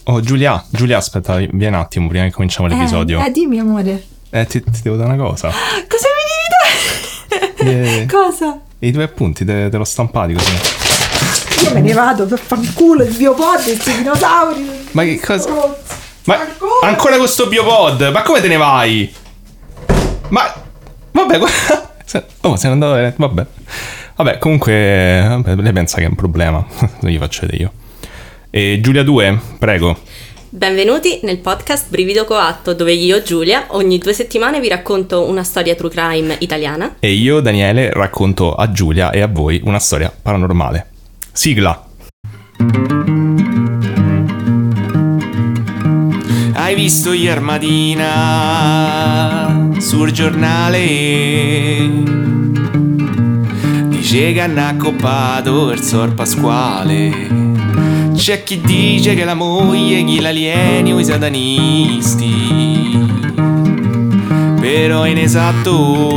Oh, Giulia, aspetta, vieni un attimo prima che cominciamo l'episodio. Dimmi, amore. Ti devo dare una cosa. Cosa mi devi dare? Cosa? I 2 appunti, te l'ho stampati così. Io me ne vado per fanculo il biopod, questi dinosauri. Ma che cosa? Ma ancora con sto biopod? Ma come te ne vai? Ma vabbè, oh, sei andato. Vabbè, comunque lei pensa che è un problema. Lo gli faccio vedere io. E Giulia 2, prego. Benvenuti nel podcast Brivido Coatto, dove io, Giulia, ogni 2 settimane vi racconto una storia true crime italiana. E io, Daniele, racconto a Giulia e a voi una storia paranormale. Sigla. Hai visto ieri mattina sul giornale? Dice che hanno accoppato il Sor Pasquale. C'è chi dice che la moglie gli l'alieni o i satanisti, però è inesatto,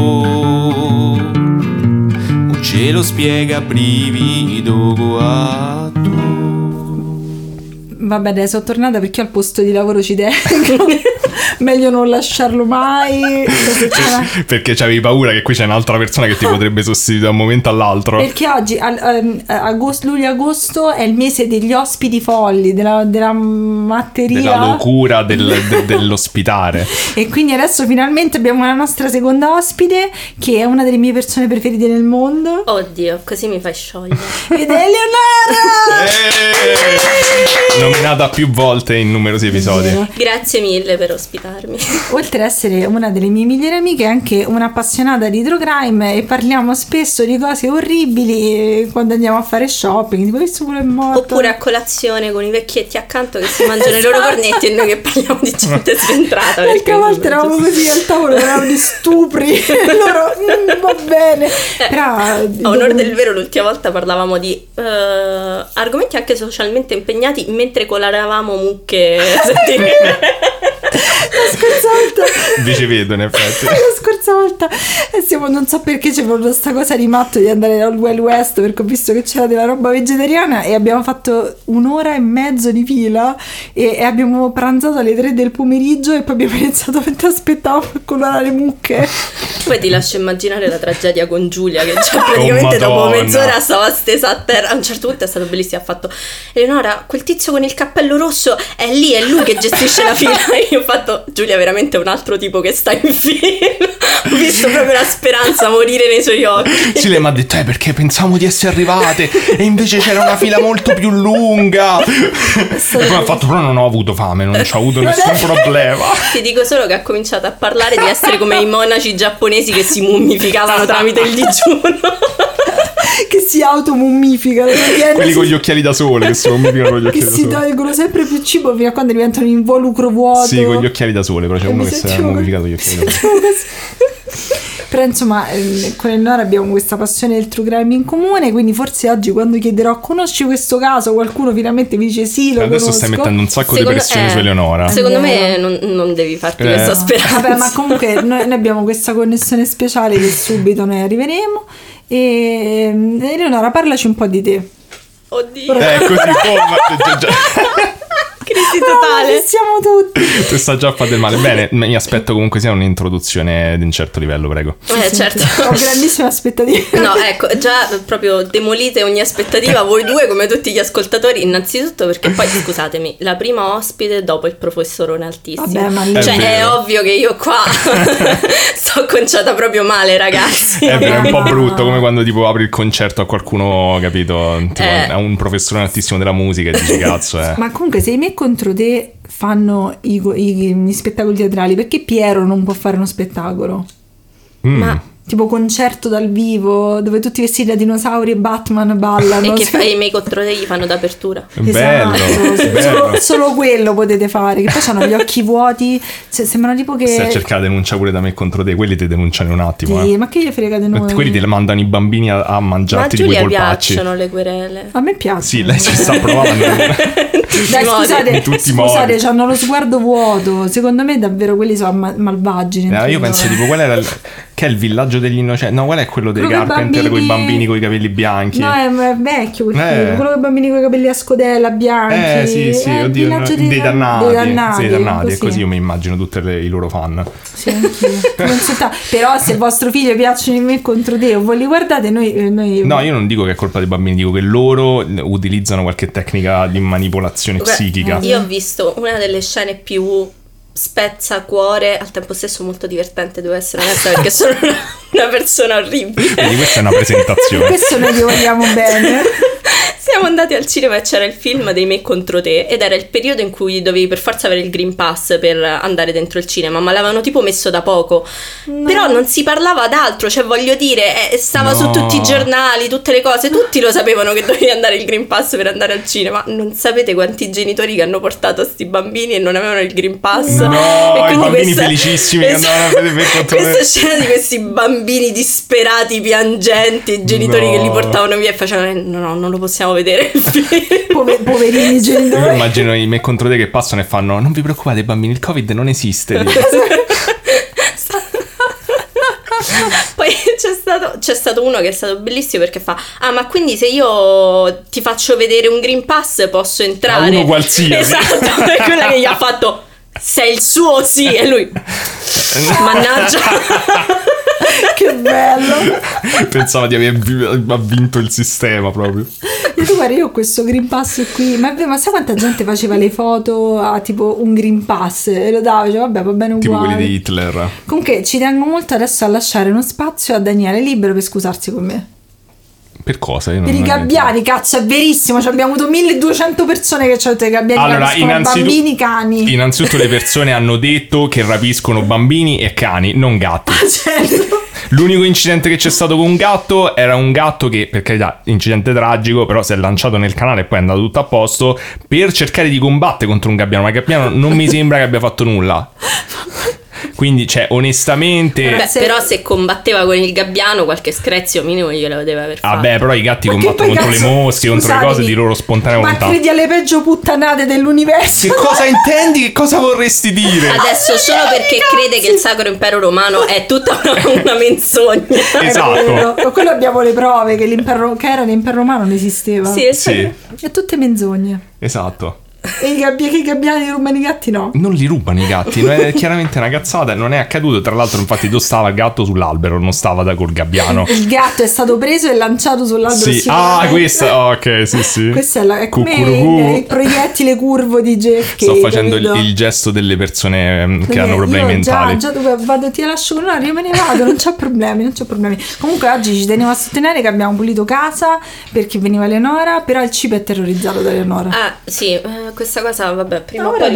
non ce lo spiega Brivido Coatto. Vabbè, adesso sono tornata perché al posto di lavoro ci tengo. Meglio non lasciarlo mai. Perché c'avevi paura che qui c'è un'altra persona che ti potrebbe sostituire da un momento all'altro. Perché oggi, luglio-agosto, è il mese degli ospiti folli, della matteria, della locura dell'ospitare. E quindi adesso finalmente abbiamo la nostra seconda ospite, che è una delle mie persone preferite nel mondo. Oddio, così mi fai sciogliere. Ed è Eleonora! Nominata più volte in numerosi episodi. Grazie mille per ospitarmi. Oltre ad essere una delle mie migliori amiche, è anche un'appassionata di true crime e parliamo spesso di cose orribili quando andiamo a fare shopping, tipo questo quello è morto. Oppure a colazione con i vecchietti accanto che si mangiano i loro cornetti e noi che parliamo di gente sventrata. L'altra volta eravamo così al tavolo, eravamo di stupri e loro va bene. Però a onore del vero, l'ultima volta parlavamo di argomenti anche socialmente impegnati mentre coloravamo mucche. La scorsa volta vi ci vedo, in effetti. La scorsa volta non so perché c'è proprio questa cosa di matto di andare al Wild West, perché ho visto che c'era della roba vegetariana e abbiamo fatto 1 ora e mezzo di fila e abbiamo pranzato alle 3 del pomeriggio e poi abbiamo iniziato mentre aspettavamo per colorare mucche. Poi ti lascio immaginare la tragedia con Giulia, che già praticamente dopo mezz'ora stava stesa a terra. A un certo punto è stato bellissimo, ha fatto: Eleonora, quel tizio con il cappello rosso è lui che gestisce la fila. E io ho fatto: Giulia, veramente è un altro tipo che sta in fila. Ho visto proprio la speranza morire nei suoi occhi. Sì, lei mi ha detto perché pensavamo di essere arrivate e invece c'era una fila molto più lunga. E poi ha fatto: però non ho avuto fame, non ci ho avuto nessun problema. Ti dico solo che ha cominciato a parlare di essere come i monaci giapponesi che si mummificavano tramite il digiuno. Che si automummificano, quelli con gli occhiali da sole che si mummificano con gli occhiali da sole, che si tolgono sempre più cibo fino a quando diventano un involucro vuoto. Sì, con gli occhiali da sole, però c'è uno che si è mummificato con gli occhiali da sole. Però insomma, con Eleonora abbiamo questa passione del true crime in comune, quindi forse oggi quando chiederò conosci questo caso, qualcuno finalmente mi dice sì, lo adesso conosco. Stai mettendo un sacco di pressione su Eleonora. Secondo me non devi farti questa speranza. Vabbè, ma comunque noi abbiamo questa connessione speciale che subito noi arriveremo. E Eleonora, parlaci un po' di te. Oddio. Così, crisi totale. Siamo tutti. Tu sta già a fare del male. Bene, mi aspetto comunque sia un'introduzione di un certo livello, prego. Certo. Ho grandissime aspettative. No, ecco, già proprio demolite ogni aspettativa voi due come tutti gli ascoltatori. Innanzitutto perché poi, scusatemi, la prima ospite dopo il professorone altissimo. Vabbè, ma è ovvio che io qua sto conciata proprio male, ragazzi. È vero, è un po' brutto, come quando tipo apri il concerto a qualcuno, capito, tipo a un professore altissimo della musica e dici cazzo Ma comunque se me contro te fanno gli spettacoli teatrali, perché Piero non può fare uno spettacolo? Ma tipo concerto dal vivo dove tutti vestiti da dinosauri e Batman ballano e che i miei contro te gli fanno d'apertura. Bello, esatto. Solo quello potete fare, che poi hanno gli occhi vuoti, sembrano tipo che se cercate denuncia pure da me contro te, quelli ti denunciano un attimo sì, ma che gli frega di noi? Quelli ti mandano i bambini a mangiarti di quei polpacci. Ma a Giulia piacciono le querele. A me piace. Sì, lei ci sta provando. Dai, tutti scusate, hanno lo sguardo vuoto. Secondo me davvero quelli sono malvagi. Io penso tipo qual era che è il villaggio degli innocenti? No, qual è quello dei Carpenter con i bambini con i capelli bianchi? No, è vecchio quel film. Quello con i bambini con i capelli a scodella bianchi. Sì, oddio, dei dannati. E così io mi immagino tutti i loro fan. Sì, anch'io. Però se vostro figlio piacciono in Me contro te o voi li guardate, noi... No, io non dico che è colpa dei bambini, dico che loro utilizzano qualche tecnica di manipolazione psichica. Io ho visto una delle scene più spezzacuore, al tempo stesso molto divertente, devo essere onesta, perché sono una persona orribile. Quindi questa è una presentazione. Questo noi ti vogliamo bene. Siamo andati al cinema e c'era il film dei Me contro te ed era il periodo in cui dovevi per forza avere il Green Pass per andare dentro il cinema, ma l'avevano tipo messo da poco. Però non si parlava d'altro, cioè voglio dire, stava su tutti i giornali, tutte le cose, tutti lo sapevano che dovevi andare il Green Pass per andare al cinema. Non sapete quanti genitori che hanno portato sti bambini e non avevano il Green Pass. No, i bambini felicissimi che andavano a vedere Me contro te. Questa scena di questi bambini disperati, piangenti, i genitori che li portavano via e facevano no, non lo possiamo vedere il film. Poverini genitori. Io immagino i Me contro te che passano e fanno: non vi preoccupate bambini, il Covid non esiste. Poi c'è stato uno che è stato bellissimo perché fa: ah, ma quindi se io ti faccio vedere un Green Pass posso entrare? A uno qualsiasi. Esatto, è quella che gli ha fatto: sei il suo sì. E lui: mannaggia. Che bello. Pensava di aver vinto il sistema proprio. E tu guarda, io ho questo Green Pass qui, ma sai quanta gente faceva le foto a tipo un Green Pass e lo dava, cioè vabbè, va bene uguale. Tipo quelli di Hitler. Comunque ci tengo molto adesso a lasciare uno spazio a Daniele libero per scusarsi con me. Per cosa? Per i gabbiani, cazzo, è verissimo. Abbiamo avuto 1200 persone che ci hanno detto i gabbiani rapiscono bambini, cani. Innanzitutto le persone hanno detto che rapiscono bambini e cani, non gatti. Certo. L'unico incidente che c'è stato con un gatto era un gatto che, per carità, incidente tragico, però si è lanciato nel canale e poi è andato tutto a posto per cercare di combattere contro un gabbiano, ma il gabbiano non mi sembra che abbia fatto nulla. Quindi, cioè, onestamente... Beh, però se combatteva con il gabbiano qualche screzio minimo glielo deve aver fatto. Vabbè, però i gatti combattono contro le mosche, contro le cose di loro spontanea volontà. Ma credi alle peggio puttanate dell'universo? Che cosa intendi? Che cosa vorresti dire? Adesso solo perché crede che il Sacro Impero Romano è tutta una menzogna. Esatto. Per quello abbiamo le prove che era l'impero romano non esisteva. Sì. È tutte menzogne. Esatto. E i gabbiani rubano i gatti no. Non li rubano i gatti, non è chiaramente una cazzata, non è accaduto. Tra l'altro infatti tu stava il gatto sull'albero, non stava col gabbiano. Il gatto è stato preso e lanciato sull'albero. Sì, questa, ok, sì. Questa è come il proiettile curvo di Jeff. Sto facendo il gesto delle persone che hanno problemi mentali. Già vado, ti lascio con io me ne vado, non c'ho problemi. Comunque oggi ci tenevo a sostenere che abbiamo pulito casa perché veniva Eleonora, però il cibo è terrorizzato da Eleonora. Ah, sì, questa cosa, vabbè, prima o poi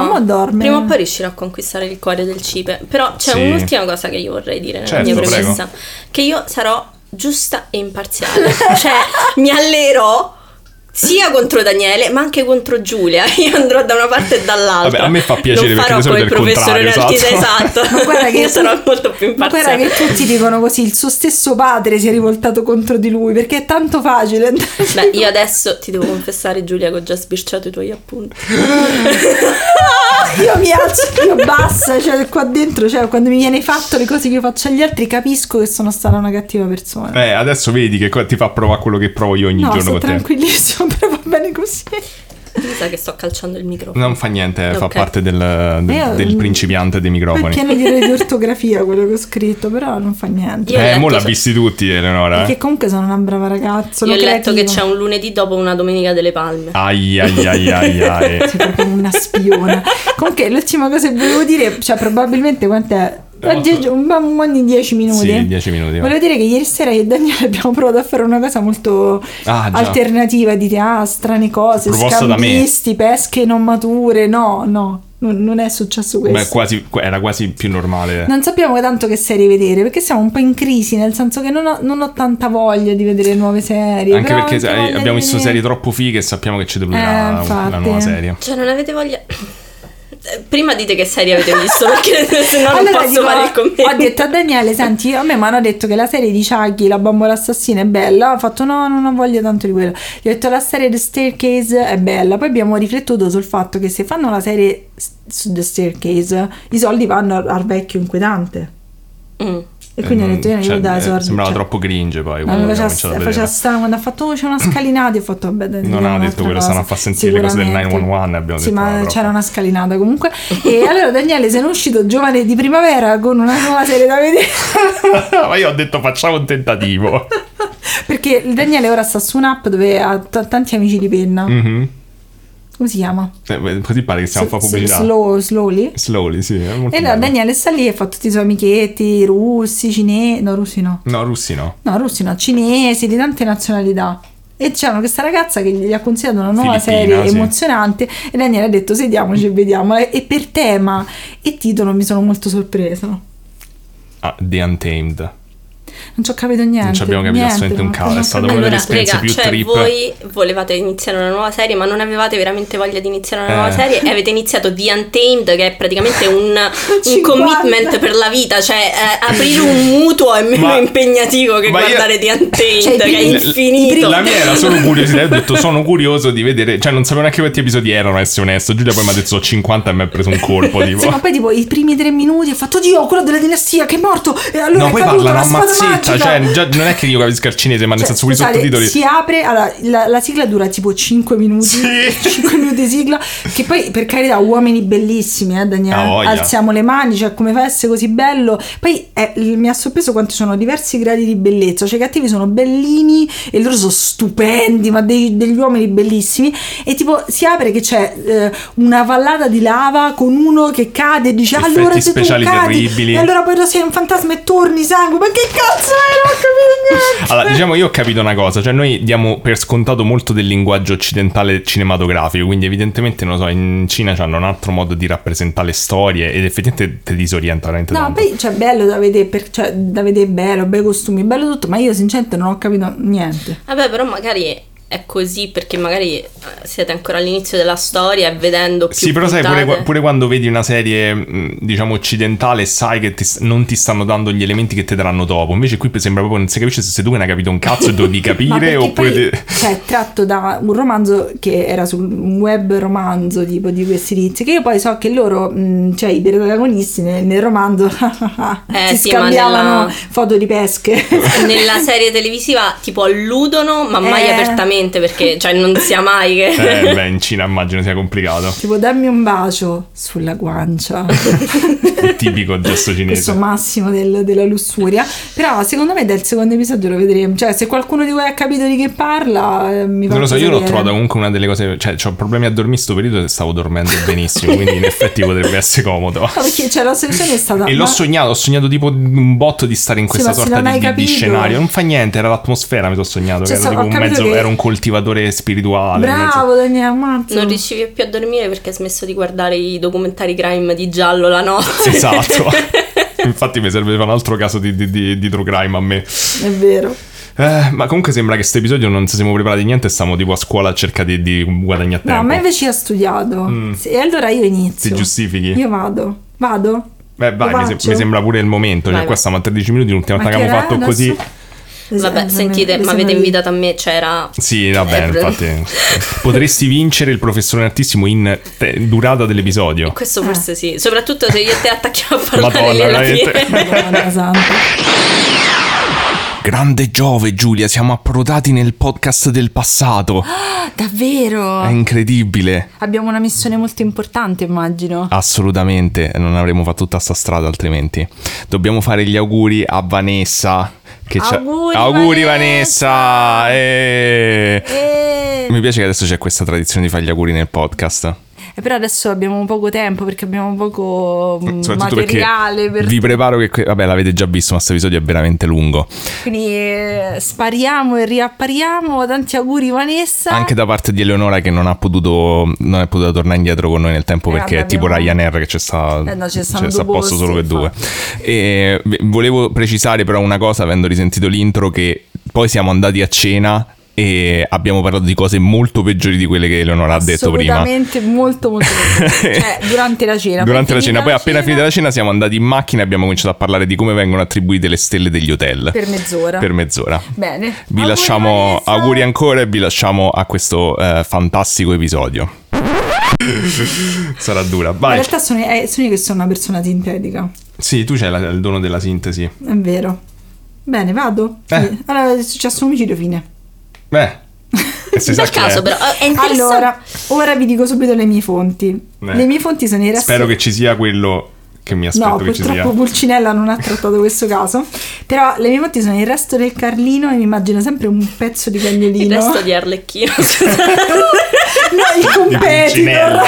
riuscirò a conquistare il cuore del cipe. Però c'è un'ultima cosa che io vorrei dire nella mia premessa, che io sarò giusta e imparziale. Cioè, mi allerò sia contro Daniele ma anche contro Giulia. Io andrò da una parte e dall'altra. Vabbè, a me fa piacere non perché farò come il professore esatto. Ma guarda che io sarò molto più imparziale. Ma guarda che tutti dicono così: il suo stesso padre si è rivoltato contro di lui perché è tanto facile. Beh, io adesso ti devo confessare, Giulia, che ho già sbirciato i tuoi appunti. Io mi alzo, io basta, cioè qua dentro, cioè quando mi viene fatto le cose che io faccio agli altri capisco che sono stata una cattiva persona. Adesso vedi che ti fa provare quello che provo io ogni giorno con te. Tranquillissimo, però va bene così. Mi sa che sto calciando il microfono. Non fa niente, fa parte del principiante dei microfoni. È pieno di errori di ortografia quello che ho scritto, però non fa niente. Mo l'ha visti tutti, Eleonora. Perché comunque sono una brava ragazza. Io ho letto che c'è un lunedì dopo una domenica delle palme. Ai. Sei proprio una spiona. Comunque l'ultima cosa che volevo dire, cioè probabilmente quant'è? Un buon di 10 minuti. Sì, 10 minuti. Volevo dire che ieri sera io e Daniele abbiamo provato a fare una cosa molto alternativa. Dite, strane cose, proposta scambisti, pesche non mature. No, non è successo questo. Beh, era quasi più normale. Non sappiamo tanto che serie vedere, perché siamo un po' in crisi, nel senso che non ho tanta voglia di vedere nuove serie. Anche perché abbiamo visto serie troppo fighe e sappiamo che ci deve durare una nuova serie. Cioè, non avete voglia Prima dite che serie avete visto, perché se no non posso fare il commento. Ho detto a Daniele, senti, a me mi hanno detto che la serie di Chucky, la bambola assassina, è bella. Ho fatto no, non ho voglia tanto di quello. Gli ho detto la serie The Staircase è bella. Poi abbiamo riflettuto sul fatto che se fanno la serie su The Staircase, i soldi vanno al vecchio inquietante. E quindi ho detto io da esordio. Sembrava troppo cringe poi. Quando ha fatto c'è una scalinata, ho fatto vabbè, non ha detto quello, stanno a far sentire le cose del 911, abbiamo detto. Ma c'era una scalinata comunque. E allora Daniele se n'è uscito giovane di primavera con una nuova serie da vedere. Ma io ho detto facciamo un tentativo. Perché Daniele ora sta su un'app dove ha tanti amici di penna. Come si chiama? Così pare che stiamo a fare pubblicità. Slowly, sì. È molto e allora Daniele sta lì e fa tutti i suoi amichetti russi, cinesi. No, russi no. No, russi no. No, russi no, cinesi, di tante nazionalità. E c'era questa ragazza che gli ha consigliato una nuova serie emozionante e Daniele ha detto sediamoci e vediamo. E per tema e titolo mi sono molto sorpresa. The Untamed. Non ci ho capito niente. Non ci abbiamo capito assolutamente un cavolo. È stata una delle esperienze più trip. Voi volevate iniziare una nuova serie, ma non avevate veramente voglia di iniziare una nuova serie. E avete iniziato The Untamed, che è praticamente un commitment per la vita. Cioè, aprire un mutuo è meno impegnativo che guardare The Untamed, che è infinito. La mia era solo curiosità. Ho detto, sono curioso di vedere. Cioè, non sapevo neanche quanti episodi erano, a essere onesto. Giulia poi mi ha detto 50 e mi ha preso un colpo. Tipo. Sì, ma poi, tipo, i primi 3 minuti ho fatto, Dio, quello della dinastia che è morto. E allora no, poi parlano a mazzetta. Cioè, già non è che io capisco il cinese, ma nel senso quei sottotitoli. Si apre, allora la sigla dura tipo 5 minuti. Sì. 5 minuti di sigla. Che poi, per carità, uomini bellissimi, Daniele. Alziamo le mani, cioè come fa a essere così bello. Poi mi ha sorpreso quanto sono diversi gradi di bellezza. Cioè, i cattivi sono bellini e loro sono stupendi, ma degli uomini bellissimi. E tipo si apre che c'è una vallata di lava con uno che cade e dice allora se speciali tu cadi, terribili. e allora poi sei un fantasma e torni sangue. Ma che cazzo è? Non ho capito niente. Allora, diciamo, io ho capito una cosa, cioè noi diamo per scontato molto del linguaggio occidentale cinematografico, quindi evidentemente, non lo so, in Cina hanno un altro modo di rappresentare le storie ed effettivamente ti disorienta veramente tanto. Poi cioè bello da vedere, cioè da vedere bello, bei costumi, bello tutto, ma io sinceramente non ho capito niente. Vabbè, però magari è così perché magari siete ancora all'inizio della storia e vedendo più sì, però puntate. sai, pure quando vedi una serie diciamo occidentale sai che non ti stanno dando gli elementi che ti daranno dopo. Invece qui sembra proprio non si capisce se tu ne hai capito un cazzo e devi capire oppure poi, cioè è tratto da un romanzo che era un web romanzo tipo di questi tizi, che io poi so che loro cioè i protagonisti nel romanzo si scambiavano foto di pesche. Nella serie televisiva tipo alludono ma mai apertamente, perché cioè non sia mai che beh, in Cina immagino sia complicato. Tipo dammi un bacio sulla guancia. Il tipico gesto cinese. Questo massimo della lussuria. Però secondo me del secondo episodio lo vedremo. Cioè se qualcuno di voi ha capito di che parla mi fa. Non lo so, io l'ho trovato comunque una delle cose. Cioè ho problemi a dormire sto periodo e stavo dormendo benissimo. Quindi in effetti potrebbe essere comodo. No, perché cioè, la soluzione è stata. E l'ho sognato tipo un botto di stare in questa sorta di scenario. Non fa niente, era l'atmosfera, mi sono sognato. Cioè, che era tipo un mezzo, era un coltivatore spirituale. Bravo Daniele, ammazzo. Non riuscivi più a dormire perché hai smesso di guardare i documentari crime di giallo la notte. Esatto. Infatti mi serve un altro caso di true crime a me. È vero. Ma comunque sembra che questo episodio non ci siamo preparati niente e stiamo tipo a scuola a cercare di guadagnare tempo. No, ma invece ho studiato. E allora io inizio. Ti giustifichi? Io vado? Beh vai, mi sembra pure il momento. Cioè qua stiamo a 13 minuti, l'ultima volta che abbiamo fatto adesso? Così. Vabbè, sentite, ma avete invitato a me, c'era. Sì, va bene, infatti. Potresti vincere il professore Artissimo in durata dell'episodio. E questo forse sì, soprattutto se io e te attacchiamo a parlare Madonna, alla fine. Madonna santa. Grande Giove, Giulia, siamo approdati nel podcast del passato. Davvero? È incredibile. Abbiamo una missione molto importante, immagino. Assolutamente, non avremmo fatto tutta sta strada altrimenti. Dobbiamo fare gli auguri a Vanessa. Auguri Vanessa! Mi piace che adesso c'è questa tradizione di fare gli auguri nel podcast. Però adesso abbiamo poco tempo perché abbiamo poco materiale per... Vi preparo che vabbè, l'avete già visto, ma questo episodio è veramente lungo, quindi spariamo e riappariamo. Tanti auguri Vanessa, anche da parte di Eleonora che non è potuta tornare indietro con noi nel tempo perché è tipo Ryanair che c'è sta posto solo per due. E volevo precisare però una cosa, avendo risentito l'intro, che poi siamo andati a cena e abbiamo parlato di cose molto peggiori di quelle che Eleonora ha detto prima. Assolutamente, molto cioè, durante la cena. Poi appena finita la cena siamo andati in macchina e abbiamo cominciato a parlare di come vengono attribuite le stelle degli hotel. Per mezz'ora. Bene. Vi lasciamo auguri ancora e vi lasciamo a questo fantastico episodio. Sarà dura, vai. In realtà sono io che sono una persona sintetica. Sì, tu c'hai il dono della sintesi. È vero. Bene, vado. Allora è successo un omicidio, fine. Si sa caso, però è interessante. Allora, ora vi dico subito le mie fonti. Le mie fonti sono i resti. Spero che ci sia quello che mi aspetto che ci sia. No, purtroppo Pulcinella non ha trattato questo caso. Però le mie fonti sono il resto del Carlino e mi immagino sempre un pezzo di cagnolino. Il resto di Arlecchino. No, il competitor.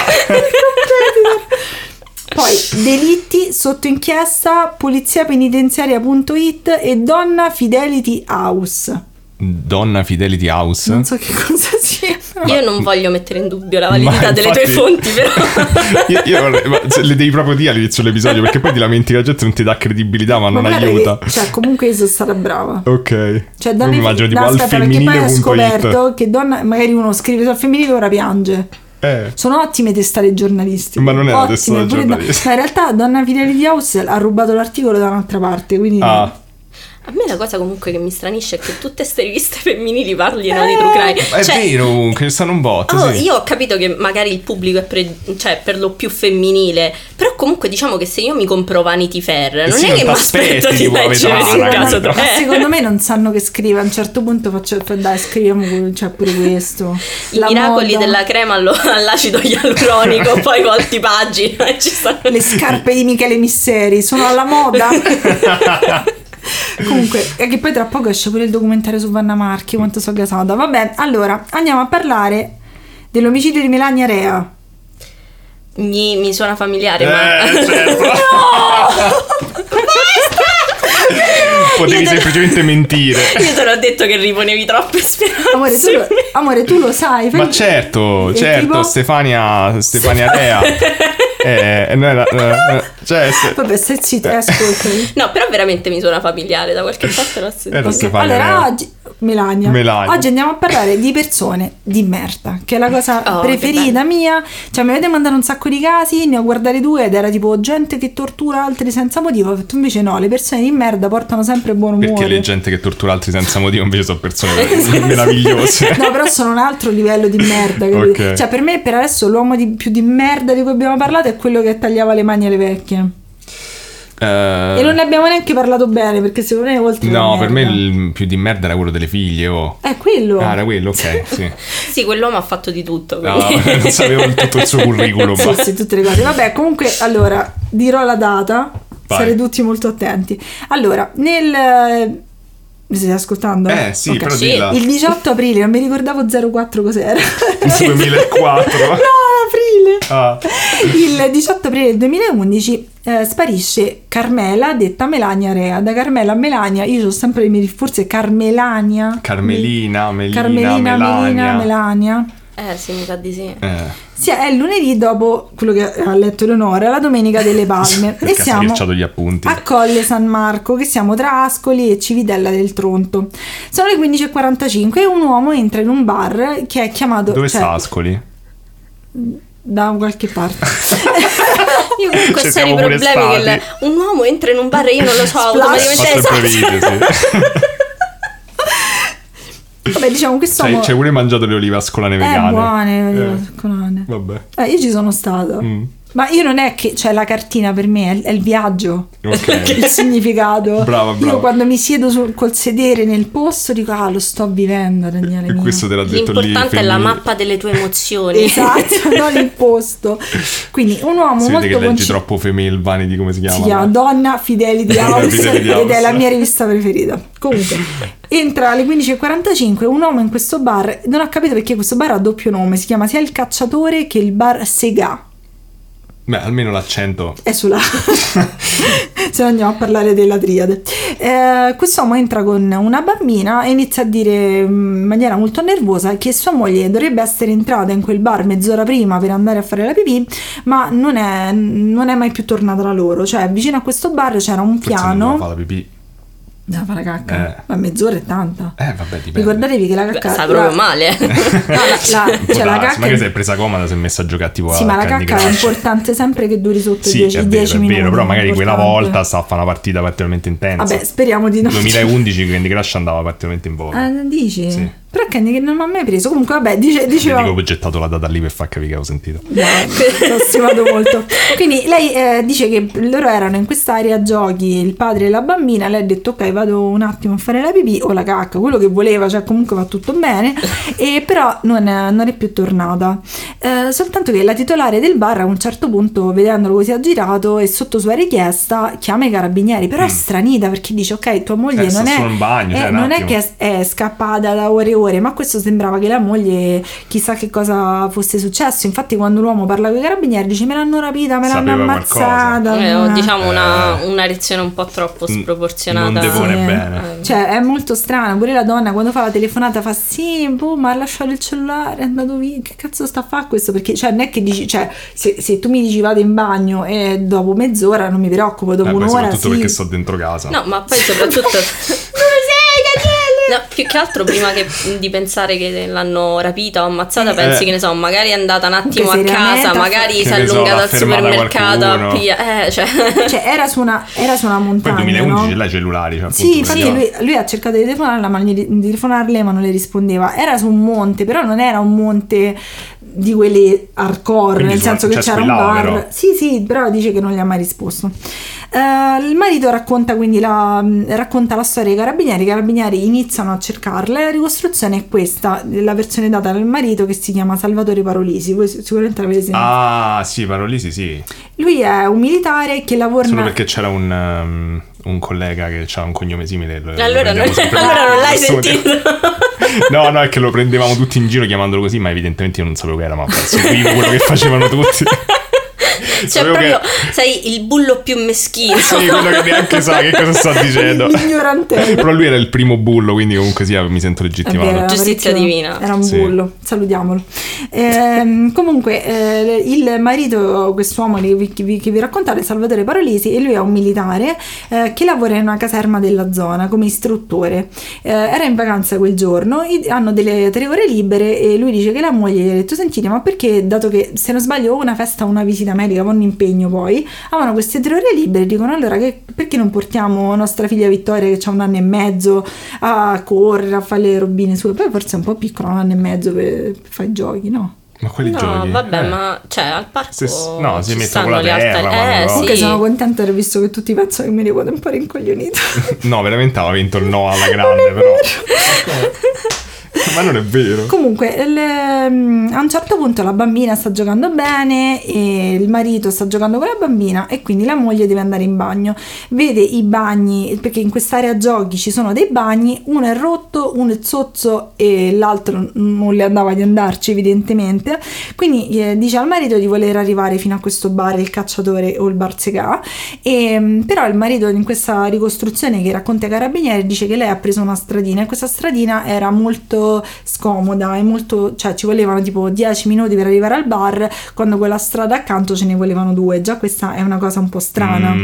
Poi delitti sotto inchiesta, poliziapenitenziaria.it e Donna Fidelity House. Donna Fidelity House? Non so che cosa sia. Io non voglio mettere in dubbio la validità delle tue fonti, però. io le devi proprio dire all'inizio dell'episodio, perché poi ti lamenti che la gente non ti dà credibilità, ma non aiuta. Cioè, comunque io sono stata brava. Ok. Cioè, mi immagino tipo al femminile.it. Perché poi ho scoperto che donna, magari uno scrive sul femminile ora piange. Sono ottime testate giornalistiche. Ma non è una testata giornalistica. Ma in realtà Donna Fidelity House ha rubato l'articolo da un'altra parte, quindi... A me la cosa comunque che mi stranisce è che tutte queste riviste femminili parlino di true crime. È vero, comunque, stanno un botto. Sì. Io ho capito che magari il pubblico è per lo più femminile, però comunque diciamo che se io mi compro Vanity Fair non è che mi aspetto di leggere di un caso ma secondo me non sanno che scrive. A un certo punto dai, scriviamo pure questo. I miracoli della crema all'acido ialuronico, poi volti pagina e ci stanno le scarpe di Michele Misseri sono alla moda. Comunque, è che poi tra poco esce pure il documentario su Vanna Marchi, quanto so gasata. Vabbè, allora andiamo a parlare dell'omicidio di Melania Rea. Mi suona familiare, ma certo. No! Potevi semplicemente mentire. Io te l'ho detto che riponevi troppe speranze. Amore, tu lo sai. Ma certo, tipo... Stefania Rea. Vabbè, stai zitto, ascoltami. No, però veramente mi suona familiare da qualche parte. Allora, oggi Melania. Oggi andiamo a parlare di persone di merda, che è la cosa preferita mia. Cioè, mi avete mandato un sacco di casi, ne ho guardati 2 ed era tipo gente che tortura altri senza motivo. Ho detto invece no, le persone di merda portano sempre buon umore. Perché le gente che tortura altri senza motivo invece sono persone meravigliose. No, però sono un altro livello di merda. Okay. Cioè, per me per adesso l'uomo più di merda di cui abbiamo parlato è quello che tagliava le mani alle vecchie. E non ne abbiamo neanche parlato bene, perché secondo me oltre no, per me il più di merda era quello delle figlie. È quello. Era quello, ok, sì. Sì, quell'uomo ha fatto di tutto. No, non sapevo tutto il suo curriculum. Sì, tutte le cose. Vabbè, comunque, allora, dirò la data. Sarete tutti molto attenti. Allora, mi state ascoltando? Sì, okay. però dilla. Il 18 aprile, non mi ricordavo 04 cos'era. Il 2004. No, aprile. Il 18 aprile del 2011 sparisce Carmela, detta Melania Rea. Da Carmela a Melania, io ho sempre i miei, forse Carmelania. Melania. Sì, mi sa di sì. Sì, è lunedì dopo quello che ha letto Eleonora, la domenica delle Palme. E siamo gli appunti. A Colle San Marco, che siamo tra Ascoli e Civitella del Tronto. Sono le 15:45 e un uomo entra in un bar che è chiamato... Dove sta Ascoli? Da qualche parte. Io comunque seri problemi che un uomo entra in un bar e io non lo so, automaticamente Vabbè, diciamo che c'è pure mangiato le olive ascolane vegane. Buone ascolane. Vabbè. Io ci sono stata. Ma io non è che c'è la cartina, per me è il viaggio. Okay. Il significato. Brava. Io quando mi siedo col sedere nel posto dico lo sto vivendo, Daniele mio. E questo te l'ha detto lì. L'importante è la mappa delle tue emozioni. Esatto, non il posto. Quindi un uomo molto che leggi troppo Female Vanity, come si chiama? Si chiama Donna Fidelity House ed è la mia rivista preferita. Comunque entra alle 15:45 un uomo in questo bar. Non ho capito perché questo bar ha doppio nome. Si chiama sia il Cacciatore che il bar Sega. Beh, almeno l'accento è sulla se no andiamo a parlare della triade. Quest'uomo entra con una bambina e inizia a dire in maniera molto nervosa che sua moglie dovrebbe essere entrata in quel bar mezz'ora prima per andare a fare la pipì, ma non è mai più tornata da loro. Cioè vicino a questo bar c'era un piano. Fa la pipì. No, fa la cacca. Ma mezz'ora è tanta. Vabbè, dipende. Ricordatevi che la cacca sta proprio male. Cioè la cacca, ma che si è presa comoda, si è messa a giocare tipo sì, ma la cacca è importante sempre che duri sotto i 10 minuti. È vero, però magari quella volta sta a fare una partita particolarmente intensa. Vabbè, speriamo di no. 2011 Candy Crush andava particolarmente in voga. Dici? Sì. Però Candy che non mi ha mai preso. Comunque vabbè, diceva. Dico, ho gettato la data lì per far capire che ho sentito. L'ho stimato molto. Quindi lei dice che loro erano in quest'area giochi, il padre e la bambina. Lei ha detto ok, vado un attimo a fare la pipì o la cacca, quello che voleva, cioè comunque va tutto bene. E però non è più tornata. Soltanto che la titolare del bar a un certo punto, vedendolo così aggirato e sotto sua richiesta, chiama i carabinieri. Però è stranita perché dice ok, tua moglie non è in bagno, cioè, non è che è scappata da ore e ore, ma questo sembrava che la moglie chissà che cosa fosse successo. Infatti quando l'uomo parla con i carabinieri dice me l'hanno rapita, me l'hanno ammazzata, diciamo una reazione un po' troppo sproporzionata, non depone bene, cioè è molto strano. Pure la donna quando fa la telefonata fa sì, boh, ma ha lasciato il cellulare, è andato via, che cazzo sta a fare questo? Perché cioè non è che dici, cioè se tu mi dici vado in bagno e dopo mezz'ora non mi preoccupo, dopo un'ora soprattutto perché sto dentro casa. No, ma poi soprattutto no, più che altro prima di pensare che l'hanno rapita o ammazzata, pensi che ne so, magari è andata un attimo a casa, magari si è allungata al supermercato a cioè era su una montagna. Poi 2011 no? L'hai cellulari, cioè, sì, infatti lui ha cercato di telefonarle ma non le rispondeva. Era su un monte, però non era un monte di quelli hardcore. Quindi nel senso che c'era un bar, però. Sì, però dice che non gli ha mai risposto. Il marito racconta quindi la storia ai carabinieri. I carabinieri iniziano a cercarla. La ricostruzione è questa, la versione data dal marito, che si chiama Salvatore Parolisi. Voi sicuramente l'avete sentito. Ah sì, Parolisi, sì. Lui è un militare che lavora solo perché c'era un collega che aveva un cognome simile. Allora non l'hai sentito. No, è che lo prendevamo tutti in giro chiamandolo così, ma evidentemente io non sapevo che era, ma seguivo quello che facevano tutti. Cioè proprio sei il bullo più meschino. Sì, quello che neanche sa che cosa sta dicendo. Ignorante. Però lui era il primo bullo, quindi comunque sia mi sento legittimato. Giustizia divina. Era un bullo, salutiamolo. Comunque il marito, quest'uomo che vi raccontate, Salvatore Parolisi, e lui è un militare che lavora in una caserma della zona come istruttore. Era in vacanza quel giorno, hanno delle 3 ore libere e lui dice che la moglie gli ha detto sentite, ma perché, dato che se non sbaglio o una festa o una visita medica, un impegno, poi avevano queste 3 ore libere, dicono allora perché non portiamo nostra figlia Vittoria che ha 1 anno e mezzo a correre, a fare le robine sue, poi forse è un po' piccola, 1 anno e mezzo per fare i giochi, no? Ma quelli giochi? No, vabbè, ma cioè al parco si mette con la terra. Comunque sono contenta di aver visto che tutti pensano che mi ricordo un po' rincoglionito. No, veramente aveva vinto il no alla grande, però. Ma non è vero. Comunque a un certo punto la bambina sta giocando bene e il marito sta giocando con la bambina e quindi la moglie deve andare in bagno. Vede i bagni, perché in quest'area giochi ci sono dei bagni, uno è rotto, uno è zozzo e l'altro non le andava di andarci evidentemente, quindi dice al marito di voler arrivare fino a questo bar, il Cacciatore o il Bar Segà, però il marito in questa ricostruzione che racconta ai carabinieri dice che lei ha preso una stradina e questa stradina era molto scomoda e molto, cioè ci volevano tipo 10 minuti per arrivare al bar, quando quella strada accanto ce ne volevano 2. Già questa è una cosa un po' strana.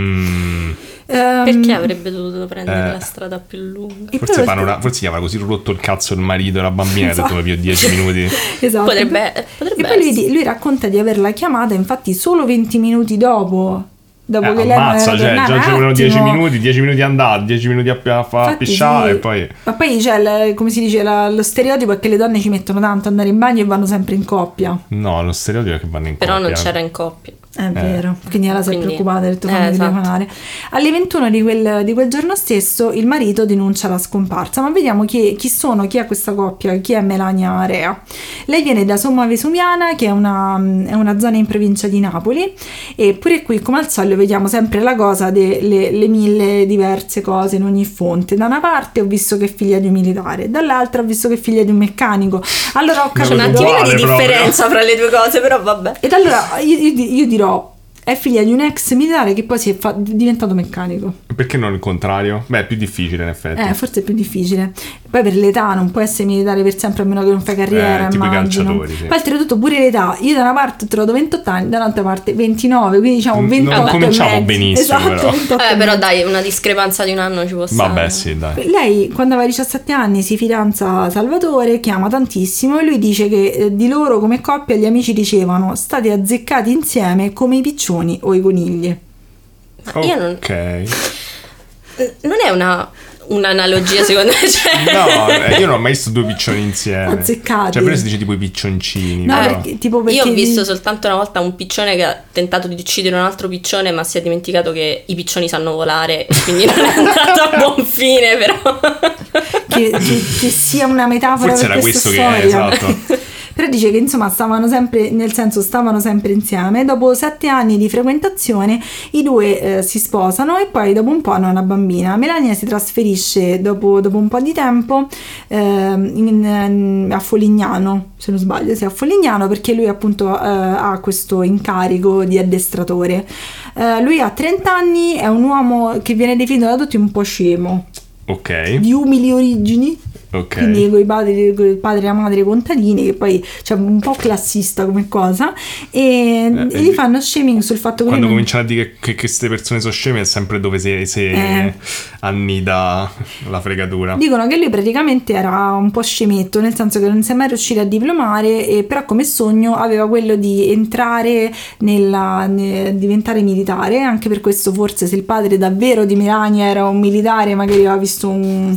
Perché avrebbe dovuto prendere la strada più lunga? Forse gli aveva così rotto il cazzo il marito e la bambina, esatto. Che ha detto più 10 minuti. Esatto. Potrebbe e poi lui racconta di averla chiamata infatti solo 20 minuti dopo che lei ammazza, già ci vogliono 10 minuti andati, 10 minuti a pisciare, sì. E poi ma poi c'è come si dice lo stereotipo è che le donne ci mettono tanto ad andare in bagno e vanno sempre in coppia. No, lo stereotipo è che vanno in però coppia. Però non c'era in coppia. È vero, quindi ella si è preoccupata, ha detto fammi telefonare. Alle 21 di quel giorno stesso il marito denuncia la scomparsa, ma vediamo chi è questa coppia, chi è Melania Rea. Lei viene da Somma Vesuviana, che è una zona in provincia di Napoli, e pure qui come al solito vediamo sempre la cosa delle mille diverse cose in ogni fonte. Da una parte ho visto che è figlia di un militare, dall'altra ho visto che è figlia di un meccanico, allora ho capito c'è un attimino di differenza fra le due cose, però vabbè. Ed allora io dirò è figlia di un ex militare che poi si è diventato meccanico. Perché non il contrario? Beh, è più difficile in effetti. Forse è più difficile. Poi per l'età non può essere militare per sempre a meno che non fai carriera, tipo i immagino. calciatori, sì. Poi oltretutto pure l'età, io da una parte ho trovato 28 anni, dall'altra parte 29, quindi diciamo 28 non cominciamo e mezzo. benissimo, Esatto, però. 28 e Però mezzo. dai, una discrepanza di un anno ci può stare. Vabbè, sì, dai. Lei quando aveva 17 anni si fidanza a Salvatore, che ama tantissimo, e lui dice che di loro come coppia gli amici dicevano: state azzeccati insieme come i piccioni o i conigli. Io non Ok. è un'analogia secondo me, cioè. No, io non ho mai visto due piccioni insieme. Azzeccati. Cioè, però si dice tipo i piccioncini. No, però. perché Io ho visto soltanto una volta un piccione che ha tentato di uccidere un altro piccione, ma si è dimenticato che i piccioni sanno volare e quindi non è andato a buon fine, però. che sia una metafora Forse per era questa questo che è, storia. esatto. Però dice che insomma stavano sempre insieme. Dopo 7 anni di frequentazione i due si sposano e poi dopo un po' hanno una bambina. Melania si trasferisce dopo un po' di tempo a Folignano, se non sbaglio, sì, a Folignano, perché lui appunto ha questo incarico di addestratore. Lui ha 30 anni, è un uomo che viene definito da tutti un po' scemo, Ok. di umili origini. Ok. Quindi con il padre e la madre contadini, che poi cioè, un po' classista come cosa, e gli fanno shaming sul fatto che Quando lui non- cominciano a dire che queste persone sono sceme è sempre dove si annida la fregatura. dicono che lui praticamente era un po' scemetto, nel senso che non si è mai riuscito a diplomare, e però come sogno aveva quello di entrare diventare militare. Anche per questo forse se il padre davvero di Melania era un militare, magari aveva visto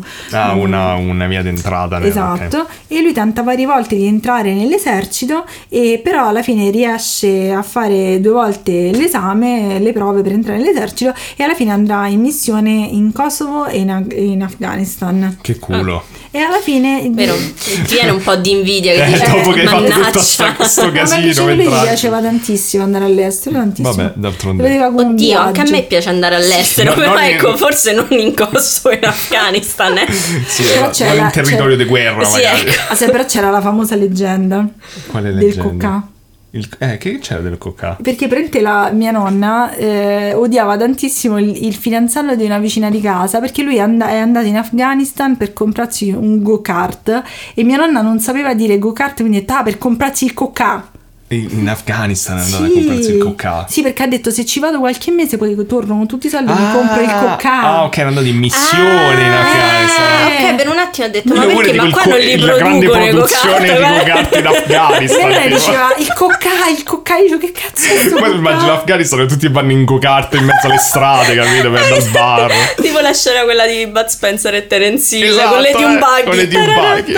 Una via d'entrata. Esatto, ok. e lui tenta varie volte di entrare nell'esercito, e però alla fine riesce a fare 2 volte l'esame, le prove per entrare nell'esercito, e alla fine andrà in missione in Kosovo e in Afghanistan. Che culo. E alla fine Vero, ti viene un po' di invidia che dici, Dopo che hai fatto tutto mannaggia. questo No, ma casino, dice che lui gli entrare. piaceva tantissimo andare all'estero, tantissimo. Vabbè, d'altronde. Lo vedeva come un Oddio, anche a viaggio. me piace andare all'estero, Sì, però non in- ecco, forse non in Kosovo e in Afghanistan. Sì, Però non c'era- in territorio c'era- di guerra, Sì, magari. ecco. Ah, sì, però c'era la famosa leggenda Quale del leggenda? cocca. Che c'era del cocca? Perché praticamente la mia nonna odiava tantissimo il fidanzato di una vicina di casa, perché lui è andato in Afghanistan per comprarsi un go-kart, e mia nonna non sapeva dire go-kart, quindi ha detto per comprarsi il cocca. In Afghanistan è andato a comprarsi il cocca. Sì, perché ha detto se ci vado qualche mese poi torno con tutti i soldi e mi compro il cocca. Ah, ok, era andato in missione in Afghanistan. Ok, per un attimo ho detto, ma Io pure perché? dico Ma il qua non li la grande producono i produzione di go-kart, go-kart in Lei Afghanistan. diceva il cocca, io dicevo che cazzo è questo Poi cocca? immagino l'Afghanistan dove tutti vanno in go-kart in mezzo alle strade, capito? Per dal bar. Tipo la scena quella di Bud Spencer e Terence Hill, Esatto, con le di un buggy. con le di un buggy.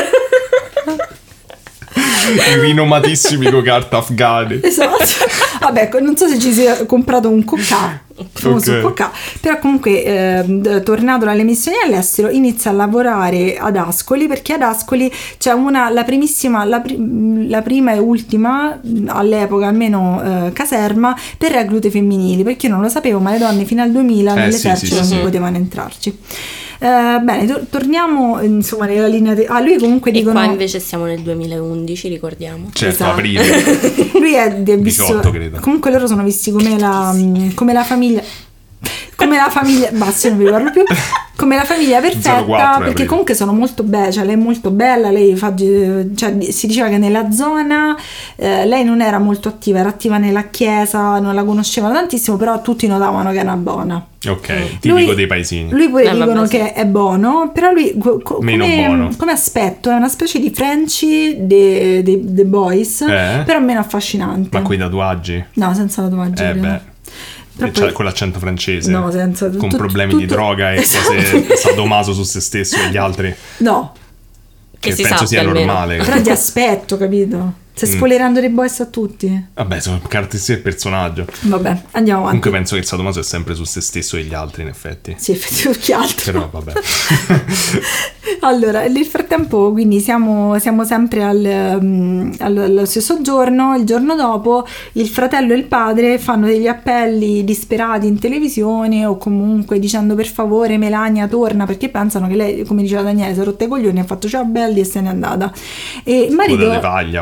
I rinomatissimi go-kart afghani. Esatto. Vabbè, non so se ci sia comprato un cocca, famoso Ok. cocca, però comunque tornato dalle missioni all'estero inizia a lavorare ad Ascoli, perché ad Ascoli c'è la prima e ultima all'epoca almeno caserma per reclute femminili, perché io non lo sapevo, ma le donne fino al 2000 nell'esercito sì. non potevano entrarci. Bene, torniamo insomma nella linea lui comunque E dicono qua invece siamo nel 2011, ricordiamo. Certo, Esatto. aprile. lui è visto 18, credo. comunque loro sono visti come la famiglia basta, non vi parlo più, come la famiglia perfetta, 04 perché aprile. comunque sono molto belle, cioè lei è molto bella, lei cioè, si diceva che nella zona lei non era molto attiva, era attiva nella chiesa, non la conoscevano tantissimo, però tutti notavano che era buona. Ok, tipico dei paesini. Lui pure dicono vabbè, sì. che è buono, però lui Meno buono. come aspetto è una specie di Frenchy The Boys, però meno affascinante. Ma coi tatuaggi? No, senza tatuaggi. Beh. Però E c'ha poi- con l'accento francese? No, senza Con tutto- problemi di tutto- droga e Esatto. cose sadomaso su se stesso e gli altri. No, Che si penso sappia sia almeno. normale. però ti aspetto, capito? Stai spoilerando The Boys a tutti. Vabbè, sono caratteristiche del personaggio. Vabbè, andiamo avanti. Comunque penso che il sadomaso è sempre su se stesso e gli altri, in effetti. Sì, effettivamente che altro. Però vabbè. Allora, nel frattempo, quindi siamo sempre allo stesso giorno. Il giorno dopo il fratello e il padre fanno degli appelli disperati in televisione, o comunque dicendo per favore Melania torna, perché pensano che lei, come diceva Daniele, si è rotta i coglioni, ha fatto ciao belli e se n'è andata. E il Coda marito, le paglia un il po', marito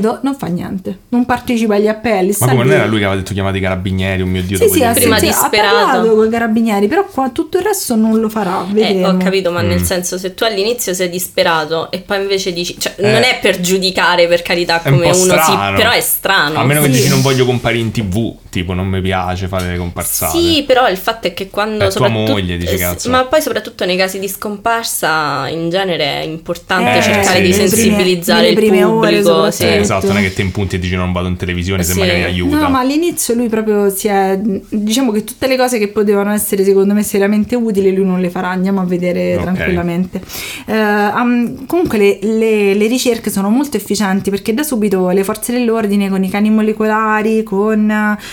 marito non fa niente, non partecipa agli appelli. Ma come non era lui che aveva detto chiamate i carabinieri, oh mio Dio, sì, prima ha parlato con i carabinieri, però tutto il resto non lo farà, vedremo. Ho capito, ma nel senso, se tu all'inizio sei disperato e poi invece dici, cioè non è per giudicare, per carità, come uno strano. però è strano. A meno che dici non voglio comparire in TV, tipo non mi piace fare le comparsate. Sì, però il fatto è che quando tua moglie dice cazzo. Ma poi soprattutto nei casi di scomparsa in genere è importante cercare sì, di sì. sensibilizzare il prime ore, pubblico. Sì. Esatto, non è che te impunti e dici non vado in televisione se magari aiuta. No, ma all'inizio lui proprio diciamo che tutte le cose che potevano essere secondo me seriamente utili lui non le farà, andiamo a vedere tranquillamente. Comunque le ricerche sono molto efficienti, perché da subito le forze dell'ordine con i cani molecolari, con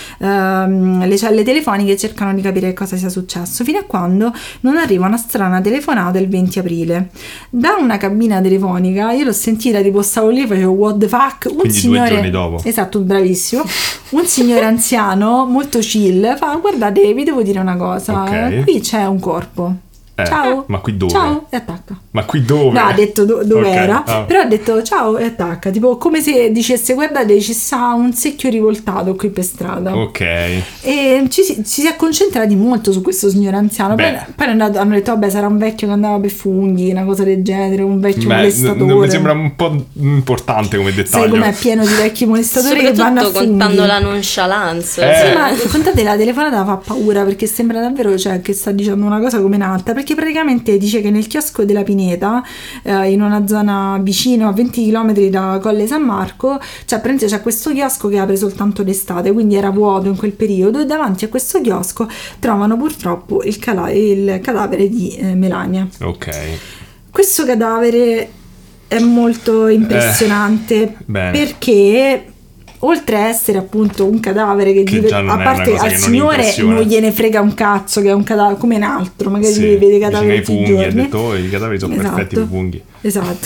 le celle telefoniche cercano di capire cosa sia successo, fino a quando non arriva una strana telefonata il 20 aprile da una cabina telefonica. Io l'ho sentita, tipo stavo lì e facevo what the fuck. Quindi signore, 2 giorni dopo. Esatto, bravissimo. Un signore anziano molto chill fa: guardate, vi devo dire una cosa, qui c'è un corpo. Ciao. Ma qui dove? Ciao, e attacca. Ma qui dove? No, ha detto dove era, però ha detto ciao e attacca, tipo come se dicesse guardate ci sta un secchio rivoltato qui per strada. Ok. E ci si è concentrati molto su questo signore anziano. Poi hanno detto vabbè, sarà un vecchio che andava per funghi, una cosa del genere, un vecchio molestatore. Mi sembra un po' importante come dettaglio. Sai com'è pieno di vecchi molestatori che vanno a funghi. Contando la nonchalance. Sì, ma contate, la telefonata fa paura, perché sembra davvero che sta dicendo una cosa come un'altra, perché praticamente dice che nel chiosco della Pineta, in una zona vicino a 20 km da Colle San Marco, c'è questo chiosco che apre soltanto d'estate, quindi era vuoto in quel periodo, e davanti a questo chiosco trovano purtroppo il cadavere di Melania. Ok. Questo cadavere è molto impressionante perché oltre a essere appunto un cadavere che a parte al signore non gliene frega un cazzo che è un cadavere come un altro, magari vede cadaveri tutti i giorni. Ha detto, i cadaveri sono perfetti per funghi. Esatto.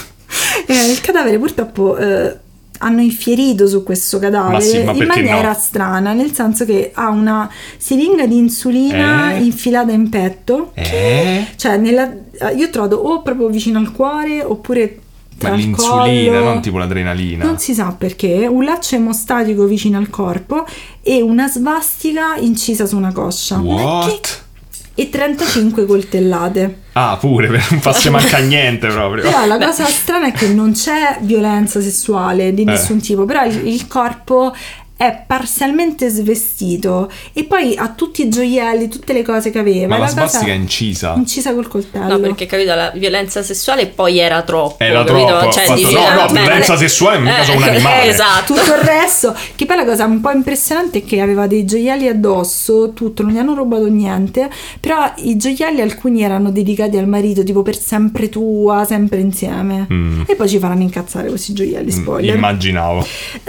Il cadavere purtroppo hanno infierito su questo cadavere in maniera strana, nel senso che ha una siringa di insulina infilata in petto, cioè io ho trovato o proprio vicino al cuore oppure ma l'insulina, non tipo l'adrenalina. Non si sa perché. Un laccio emostatico vicino al corpo e una svastica incisa su una coscia. What? E 35 coltellate. Ah, pure, non passi manca niente proprio. Però la cosa strana è che non c'è violenza sessuale di nessun tipo, però il corpo è parzialmente svestito e poi ha tutti i gioielli, tutte le cose che aveva. Ma la svastica è incisa col coltello. No, perché capito, la violenza sessuale poi era troppo. Era troppo. Cioè, violenza sessuale mica sono un animale. Esatto. Tutto il resto. Che poi la cosa un po' impressionante è che aveva dei gioielli addosso, tutto, non gli hanno rubato niente, però i gioielli alcuni erano dedicati al marito, tipo per sempre tua, sempre insieme. E poi ci faranno incazzare questi gioielli, spoiler. Immaginavo.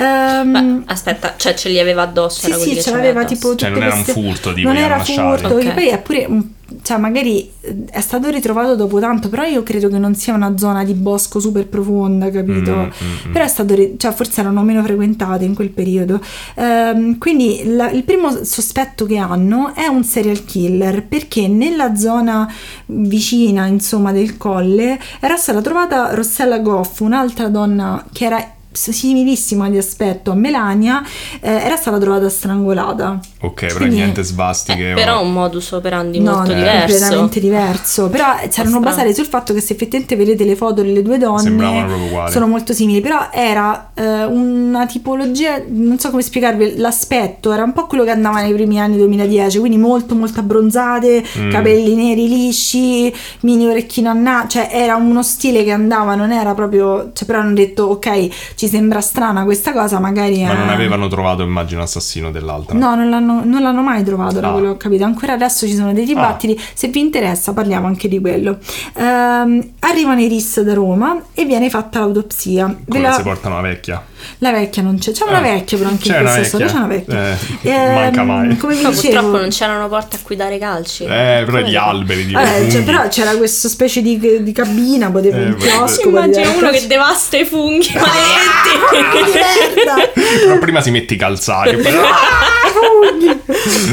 Aspetta, cioè ce li aveva addosso? Sì, ce l'aveva tipo. Cioè non era un furto, tipo, non era furto, okay. Poi è pure cioè magari è stato ritrovato dopo tanto, però io credo che non sia una zona di bosco super profonda, capito? Però è stato cioè forse erano meno frequentate in quel periodo. Quindi il primo sospetto che hanno è un serial killer, perché nella zona vicina, insomma, del colle era stata trovata Rossella Goff, un'altra donna che era similissima di aspetto a Melania, era stata trovata strangolata. Ok, però quindi, niente svastiche. Però un modus operandi molto diverso. Completamente diverso. Però c'erano basate sul fatto che se effettivamente vedete le foto delle due donne sono molto simili. Però era una tipologia, non so come spiegarvi, l'aspetto era un po' quello che andava nei primi anni 2010, quindi molto molto abbronzate, capelli neri lisci, mini orecchino a naso, cioè era uno stile che andava, non era proprio, cioè, però hanno detto ok, ci sembra strana questa cosa, magari ma non avevano trovato, immagino, l'assassino dell'altra. No, non l'hanno mai trovato, da quello che ho capito. Ancora adesso ci sono dei dibattiti, se vi interessa parliamo anche di quello. Arrivano i RIS da Roma e viene fatta l'autopsia. Si portano la vecchia. La vecchia non c'è una vecchia, però anche in questa storia c'è una vecchia. Manca mai. Come vi dicevo, purtroppo non c'erano porte a cui dare calci. Però gli alberi di però c'era questa specie di cabina, potevo un chiosco. Immagino uno che devasta i funghi maledetti. Però prima si mette i calzari.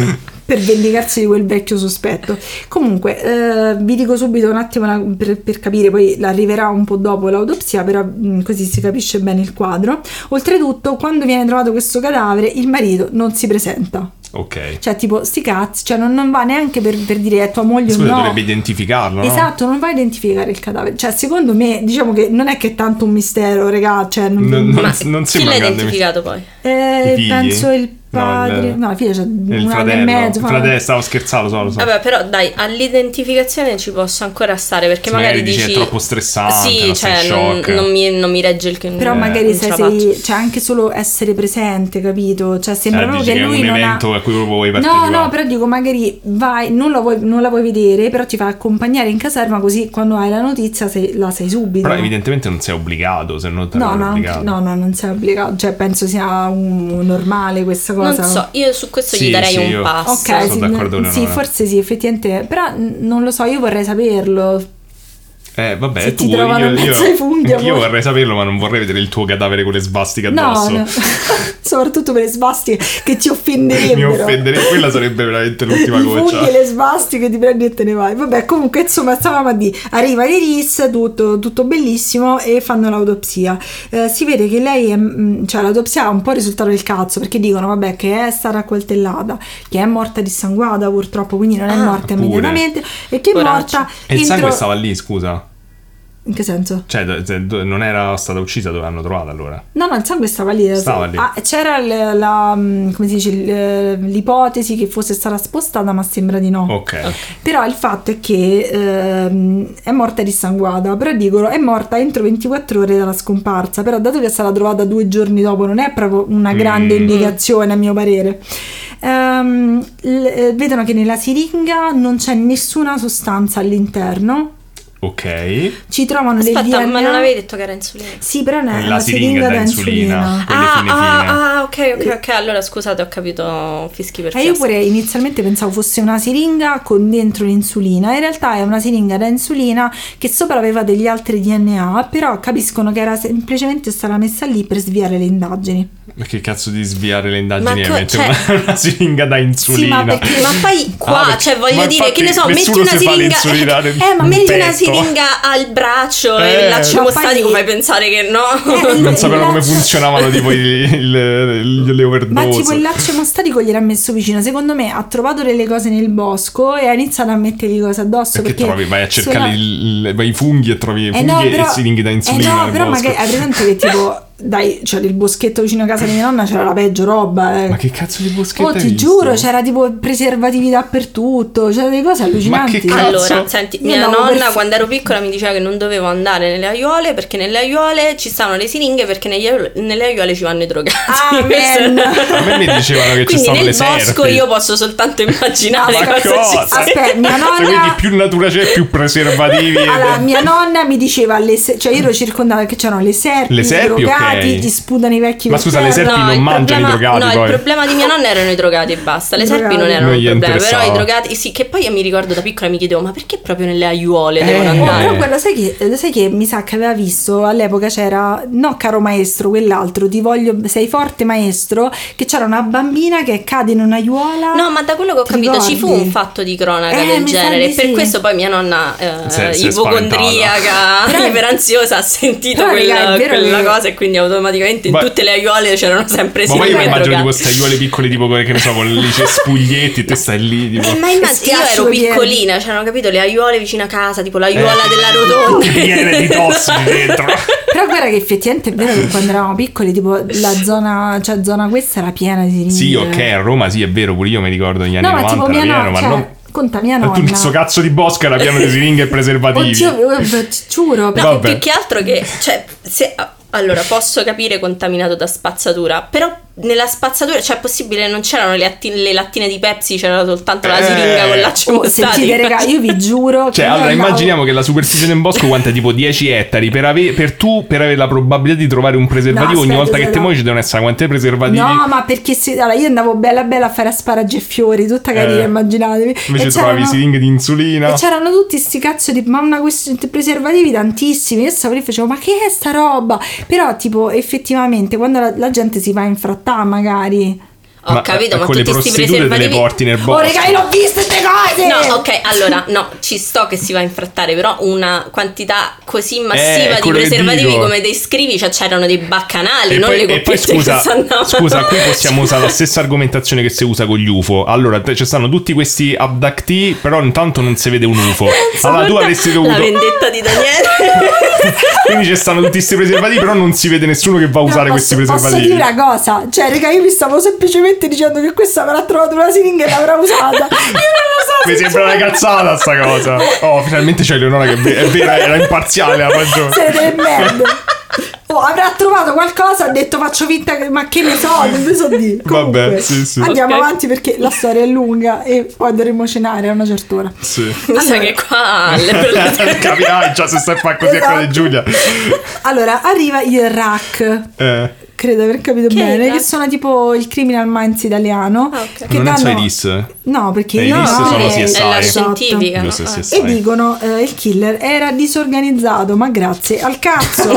per vendicarsi di quel vecchio sospetto. Comunque vi dico subito un attimo per capire, poi arriverà un po' dopo l'autopsia, però così si capisce bene il quadro. Oltretutto, quando viene trovato questo cadavere, il marito non si presenta. Ok. Cioè tipo sti cazzi, cioè non va neanche per dire è tua moglie o no. Dovrebbe identificarlo, no? Esatto, non va a identificare il cadavere. Cioè secondo me, diciamo che non è che è tanto un mistero, regà, cioè non chi l'ha identificato poi? Penso il padre, no, la figlia c'ha un anno e mezzo. Stavo scherzando, lo so. Vabbè, però dai, all'identificazione ci posso ancora stare, perché magari dici è troppo stressante, sì, cioè non mi regge il però magari sei cioè anche solo essere presente, capito? Cioè sembra proprio che lui è un non evento a cui proprio vuoi partecipare. No, però dico magari vai, non la vuoi vedere, però ti fa accompagnare in caserma, così quando hai la notizia la sai subito. Però evidentemente non sei obbligato, se non obbligato. No, non sei obbligato, cioè penso sia normale questa cosa. Non so, io su questo gli darei un passo. Ok, sono d'accordo con sì, forse sì, effettivamente, però non lo so, io vorrei saperlo. Vabbè, se ti trovano in mezzo ai funghi, io vorrei saperlo, ma non vorrei vedere il tuo cadavere con le svastiche addosso. No. Soprattutto per le svastiche che ti offenderebbero. Mi offenderebbe, quella sarebbe veramente l'ultima goccia. I funghi e le svastiche ti prendi e te ne vai. Vabbè, comunque insomma stavamo a dire, arriva Iris, tutto bellissimo, e fanno l'autopsia. Si vede che lei cioè l'autopsia ha un po' risultato del cazzo, perché dicono vabbè che è stata accoltellata, che è morta dissanguata purtroppo, quindi non è morta immediatamente, e che è morta e il sangue stava lì, scusa. In che senso? Cioè non era stata uccisa, dove l'hanno trovata allora? No, il sangue stava lì. C'era come si dice, l'ipotesi che fosse stata spostata, ma sembra di no. Ok. Però il fatto è che è morta dissanguata, però dicono è morta entro 24 ore dalla scomparsa, però dato che è stata trovata 2 giorni dopo non è proprio una grande indicazione a mio parere. Vedono che nella siringa non c'è nessuna sostanza all'interno. Ok. Ci trovano del DNA. Ma non avevi detto che era insulina? Sì, però è la siringa da insulina. Ok. Allora scusate, ho capito fischi per io pure inizialmente pensavo fosse una siringa con dentro l'insulina. In realtà è una siringa da insulina che sopra aveva degli altri DNA, però capiscono che era semplicemente stata messa lì per sviare le indagini. Ma che cazzo di sviare le indagini? Una siringa da insulina. Sì, ma poi qua, cioè voglio dire, che ne so, metti una siringa. Ma metti una siringa al braccio e il laccio emostatico, fai pensare che no. Non sapevano come funzionavano tipo le overdose. Ma tipo il laccio emostatico gliel'ha messo vicino. Secondo me ha trovato delle cose nel bosco e ha iniziato a mettergli cose addosso. Perché trovi? Vai a cercare i funghi e trovi funghi e siringhe da insulina. No, però magari hai presente che tipo dai, cioè il boschetto vicino a casa di mia nonna c'era la peggio roba. Ma che cazzo di boschetto? Ti giuro, c'era tipo preservativi dappertutto, c'era delle cose allucinanti. Ma che cazzo? Allora, senti, mia nonna quando ero piccola mi diceva che non dovevo andare nelle aiuole, perché nelle aiuole ci stavano le siringhe, perché nelle aiuole ci vanno i drogati. A me mi dicevano che ci stavano le serpi. Nel bosco io posso soltanto immaginare cosa. Aspetta, mia nonna, quindi più natura c'è, più preservativi. Allora, mia nonna mi diceva cioè io ero circondata che c'erano le serpi, i drogati, ti sputano i vecchi. Ma scusa, le serpi non mangiano i drogati? No, il problema di mia nonna erano i drogati e basta. Le serpi non erano il problema, però i drogati sì, che poi io mi ricordo da piccola mi chiedevo ma perché proprio nelle aiuole devono andare? Però guarda, sai che mi sa che aveva visto all'epoca, c'era no caro maestro, quell'altro sei forte maestro, che c'era una bambina che cade in un'aiuola. No, ma da quello che ho capito ci fu un fatto di cronaca del genere, e per questo poi mia nonna ipocondriaca, iperansiosa, ha sentito quella cosa e quindi automaticamente in tutte le aiuole c'erano sempre siringhe. Ma io immagino tipo queste aiuole piccole tipo che ne so, con i cespuglietti e te stai lì tipo. Ma immagino, io ero piccolina, c'erano capito le aiuole vicino a casa, tipo l'aiuola della rotonda piene di tossici dentro. Però guarda che effettivamente è vero che quando eravamo piccoli tipo la zona questa era piena di siringhe. Sì, ok, a Roma sì, è vero, pure io mi ricordo negli anni 90 tipo mia pieno, ma non conta mia nonna. Tutto questo cazzo di bosco era pieno di siringhe e preservativi. Oddio, giuro. No, più che altro che allora posso capire contaminato da spazzatura, però nella spazzatura, cioè è possibile, non c'erano le lattine di Pepsi, c'era soltanto la siringa con laccio emostatico. Sentite raga, io vi giuro cioè allora immaginiamo che la superficie del bosco quanta, tipo 10 ettari, per avere la probabilità di trovare un preservativo ogni volta che te muovi ci devono essere quanti preservativi. No, ma perché allora, io andavo bella a fare asparagi e fiori, tutta carina, immaginatevi. Invece trovavi siringhe di insulina e c'erano tutti sti cazzo di preservativi tantissimi. Io stavo lì e facevo ma che è sta roba? Però tipo effettivamente quando la gente si va a infrattare magari Ho capito, ma con tutti le sti prostitute te le preservativi... porti nel Oh, bosco. raga, io l'ho viste ste cose! No, ok, allora, no, ci sto che si va a infrattare, però una quantità così massiva di quello che preservativi dico. come descrivi, cioè c'erano dei baccanali, E non poi, le e poi coppiette che scusa, s'andavano. qui possiamo usare la stessa argomentazione che si usa con gli UFO. Allora, ci stanno tutti questi abductee, però intanto non si vede un UFO. Allora tu avresti dovuto... La vendetta di Daniele. Quindi ci stanno tutti questi preservativi, però non si vede nessuno che va a usare questi Posso preservativi. dire una cosa? Cioè, raga, io mi stavo semplicemente dicendo che questa avrà trovato una siringa e l'avrà usata. Io non lo so. Mi sembra una cazzata sta cosa. Oh, finalmente c'è Eleonora che è vera, era imparziale, ha ragione. Siete delle merde. Oh, avrà trovato qualcosa, ha detto faccio finta che... Ma che ne so, non ne so dire. Comunque, Vabbè, sì. andiamo Ok. avanti perché la storia è lunga e poi dovremo cenare a una certa ora. Sì. Mi sa che qua Capirai già se stai a fare così a quella di Giulia. Allora, arriva il RAC. Credo di aver capito Che bene, RAC? che sono tipo il Criminal Minds italiano. Ah, ok. Che Non danno... so i DIS. No, perché I io DIS sono no, CSI. è la esatto. scientifica. Giusto, no? sì. E dicono il killer era disorganizzato, ma grazie al cazzo.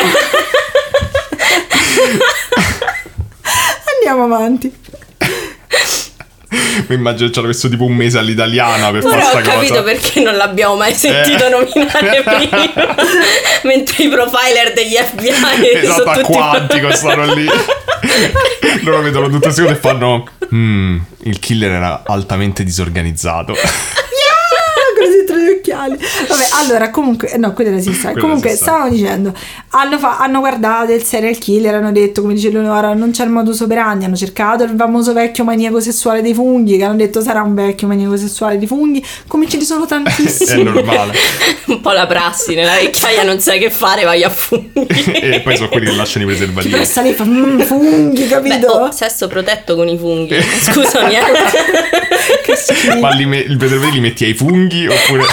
Andiamo avanti. Mi immagino che ci hanno messo tipo un mese all'italiana per fare Ora ho sta capito cosa. perché non l'abbiamo mai sentito nominare prima. Mentre i profiler degli FBI Esatto, sono a tutti quantico stanno lì. Loro vedono tutto il secondo e fanno il killer era altamente disorganizzato. Così tra gli occhiali. Vabbè, allora comunque no, quello era CSI. Quello Comunque era CSI. stavamo dicendo hanno guardato il serial killer, hanno detto, come dice Leonora, non c'è il modus operandi, hanno cercato il famoso vecchio maniaco sessuale dei funghi, che hanno detto sarà un vecchio maniaco sessuale di funghi, come ce ne sono È tantissimi. normale. un po' la prassi. Nella vecchiaia non sai che fare, vai a funghi. E poi sono quelli che lasciano i preservativi. Però sta lì e fa funghi, capito? Beh, sesso protetto con i funghi. Scusami, Che schifo. Ma il preservativo li metti ai funghi oppure...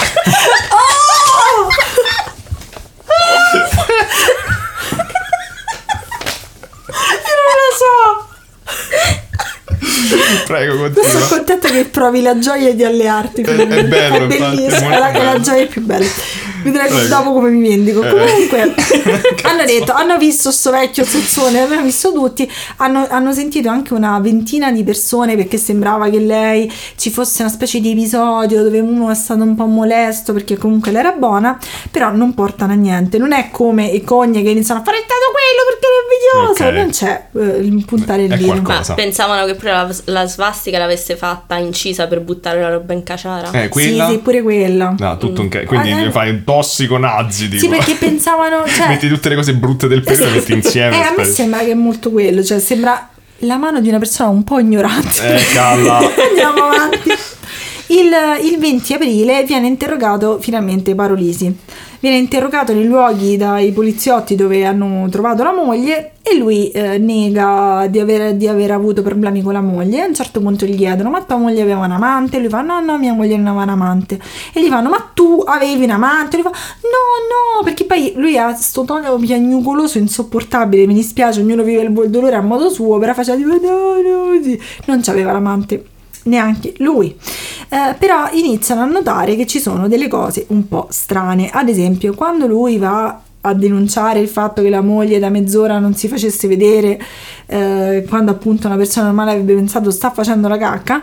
Prego, Sono continua. contenta che provi la gioia di allearti. È bello, è infatti, bellissimo, è molto è la bello. gioia più bella. Vedrai Prego. dopo come mi vendico. Comunque, hanno detto, hanno visto sto vecchio sezzone, l'hanno visto tutti, hanno sentito anche una ventina di persone perché sembrava che lei ci fosse una specie di episodio dove uno è stato un po' molesto perché comunque lei era buona, però non portano a niente. Non è come i cogne che iniziano a fare è stato quello perché era invidioso, Ok. non c'è il puntare il È dito. qualcosa. Ma Cosa? pensavano che pure la svastica l'avesse fatta incisa per buttare la roba in caciara. Quella? Sì, pure quella. No, tutto quindi fai un tossico nazi, tipo. Sì, perché pensavano, cioè, Metti tutte le cose brutte del periodo e metti insieme. a me sembra che è molto quello, cioè sembra la mano di una persona un po' ignorante. Calla. Andiamo avanti. Il 20 aprile viene interrogato finalmente Parolisi. Viene interrogato nei luoghi dai poliziotti dove hanno trovato la moglie e lui nega di aver avuto problemi con la moglie. A un certo punto gli chiedono: ma tua moglie aveva un amante? Lui fa: no, mia moglie non aveva un amante. E gli fanno: ma tu avevi un amante? Lui fa: no, perché poi lui ha sto tono piagnucoloso insopportabile, mi dispiace, ognuno vive il dolore a modo suo, però faceva tipo no, sì. Non c'aveva l'amante neanche lui. Però iniziano a notare che ci sono delle cose un po' strane. Ad esempio, quando lui va a denunciare il fatto che la moglie da mezz'ora non si facesse vedere, quando appunto una persona normale avrebbe pensato sta facendo la cacca,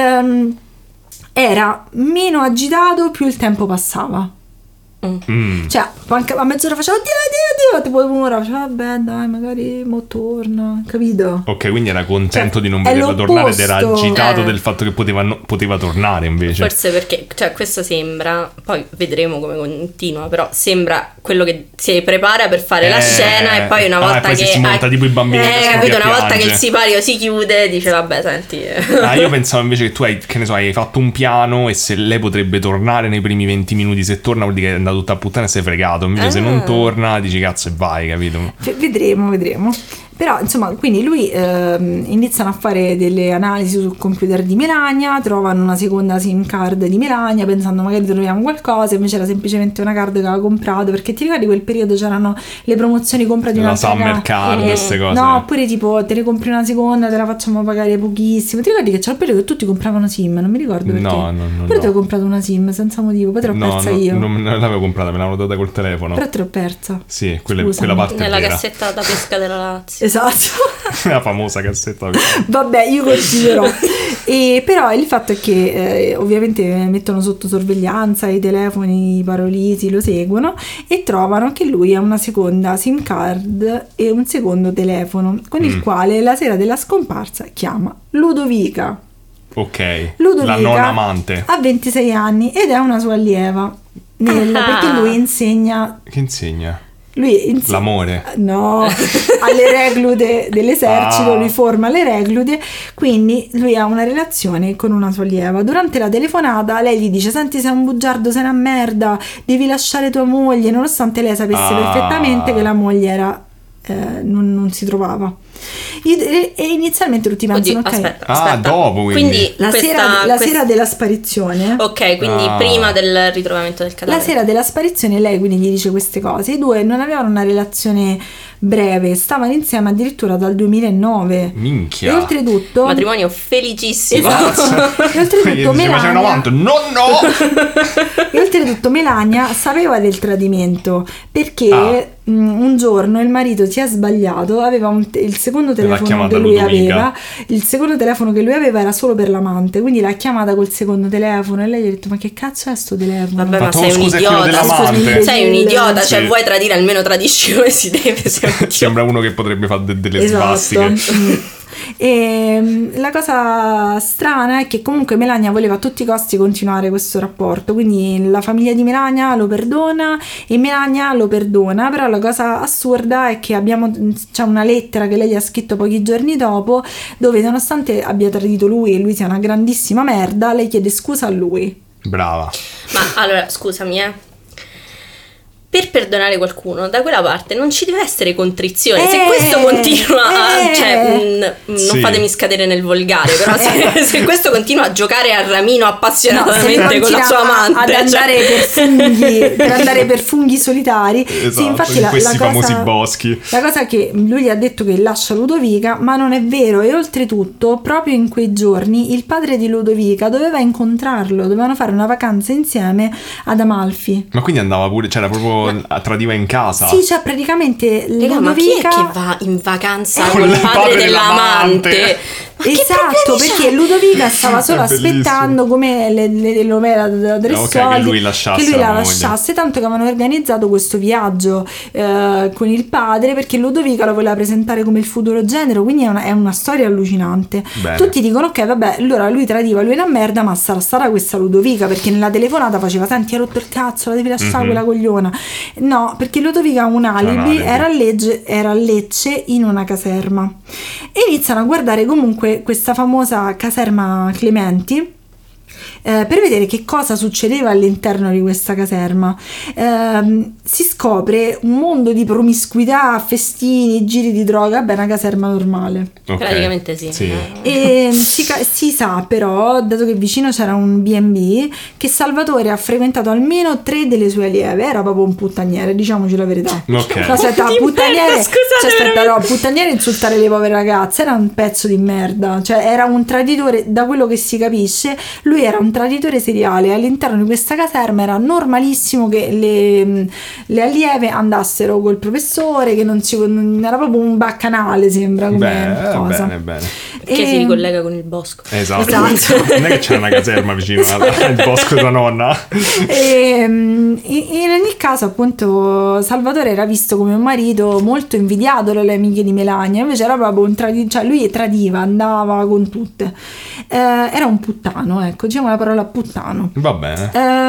era meno agitato più il tempo passava. Cioè a mezz'ora faceva oddio, tipo un'ora faceva vabbè dai magari mo torna, capito? Ok, quindi era contento Cioè, di non è vederla tornare ed era l'opposto. agitato del fatto che poteva tornare invece. Forse perché, cioè, questo sembra, poi vedremo come continua, però sembra quello che si prepara per fare la scena e poi una volta poi che si smonta tipo i bambini che sono capito, lì a una volta che piangere. il sipario si chiude dice vabbè senti Io pensavo invece che tu hai fatto un piano e se lei potrebbe tornare nei primi 20 minuti, se torna vuol dire che è andato tutta a puttana e sei fregato. Invece se non torna dici cazzo e vai, capito? Vedremo. Però insomma, quindi lui iniziano a fare delle analisi sul computer di Melania, trovano una seconda SIM card di Melania pensando magari troviamo qualcosa, invece era semplicemente una card che aveva comprato, perché ti ricordi quel periodo c'erano le promozioni compra di La un'altra summer card, queste cose. No, oppure tipo te ne compri una seconda, te la facciamo pagare pochissimo. Ti ricordi che c'era il periodo che tutti compravano SIM? Non mi ricordo perché. No. Pure te ho comprato una SIM senza motivo, poi te l'ho persa io. Non l'avevo comprata, me l'hanno data col telefono. Però te l'ho persa. Sì, quella Scusami. parte nella vera. cassetta da pesca della Lazio. Esatto. La famosa cassetta. Vabbè, io continuerò. E però il fatto è che ovviamente mettono sotto sorveglianza i telefoni, i parolisi lo seguono e trovano che lui ha una seconda SIM card e un secondo telefono con il quale la sera della scomparsa chiama Ludovica. Ok, Ludovica la non amante. ha 26 anni ed è una sua allieva perché lui insegna. Che insegna? L'amore? No, alle reclute dell'esercito, lui forma le reclute, quindi lui ha una relazione con una sua allieva. Durante la telefonata lei gli dice: senti, sei un bugiardo, sei una merda, devi lasciare tua moglie, nonostante lei sapesse perfettamente che la moglie era non si trovava. E inizialmente tutti pensano: Oddio, ok, aspetta. Dopo quindi la sera della sparizione. Ok, quindi prima del ritrovamento del cadavere. La sera della sparizione lei quindi gli dice queste cose. I due non avevano una relazione breve, stavano insieme addirittura dal 2009. Minchia. E oltretutto matrimonio felicissimo. Esatto. E oltretutto Melania E oltretutto Melania sapeva del tradimento perché un giorno il marito si è sbagliato, aveva il secondo telefono che lui aveva. Il secondo telefono che lui aveva era solo per l'amante, quindi l'ha chiamata col secondo telefono e lei gli ha detto: ma che cazzo è sto telefono? Vabbè, ma sei un idiota. Sei un idiota, cioè vuoi tradire, almeno tradisci come si deve. Sembra uno che potrebbe fare delle svastiche. E la cosa strana è che comunque Melania voleva a tutti i costi continuare questo rapporto, quindi la famiglia di Melania lo perdona e Melania lo perdona, però la cosa assurda è che c'è una lettera che lei ha scritto pochi giorni dopo, dove nonostante abbia tradito lui e lui sia una grandissima merda, lei chiede scusa a lui. Brava. Ma allora, scusami, per perdonare qualcuno da quella parte non ci deve essere contrizione. Se questo continua non fatemi scadere nel volgare, però se questo continua a giocare a ramino appassionatamente con la sua amante ad andare per andare per funghi solitari, esatto, sì, infatti in questi famosi boschi. La cosa è che lui gli ha detto che lascia Ludovica, ma non è vero, e oltretutto proprio in quei giorni il padre di Ludovica doveva incontrarlo, dovevano fare una vacanza insieme ad Amalfi. Ma quindi andava pure, c'era proprio tradiva in casa. Sì, cioè praticamente Ludovica... Ma chi è che va in vacanza con il padre dell'amante? Esatto, perché Ludovica stava solo aspettando come l'omera da tre soldi che lui la lasciasse, tanto che avevano organizzato questo viaggio con il padre, perché Ludovica lo voleva presentare come il futuro genero, quindi è una storia allucinante. Bene. Tutti dicono: ok, vabbè, allora lui tradiva, lui è una merda, ma sarà stata questa Ludovica, perché nella telefonata faceva: senti, hai rotto il cazzo, la devi lasciare quella cogliona. No, perché Ludovica ha un alibi. Era a Lecce in una caserma e iniziano a guardare comunque questa famosa caserma Clementi per vedere che cosa succedeva all'interno di questa caserma. Si scopre un mondo di promiscuità, festini, giri di droga. Beh, una caserma normale. Okay. Praticamente sì. E si sa però, dato che vicino c'era un B&B, che Salvatore ha frequentato almeno 3 delle sue allieve. Era proprio un puttaniere, diciamoci la verità. Ok. Aspetta, puttaniere insultare le povere ragazze, era un pezzo di merda, cioè era un traditore, da quello che si capisce. Lui era un traditore seriale. All'interno di questa caserma era normalissimo che le allieve andassero col professore, che non era proprio un baccanale, sembra come cosa. Bene. Che si ricollega con il bosco. Esatto. Non è che c'è una caserma vicino al bosco della nonna. In ogni caso, appunto, Salvatore era visto come un marito molto invidiato dalle amiche di Melania, invece era proprio un cioè lui tradiva, andava con tutte. Era un puttano, ecco, diciamo la parola puttano. Va bene.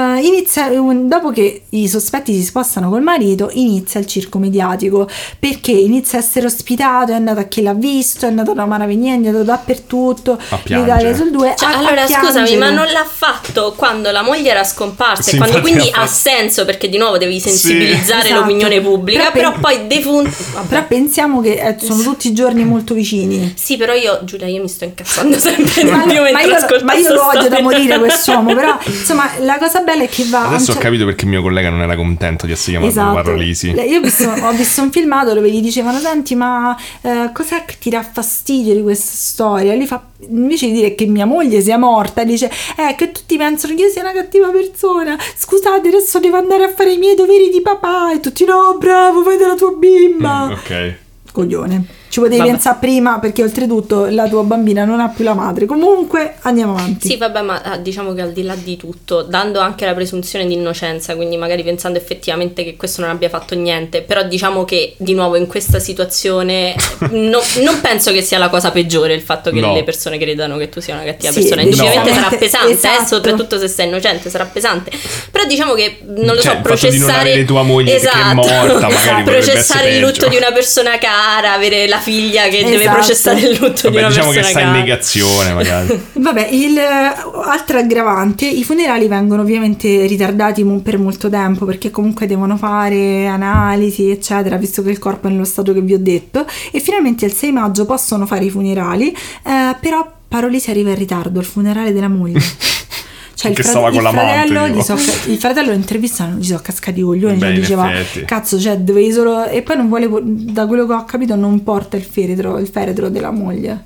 Dopo che i sospetti si spostano col marito, inizia il circo mediatico, perché inizia a essere ospitato, è andato a chi l'ha visto, è andato da Maravignendi, è andato dappertutto, l'Italia sul 2. Cioè, allora scusami, ma non l'ha fatto quando la moglie era scomparsa, e quando quindi ha senso, perché di nuovo devi sensibilizzare l'opinione pubblica, però poi però pensiamo che sono tutti i giorni molto vicini. Sì, però Giulia, io mi sto incazzando sempre di più ma io lo odio da morire quest'uomo, però insomma la cosa bella è che va. Adesso ho capito perché il mio collega non era contento di essere chiamato Parolisi. Io ho visto un filmato dove gli dicevano: senti, ma cos'è che ti dà fastidio di questa storia? Lui fa, invece di dire che mia moglie sia morta, dice che tutti pensano che io sia una cattiva persona, scusate, adesso devo andare a fare i miei doveri di papà, e tutti: no, bravo, vai dalla tua bimba. Ok. Coglione. ci potevi pensare prima, perché oltretutto la tua bambina non ha più la madre. Comunque andiamo avanti. Sì, vabbè, ma diciamo che al di là di tutto, dando anche la presunzione di innocenza, quindi magari pensando effettivamente che questo non abbia fatto niente, però diciamo che di nuovo in questa situazione non penso che sia la cosa peggiore il fatto che le persone credano che tu sia una cattiva persona. Indubbiamente sarà pesante, esatto. Soprattutto se sei innocente sarà pesante, però diciamo che non lo so, processare di non avere tua moglie che è morta, magari processare il lutto di una persona cara, avere la figlia che deve processare il lutto di una diciamo persona che sta cara. in negazione magari. Vabbè, altra aggravante, i funerali vengono ovviamente ritardati per molto tempo, perché comunque devono fare analisi eccetera, visto che il corpo è nello stato che vi ho detto, e finalmente il 6 maggio possono fare i funerali, però Parolisi arriva in ritardo al funerale della moglie. Cioè il fratello lo intervistano, gli sono cascati i coglioni, cioè diceva cazzo, cioè dovevi solo, e poi non vuole, da quello che ho capito non porta il feretro della moglie.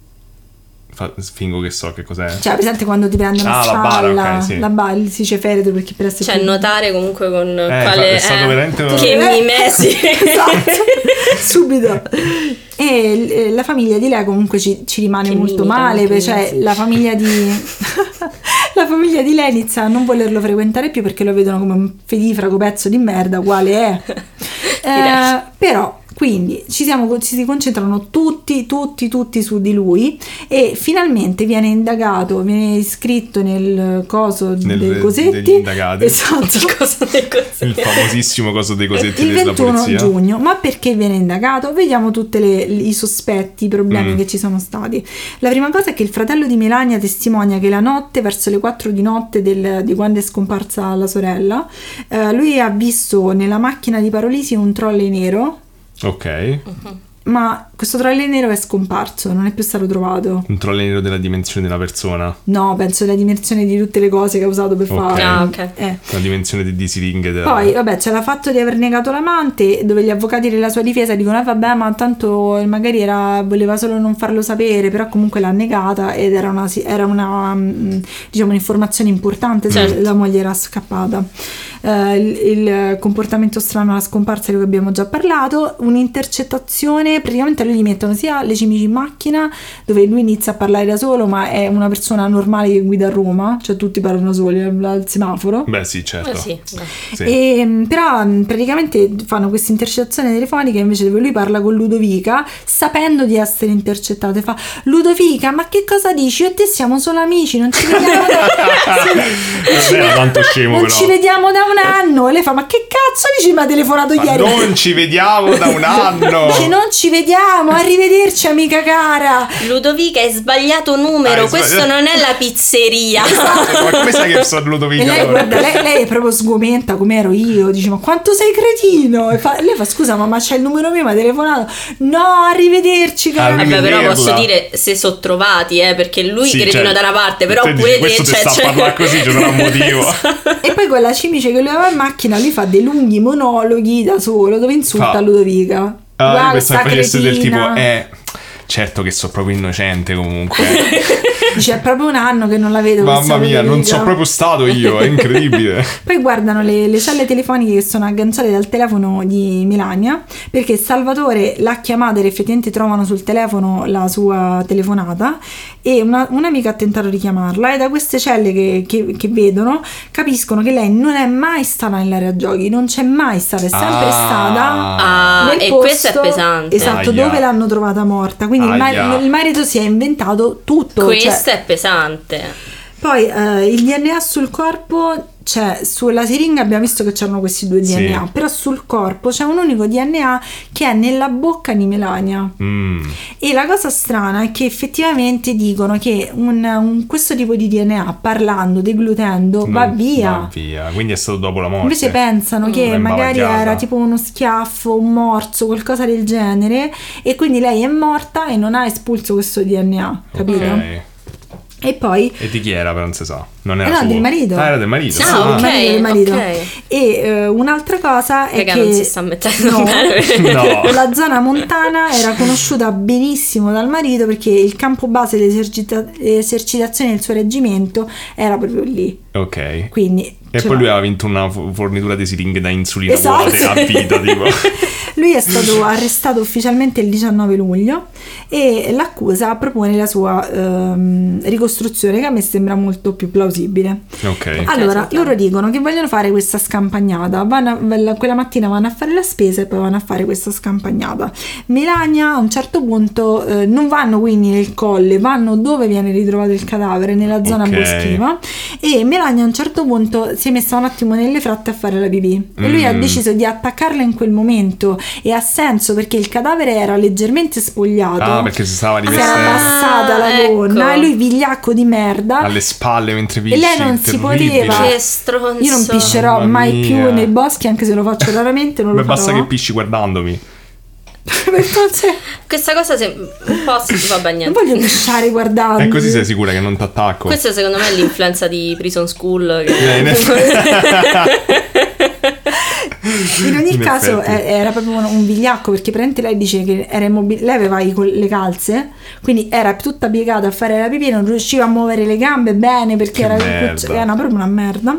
Fingo che so che cos'è. Cioè presente quando ti prendono a spalla, okay, sì. la bara, si dice feretro perché per essere cioè notare comunque con quale è stato veramente che mimesi. Esatto. Subito. E la famiglia di lei comunque ci rimane molto male, cioè la famiglia di la famiglia di lei inizia a non volerlo frequentare più perché lo vedono come un fedifrago pezzo di merda, quale è. Però quindi ci si concentrano tutti su di lui, e finalmente viene indagato, viene iscritto nel coso dei cosetti degli indagati. Esatto. Il famosissimo coso dei cosetti il della 21 polizia. giugno. Ma perché viene indagato? Vediamo tutti i sospetti, i problemi che ci sono stati. La prima cosa è che il fratello di Melania testimonia che la notte, verso le 4 di notte di quando è scomparsa la sorella, lui ha visto nella macchina di Parolisi un trolley nero. Ok. Ma questo trolley nero è scomparso, non è più stato trovato. Un trolley nero della dimensione della persona? No, penso della dimensione di tutte le cose che ha usato per fare. La dimensione di siringhe Poi vabbè, c'era il fatto di aver negato l'amante, dove gli avvocati della sua difesa dicono vabbè, ma tanto magari voleva solo non farlo sapere, però comunque l'ha negata, ed era una diciamo un'informazione importante, se la moglie era scappata. Il comportamento strano alla scomparsa di cui abbiamo già parlato, un'intercettazione, praticamente lui gli mettono sia le cimici in macchina, dove lui inizia a parlare da solo, ma è una persona normale che guida a Roma, cioè tutti parlano soli al semaforo. Beh sì, certo. Sì. Però praticamente fanno questa intercettazione telefonica invece dove lui parla con Ludovica sapendo di essere intercettato, e fa: Ludovica, ma che cosa dici? Io e te siamo solo amici, non ci vediamo tanto scemo, non ci vediamo da un anno. E lei fa: ma che cazzo dici? Mi ha telefonato ieri. Non ci vediamo da un anno. Dice: non ci vediamo, arrivederci amica cara. Ludovica, hai sbagliato numero, questo non è la pizzeria. Ma come sai che sono Ludovica? E lei, guarda, lei è proprio sgomenta come ero io, dice: ma quanto sei cretino. E lei fa: scusa, ma c'è il numero mio, mi ha telefonato. No, arrivederci cara. Però posso dire se sono trovati, perché lui cretino da una parte, però pure questo ti sta a parlare così, c'è un motivo. E poi con la cimice che lui aveva in macchina, lui fa dei lunghi monologhi da solo dove insulta Ludovica. Questa cretina del tipo certo che sono proprio innocente comunque. Dice: è proprio un anno che non la vedo. Mamma mia, non sono proprio stato io, è incredibile. Poi guardano le celle telefoniche che sono agganciate dal telefono di Melania, perché Salvatore l'ha chiamata ed effettivamente trovano sul telefono la sua telefonata, e un'amica ha tentato di chiamarla, e da queste celle che vedono capiscono che lei non è mai stata nell'area giochi, non c'è mai stata, è sempre stata nel e posto, questo è pesante. Esatto, dove l'hanno trovata morta. Quindi il marito si è inventato tutto. Questo è pesante. Poi il DNA sul corpo, cioè sulla siringa abbiamo visto che c'erano questi due DNA, però sul corpo c'è un unico DNA che è nella bocca di Melania. E la cosa strana è che effettivamente dicono che questo tipo di DNA, parlando, deglutendo, va via. Quindi è stato dopo la morte. Invece pensano che magari era tipo uno schiaffo, un morso, qualcosa del genere, e quindi lei è morta e non ha espulso questo DNA, capito? Okay. E poi di chi era, però non si sa. Non era del marito. Era del marito. Del marito. E un'altra cosa è che non si sta mettendo bene. No. La zona montana era conosciuta benissimo dal marito, perché il campo base delle esercitazioni del suo reggimento era proprio lì. Ok. Quindi poi lui aveva vinto una fornitura di siringhe da insulina vuote a vita, tipo. Lui è stato arrestato ufficialmente il 19 luglio e l'accusa propone la sua ricostruzione, che a me sembra molto più plausibile. Ok. Allora, loro dicono che vogliono fare questa scampagnata, quella mattina vanno a fare la spesa e poi vanno a fare questa scampagnata. Melania a un certo punto non vanno quindi nel colle, vanno dove viene ritrovato il cadavere, nella zona boschiva, e Melania a un certo punto si è messa un attimo nelle fratte a fare la pipì e lui ha deciso di attaccarla in quel momento, e ha senso perché il cadavere era leggermente spogliato, perché si stava si era rivestendo abbassata la gonna e lui vigliacco di merda alle spalle mentre pisci. E lei non si poteva. Che stronzo. Io non piscerò Mamma mai mia. più nei boschi, anche se lo faccio raramente, non lo farò. Basta che pisci guardandomi. Questa cosa un po' vabbè, Non niente. voglio pisciare guardando. E così sei sicura che non ti attacco? Questo secondo me è l'influenza di Prison School in In ogni In caso effetti. era proprio un vigliacco, perché praticamente lei dice che era lei aveva le calze, quindi era tutta piegata a fare la pipì, non riusciva a muovere le gambe bene perché Che merda. era proprio una merda,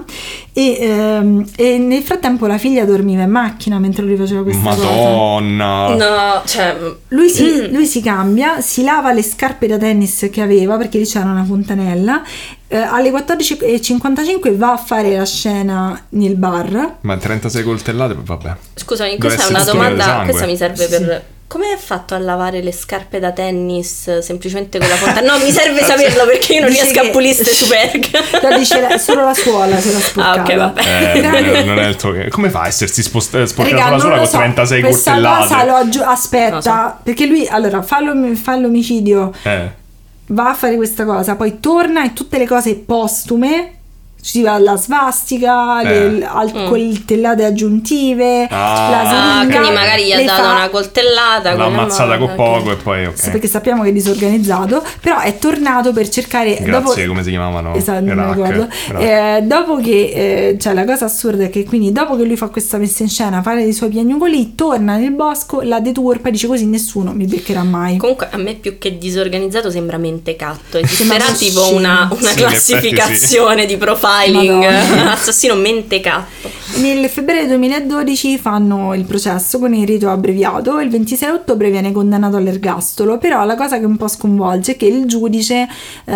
e nel frattempo la figlia dormiva in macchina mentre lui faceva questa cosa. Madonna. No, cioè Lui si cambia, si lava le scarpe da tennis che aveva perché lì c'era una fontanella, alle 14:55 va a fare la scena nel bar. Ma 36 coltellate, vabbè. Scusami, Deve questa è essere una storia di domanda. sangue. Questa mi serve per. Come hai fatto a lavare le scarpe da tennis semplicemente con la fontana? No, mi serve saperlo perché io non Dice riesco che- a pulire ste superghe. No, dice solo la suola se la spoccata. Ah, ok, vabbè. Non è il tuo. Come fa a essersi sporcato Raga, sulla non sola lo con so, 36 questa coltellate? cosa aspetta, Non lo perché lui allora fa l'omicidio, va a fare questa cosa, poi torna e tutte le cose postume, ci va la svastica, le coltellate aggiuntive, la siringa, quindi magari gli ha le dato fa- una coltellata. L'ha ammazzata con ok. poco e poi ok. Sì, perché sappiamo che è disorganizzato, però è tornato per cercare. Grazie, dopo, come si chiamavano? esatto, non mi Iraq. ricordo. Iraq. Dopo che cioè la cosa assurda è che quindi dopo che lui fa questa messa in scena, fa i suoi piagnucoli, torna nel bosco, la deturpa e dice così nessuno mi beccherà mai. Comunque a me più che disorganizzato sembra mentecatto. Sembra Esisterà tipo scemo. una Sì, in effetti classificazione di profiling. Madonna. Assassino mentecatto. Nel febbraio 2012 fanno il processo con il rito abbreviato e il 26 ottobre viene condannato all'ergastolo, però la cosa che un po' sconvolge è che il giudice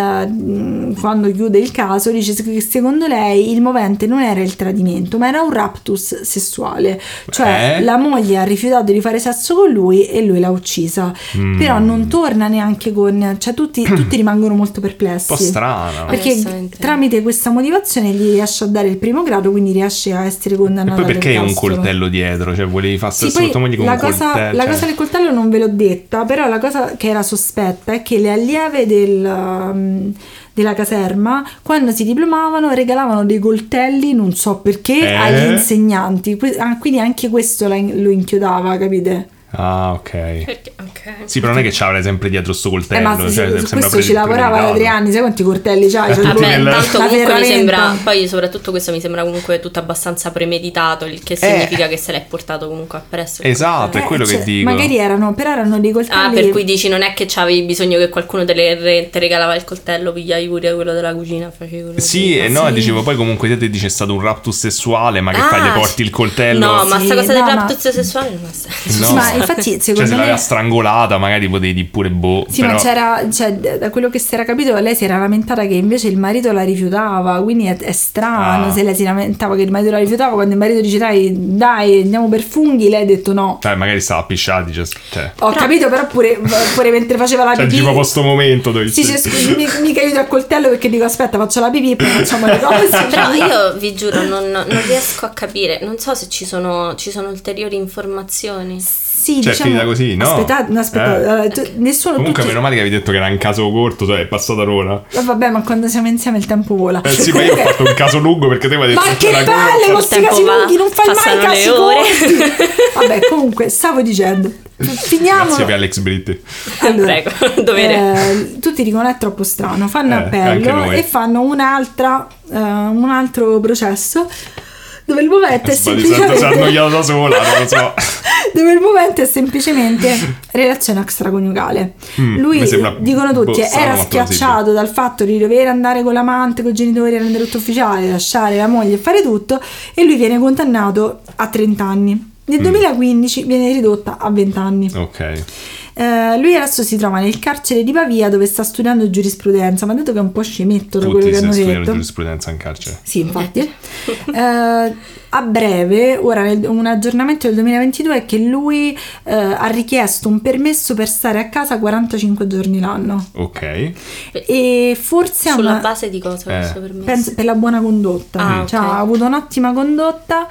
quando chiude il caso dice che secondo lei il movente non era il tradimento ma era un raptus sessuale, cioè la moglie ha rifiutato di fare sesso con lui e lui l'ha uccisa, però non torna neanche con, cioè tutti rimangono molto perplessi, Un po' strano. perché Onestamente. tramite questa motivazione gli riesce a dare il primo grado, quindi riesce a essere E condannato poi perché un all'ergastolo. coltello dietro? Cioè volevi fare Sì, sesso poi con tua moglie con la un cosa, coltello? la cioè- cosa del coltello non ve l'ho detta, però la cosa che era sospetta è che le allieve della caserma quando si diplomavano regalavano dei coltelli, non so perché, agli insegnanti, quindi anche questo lo inchiodava, capite? Ah, ok. Perché? Ok. Sì, però non è che c'aveva sempre dietro sto coltello. Ma cioè, su sembra questo ci lavorava da 3 anni, sai quanti coltelli c'hai? Cioè, Vabbè, tipo Vabbè, nel- tanto la comunque mi ferramenta. sembra. Poi soprattutto questo mi sembra comunque tutto abbastanza premeditato, il che significa che se l'è portato comunque appresso. Esatto, è quello che cioè, dico. magari però erano dei coltelli. Ah, per cui dici non è che c'avevi bisogno che qualcuno te regalava il coltello, pigliavi pure quello della cucina, facevi quello Sì, e no, Sì. dicevo poi comunque te dici è stato un raptus sessuale, ma che fai? Le porti il coltello? No, ma Sì, sta cosa no, del ma- raptus sessuale non ha senso. No. Sì, ma infatti Cioè secondo se me l'aveva strangolata magari potevi dire pure boh. sì, però... ma c'era, cioè, da quello che si era capito, lei si era lamentata che invece il marito la rifiutava, quindi è strano Ah. se lei si lamentava che il marito la rifiutava, quando il marito dice dai andiamo per funghi, lei ha detto no. magari stava pisciati, cioè Ho capito, però pure mentre faceva la cioè pipì. dici proprio sto momento dove Sì, scusi, mica aiuto a coltello perché dico aspetta faccio la pipì poi facciamo le cose. Però io vi giuro non riesco a capire, non so se ci sono ulteriori informazioni. Sì, Cioè, diciamo, finita così, no? aspettate, allora, nessuno Comunque tutti- meno male che avevi detto che era un caso corto, cioè è passata l'ora. Vabbè, ma quando siamo insieme il tempo vola. Sì, ma io ho fatto un caso lungo perché te mi hai detto Ma che era palle corto. con questi Il tempo casi va, lunghi, non fai mai passano casi le ore. corti. Vabbè, comunque, stavo dicendo. Finiamo. Grazie per Alex Britti. Allora, Prego, dovere. tutti dicono è troppo strano, fanno Anche appello noi. e fanno un altro processo dove il momento è Si è semplicemente annoiato da sola, non lo so. dove il momento è semplicemente relazione extraconiugale. Lui, mi sembra dicono tutti, strano, era ma schiacciato dal fatto di dover andare con l'amante, con i genitori, rendere tutto ufficiale, lasciare la moglie e fare tutto, e lui viene condannato a 30 anni. Nel 2015 viene ridotta a 20 anni. Ok. Lui adesso si trova nel carcere di Pavia dove sta studiando giurisprudenza, ma ha detto che è un po' scemetto da quello Tutti che si hanno studiano detto. giurisprudenza in carcere. Sì, infatti. A breve, ora un aggiornamento del 2022 è che lui ha richiesto un permesso per stare a casa 45 giorni l'anno. Ok. E forse Sulla base di cosa questo permesso? penso per la buona condotta, cioè, ok. ha avuto un'ottima condotta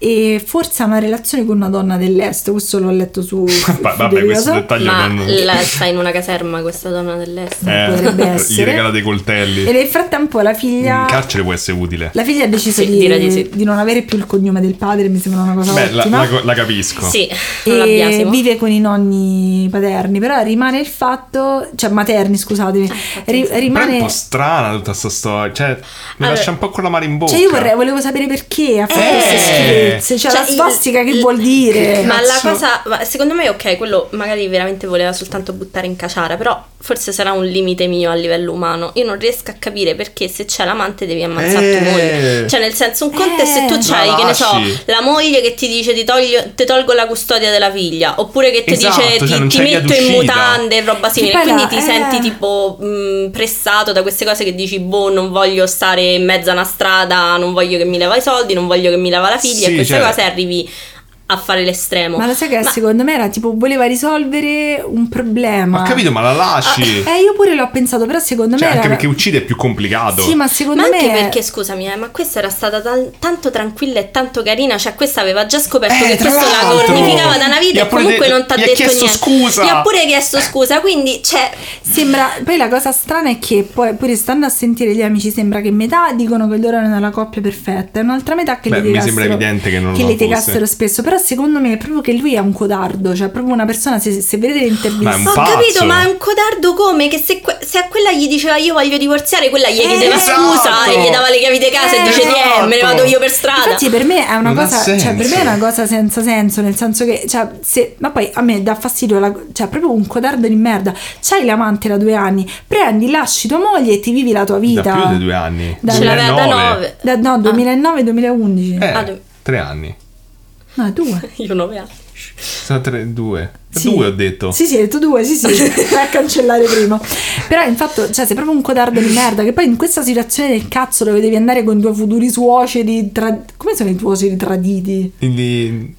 e forse ha una relazione con una donna dell'est, questo l'ho letto su Vabbè, questo dettaglio Ma non... sta in una caserma questa donna dell'est. potrebbe essere. Gli regala dei coltelli. E nel frattempo la figlia In carcere può essere utile. la figlia ha deciso Sì, direi di sì. di non avere più il cognome del padre, mi sembra una cosa Beh, ottima. la capisco. Sì, non E l'abbiasimo. vive con i nonni paterni, però rimane il fatto, cioè materni, scusatemi, Però è rimane. un po' strana tutta sta storia. Cioè, mi Allora, lascia un po' con la mano in bocca. Cioè io volevo sapere perché ha fatto queste schifezze, cioè la svastica che vuol dire? Ma la Cazzo. cosa, secondo me, ok, quello magari veramente voleva soltanto buttare in caciara, però forse sarà un limite mio a livello umano. Io non riesco a capire perché se c'è l'amante devi ammazzare tua moglie. Cioè, nel senso, un conto è se tu c'hai, Ma che ne so, lasci. la moglie che ti dice ti tolgo la custodia della figlia, oppure che ti Esatto, dice cioè non ti c'è via metto in d'uscita. mutande e roba simile. poi Quindi la- ti senti tipo pressato da queste cose che dici, boh, non voglio stare in mezzo a una strada, non voglio che mi leva i soldi, non voglio che mi leva la figlia, Sì, e queste cioè- cose arrivi a fare l'estremo. Ma lo sai che secondo me era tipo voleva risolvere un problema. Ho capito, ma la lasci. Io pure l'ho pensato, però secondo Cioè, me anche era... perché uccide è più complicato. Sì, ma secondo Ma me anche perché, scusami, ma questa era stata tanto tranquilla e tanto carina, cioè questa aveva già scoperto che tra questo la l'altro. cornificava da una Gli vita ha e pure comunque de- non ti ha gli ha detto chiesto niente. scusa. Gli ha pure chiesto scusa, quindi, cioè... sembra, poi la cosa strana è che poi pure stando a sentire gli amici sembra che metà dicono che loro erano la coppia perfetta e un'altra metà che Beh, mi litigassero, sembra evidente che non che lo litigassero fosse. spesso, però secondo me è proprio che lui è un codardo, cioè proprio una persona, se vedete le interviste Ma è un Ho pazzo. capito, ma è un codardo come? Che se a quella gli diceva io voglio divorziare, quella gli chiedeva esatto. scusa e gli dava le chiavi di casa e dice esatto. me ne vado io per strada. Infatti per me è una Non ha cosa, cioè per me è senso. una cosa senza senso, nel senso che, cioè, ma poi a me dà fastidio, cioè proprio un codardo di merda. C'hai l'amante da 2 anni, prendi, lasci tua moglie e ti vivi la tua vita. Da più di 2 anni. Ce l'aveva da 9. No, 2009-2011. Ah, 3 anni. No, 2. Io 9 anni. Sono 2. Sì. 2 ho detto. Sì, hai detto 2, sì, vai a cancellare prima. Però infatti, cioè, sei proprio un codardo di merda. Che poi in questa situazione del cazzo dove devi andare con i tuoi futuri suoceri come sono i tuoi suoceri traditi? Quindi...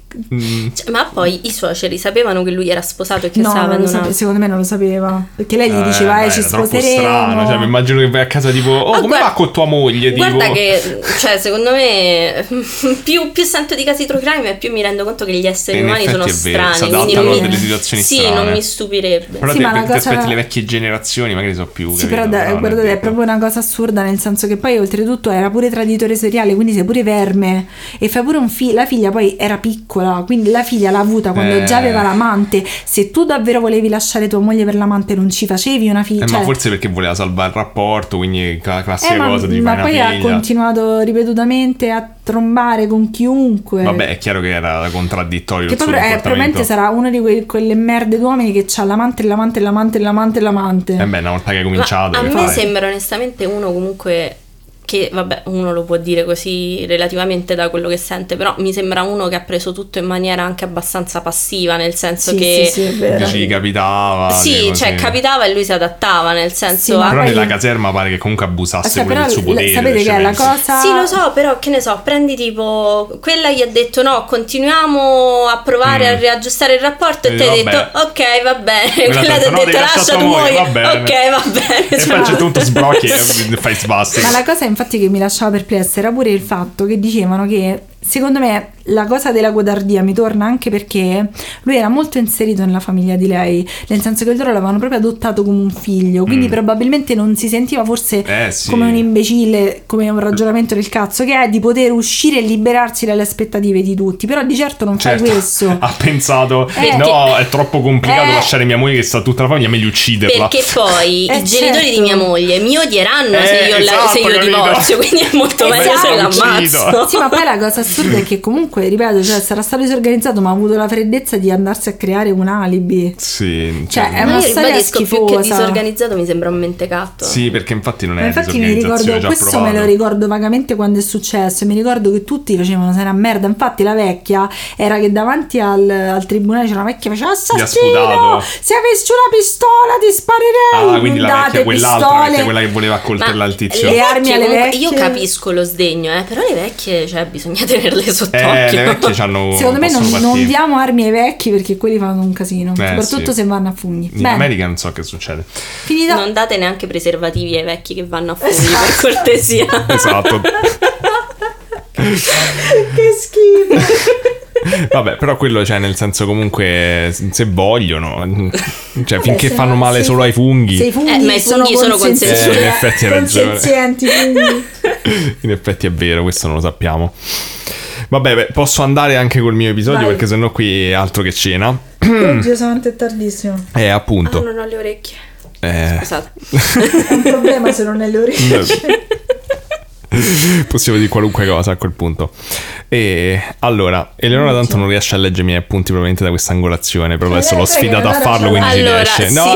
Cioè, ma poi i suoceri sapevano che lui era sposato e che No, stava non lo avendo una... secondo me non lo sapeva. Perché lei gli diceva, beh, ci era troppo sposeremo. strano. Cioè, mi immagino che vai a casa tipo, oh, Ma come guarda- va con tua moglie? Guarda tipo? che, cioè, secondo me più sento di casi true crime e più mi rendo conto che gli esseri In umani sono effetti è vero, si strani. quindi adattano non a mi- delle situazioni sì, strane. non mi stupirebbe. Però Sì, te, ma la ti cosa- aspetti le vecchie generazioni, magari so più. Sì, capito? però non guardate, è detto. proprio una cosa assurda, nel senso che poi oltretutto era pure traditore seriale, quindi sei pure verme e fai pure la figlia poi era piccola, quindi la figlia l'ha avuta quando già aveva l'amante. Se tu davvero volevi lasciare tua moglie per l'amante non ci facevi una figlia, Ma forse perché voleva salvare il rapporto, quindi la classica ma, cosa di ma fare poi una ha figlia. continuato ripetutamente a trombare con chiunque. Vabbè, è chiaro che era contraddittorio Che il suo proprio, comportamento. probabilmente sarà uno di quelle merde d'uomini che c'ha l'amante, l'amante, l'amante, l'amante, l'amante. Beh, una volta che hai cominciato, Ma a che me fai? sembra onestamente uno comunque che, vabbè, uno lo può dire così relativamente da quello che sente, però mi sembra uno che ha preso tutto in maniera anche abbastanza passiva, nel senso Sì, che... sì, è vero. Dici, capitava. Sì, così. cioè capitava e lui si adattava, nel senso... Sì, ma Però poi- nella caserma pare che comunque abusasse Cioè, pure però del suo potere. sapete che è la pensi. cosa. Sì, lo so, però che ne so, prendi tipo quella gli ha detto no, continuiamo a provare a riaggiustare il rapporto e E ti ha vabbè. detto ok, va bene. Quella Quella ha ti ha detto, no, detto devi lascia lasciare tu tua moglie, moglie. va bene. Ok, va bene. E poi a un certo punto sbrocchi e fai svasti. Ma la cosa infatti che mi lasciava perplessa era pure il fatto che dicevano che secondo me la cosa della godardia mi torna anche perché lui era molto inserito nella famiglia di lei, nel senso che loro l'avevano proprio adottato come un figlio, quindi probabilmente non si sentiva forse Sì. come un imbecille, come un ragionamento del cazzo che è di poter uscire e liberarsi dalle aspettative di tutti, però di certo non Certo, fai questo. ha pensato no, è troppo complicato lasciare mia moglie che sta tutta la famiglia, meglio ucciderla. Perché poi i genitori certo. di mia moglie mi odieranno se io esatto, se io capito? divorzio, quindi è molto meglio se Esatto. l'ammazzo. Sì, ma poi la cosa assurdo è che comunque, ripeto, cioè, sarà stato disorganizzato, ma ha avuto la freddezza di andarsi a creare un alibi. Sì, Cioè, è Ma una io storia ribadisco, più che schifosa. disorganizzato mi sembra un mentecatto. sì, perché infatti non Ma è infatti mi ricordo, disorganizzazione, già questo me lo provato. ricordo vagamente quando è successo, e mi ricordo che tutti facevano se una merda. Infatti la vecchia era che davanti al tribunale c'era una vecchia che faceva: sputato. assassino, se avessi una pistola ti sparerei. Ah, quindi la Date vecchia, quell'altra, pistole. perché quella che voleva accoltellare il tizio. le armi alle comunque, vecchie. io capisco lo sdegno, però le vecchie, cioè, bisogna tenerle sott'occhio. Le vecchie c'hanno. Secondo me possono non partire. diamo armi ai vecchi, perché quelli fanno un casino, soprattutto sì. se vanno a funghi. In Bene, America non so che succede. finita. Non date neanche preservativi ai vecchi che vanno a funghi, per cortesia. Esatto. Che schifo. Vabbè, però quello, cioè, nel senso, comunque, se vogliono, cioè, finché se fanno no, male se- solo ai funghi. Se i funghi, ma i funghi sono consenzienti. In effetti hai ragione. consenzienti, funghi. In effetti è vero, questo non lo sappiamo. Vabbè, beh, posso andare anche col mio episodio, Vai. perché sennò qui è altro che cena. Oddio, santo, è tardissimo. Appunto. Non ho le orecchie. Eh, Scusate. È un problema se non è le orecchie. possiamo dire qualunque cosa a quel punto. E allora, Eleonora tanto non riesce a leggere i miei appunti probabilmente da questa angolazione, però adesso l'ho sfidata a farlo, quindi ci Allora, riesce. sì. No.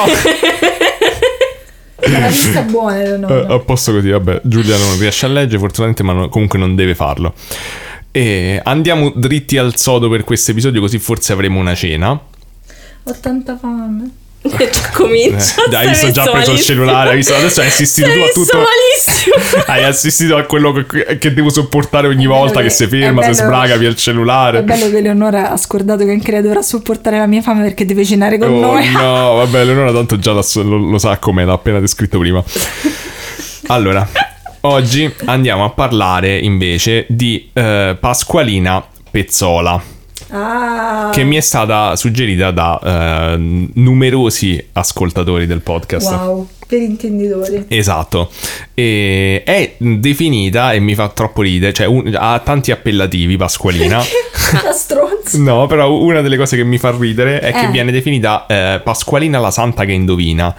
La vista buona, no. A posto così, vabbè, Giulia non riesce a leggere fortunatamente, ma comunque non deve farlo. E andiamo dritti al sodo per questo episodio, così forse avremo una cena. Ho tanta fame. Già comincia. Dai, hai visto, già preso il cellulare, hai visto, adesso hai assistito tu a tutto. malissimo. Hai assistito a quello che devo sopportare ogni volta che si ferma, si sbraga via il cellulare. È bello che Eleonora ha scordato che anche lei dovrà sopportare la mia fame perché deve cenare con Oh noi. no, vabbè, Eleonora tanto già lo sa com'è, l'ha appena descritto prima. Allora, oggi andiamo a parlare invece di Pasqualina Pezzola, Ah, che mi è stata suggerita da numerosi ascoltatori del podcast. wow, per intenditori. Esatto, e è definita, e mi fa troppo ridere, cioè ha tanti appellativi Pasqualina. La stronza. No, però una delle cose che mi fa ridere è che Eh. viene definita Pasqualina la santa che indovina.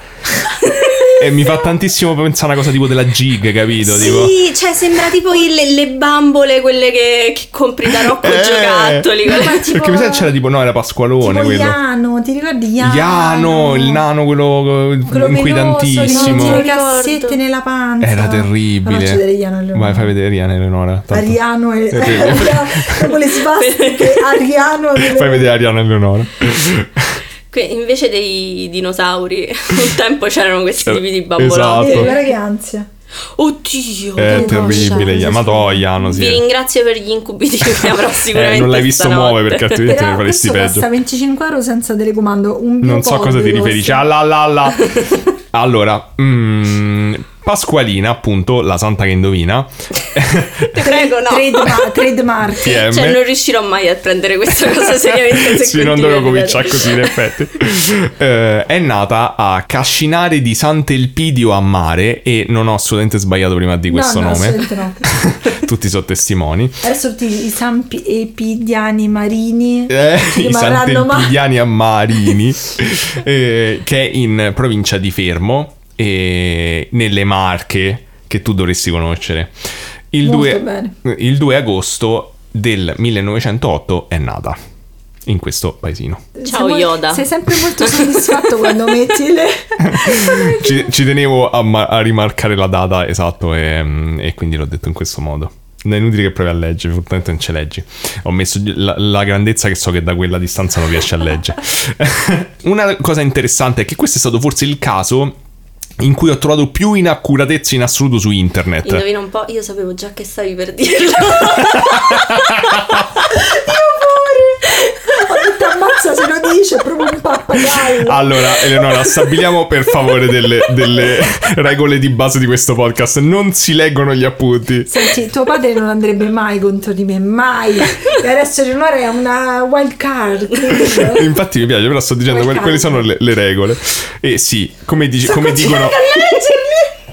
E mi fa tantissimo pensare a una cosa tipo della gig, capito? Tipo, Sì, cioè sembra tipo le bambole, quelle che compri da Rocco Giocattoli. Ma quelle- tipo- perché mi sa che c'era tipo, no, era Pasqualone Tipo quello. Iano, ti ricordi Iano? Iano, il nano, quello inquietantissimo. Con le ricordo. cassette nella panza. Era Faccio terribile. vedere Iano e Eleonora. Vai, fai vedere Iano e Eleonora. tanto. Ariano e terribile. dopo le svastiche Ariano e Fai vedere Ariano e Eleonora. Invece dei dinosauri, un tempo c'erano questi tipi di bambolotti. Esatto. Guarda che ansia. Oddio, È che terribile. coscia. Ma to, Iano, sì. vi ringrazio per gli incubi che avrò sicuramente. Non l'hai visto stanotte. muovere perché altrimenti ne Però faresti questo peggio. costa 25 euro senza telecomando. Un Non so cosa ti riferisci. Allora, Pasqualina, appunto, la santa che indovina. Ti prego, no. Trademark. PM. Cioè, non riuscirò mai a prendere questa cosa seriamente. Se Sì, non continui dovevo a ripetere. cominciare così, in effetti. È nata a Cascinare di Sant'Elpidio a Mare, e non ho assolutamente sbagliato prima di questo no, nome. assolutamente no. Tutti sono testimoni. Adesso tutti i Epidiani marini ci I rimarranno Sant'Elpidiani a Marini, che è in provincia di Fermo, nelle Marche, che tu dovresti conoscere. Molto bene. Il 2 agosto del 1908 è nata in questo paesino. Ciao, Yoda. Sei sempre molto soddisfatto quando metti le... Ci tenevo a rimarcare la data, esatto, e quindi l'ho detto in questo modo. Non è inutile che provi a leggere, fortunatamente non ce leggi. Ho messo la grandezza che so che da quella distanza non riesci a leggere. Una cosa interessante è che questo è stato forse il caso in cui ho trovato più inaccuratezze in assoluto su internet. Indovina un po', io sapevo già che stavi per dirlo. Ho detto ammazza se lo dice, è proprio un pappagallo. Allora, Eleonora, stabiliamo per favore delle regole di base di questo podcast. Non si leggono gli appunti. Senti, tuo padre non andrebbe mai contro di me, mai. E adesso Eleonora è una wild card. quindi- Infatti mi piace, però sto dicendo quali sono le regole. E sì, come dicono... a leggerli.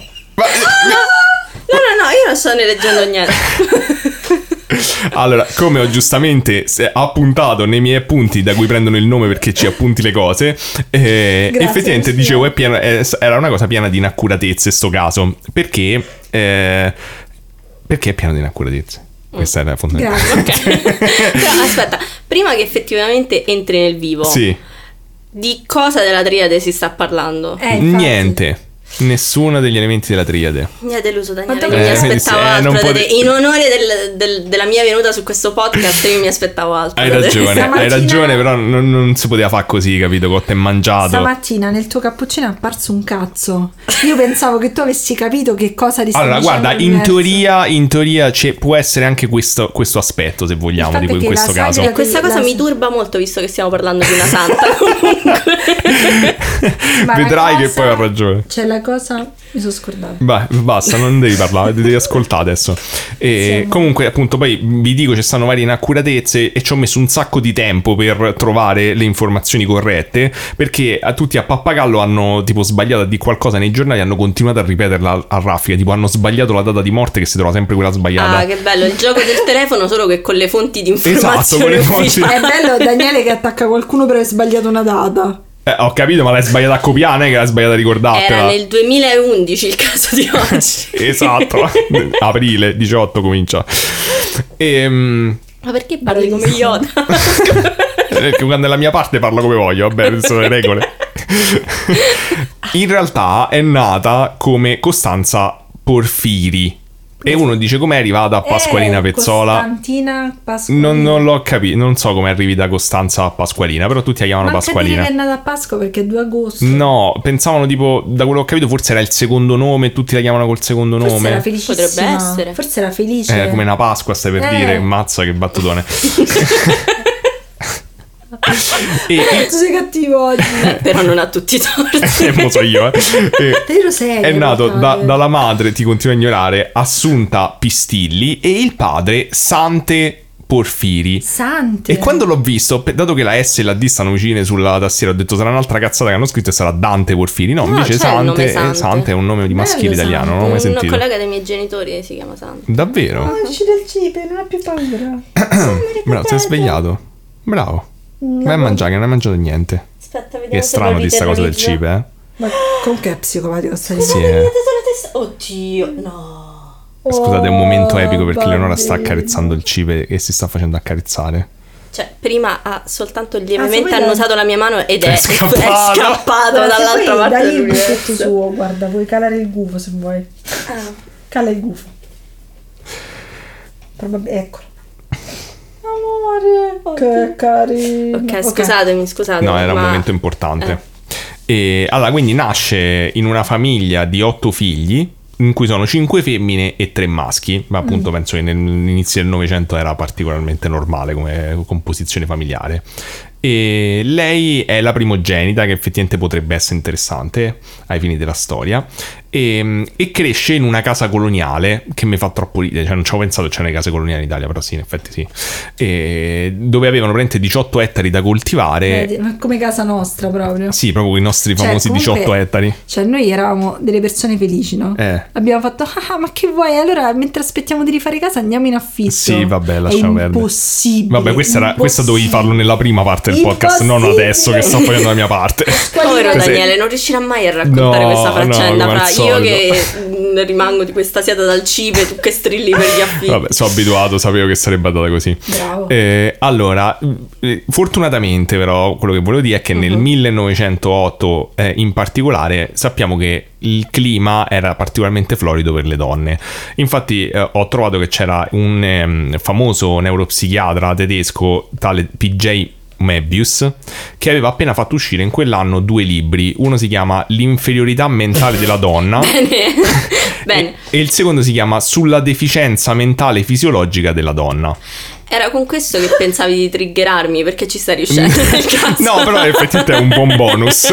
No, io non sto ne leggendo niente. Allora, come ho giustamente appuntato nei miei appunti, da cui prendono il nome perché ci appunti le cose, effettivamente Cristina. dicevo era una cosa piena di inaccuratezze sto caso. Perché è pieno di inaccuratezze. Questa era fondamentale. Okay. Però aspetta, prima che effettivamente entri nel vivo, Sì. di cosa della triade si sta parlando? Infatti. Niente. Nessuno degli elementi della triade. Mi ha deluso Daniele, Quanto- io mi aspettavo altro non da te. pote- In onore della mia venuta su questo podcast io mi aspettavo altro Hai da te. ragione, Stamattina- hai ragione, però non si poteva fare così, capito? Cotta e mangiato. Stamattina nel tuo cappuccino è apparso un cazzo. Io pensavo che tu avessi capito che cosa ti stavo Allora, dicendo guarda, l'universo. in teoria può essere anche questo aspetto, se vogliamo, Il fatto in è che questo la caso. sagra- Questa cosa La- mi turba molto visto che stiamo parlando di una santa comunque. Ma la Vedrai che cosa- poi ho ragione. C'è la cosa... Mi sono scordata. Beh, basta, non devi parlare, devi ascoltare adesso. E Sì, comunque, appunto, poi vi dico ci stanno varie inaccuratezze e ci ho messo un sacco di tempo per trovare le informazioni corrette, perché tutti a pappagallo hanno tipo sbagliato di qualcosa nei giornali, hanno continuato a ripeterla a raffica, tipo hanno sbagliato la data di morte, che si trova sempre quella sbagliata. Ah, che bello, il gioco del telefono solo che con le fonti di Esatto, informazione con le fonti. ufficiali. È bello Daniele che attacca qualcuno per aver sbagliato una data. Ho capito, ma l'hai sbagliata a copiare, non è che l'hai sbagliata a ricordartela. Era nel 2011 il caso di oggi. Esatto, aprile 18 comincia. Ma perché parli come Yoda? Perché quando è la mia parte parlo come voglio, vabbè, queste sono le regole. In realtà è nata come Costanza Porfiri. E uno dice com'è arrivata a Pasqualina Pezzola. Costantina Pasqualina. Non l'ho capito, non so come è arrivata da Costanza a Pasqualina, però tutti la chiamano Manca dire Pasqualina. che è nata a Pasqua perché è 2 agosto. No, pensavano tipo, da quello che ho capito, forse era il secondo nome, tutti la chiamano col secondo Forse nome. era felicissima. Potrebbe essere. Forse era felice. Come una Pasqua, stai per dire, mazza che battutone. Tu sei cattivo oggi. Però non ha tutti i torti. Mo so io, Te lo sei. È nato Natale. dalla madre, ti continuo a ignorare, Assunta Pistilli, e il padre Sante Porfiri. Sante. E quando l'ho visto, dato che la S e la D stanno vicine sulla tastiera, ho detto sarà un'altra cazzata che hanno scritto e sarà Dante Porfiri. No, No, invece c'è il nome Sante, Sante. Sante è un nome di Bello maschile italiano, non l'ho mai Un sentito. collega dei miei genitori si chiama Santa. Davvero? Esci del cibo, non ha più paura. Bravo, sei svegliato. Bravo. Vai a mangiare, che non hai mangiato niente. Aspetta, vediamo Che è se strano lo di sta cosa del riterrorizzo. cibo, Ma comunque è psicopatico sta Sì, Oddio, no. Scusate, è un momento epico perché bambino. Leonora sta accarezzando il cibe e si sta facendo accarezzare. Cioè, prima ha soltanto lievemente se vuoi annusato la mia mano ed È è scappato. scappato dall'altra parte Dai il dell'universo. gufetto suo, guarda, puoi calare il gufo se vuoi. Cala il gufo. Probabilmente, eccolo. Amore, che carino. Ok, scusatemi. No, era un ma- momento importante. E allora, quindi nasce in una famiglia di 8 figli, in cui sono 5 femmine e 3 maschi, ma appunto penso che nell'inizio del Novecento era particolarmente normale come composizione familiare. E lei è la primogenita, che effettivamente potrebbe essere interessante ai fini della storia, e cresce in una casa coloniale, che mi fa troppo ridere, cioè non ci ho pensato che c'erano le case coloniali in Italia, però sì, in effetti sì, e dove avevano praticamente 18 ettari da coltivare. Ma come casa nostra proprio. Sì, proprio i nostri Cioè, famosi comunque, 18 ettari. Cioè noi eravamo delle persone felici, no? Abbiamo fatto ma che vuoi? Allora mentre aspettiamo di rifare casa andiamo in affitto. Sì, vabbè, lasciamo perdere. È impossibile. Vabbè, questa dovevi farlo nella prima parte del podcast, non adesso che sto facendo la mia parte. Povero Così. Daniele, non riuscirà mai a raccontare No, questa faccenda no, come fra al io solito. che rimango di questa siata dal cibo e tu che strilli per gli affitti. Vabbè, sono abituato, sapevo che sarebbe andata così. Bravo. Allora, fortunatamente però, quello che volevo dire è che nel 1908 in particolare sappiamo che il clima era particolarmente florido per le donne. Infatti ho trovato che c'era un famoso neuropsichiatra tedesco, tale P.J. Möbius, che aveva appena fatto uscire in quell'anno 2 libri. Uno si chiama L'inferiorità mentale della donna Bene. e il secondo si chiama Sulla deficienza mentale fisiologica della donna. Era con questo che pensavi di triggerarmi, perché ci stai riuscendo nel caso. No, però effettivamente è un buon bonus.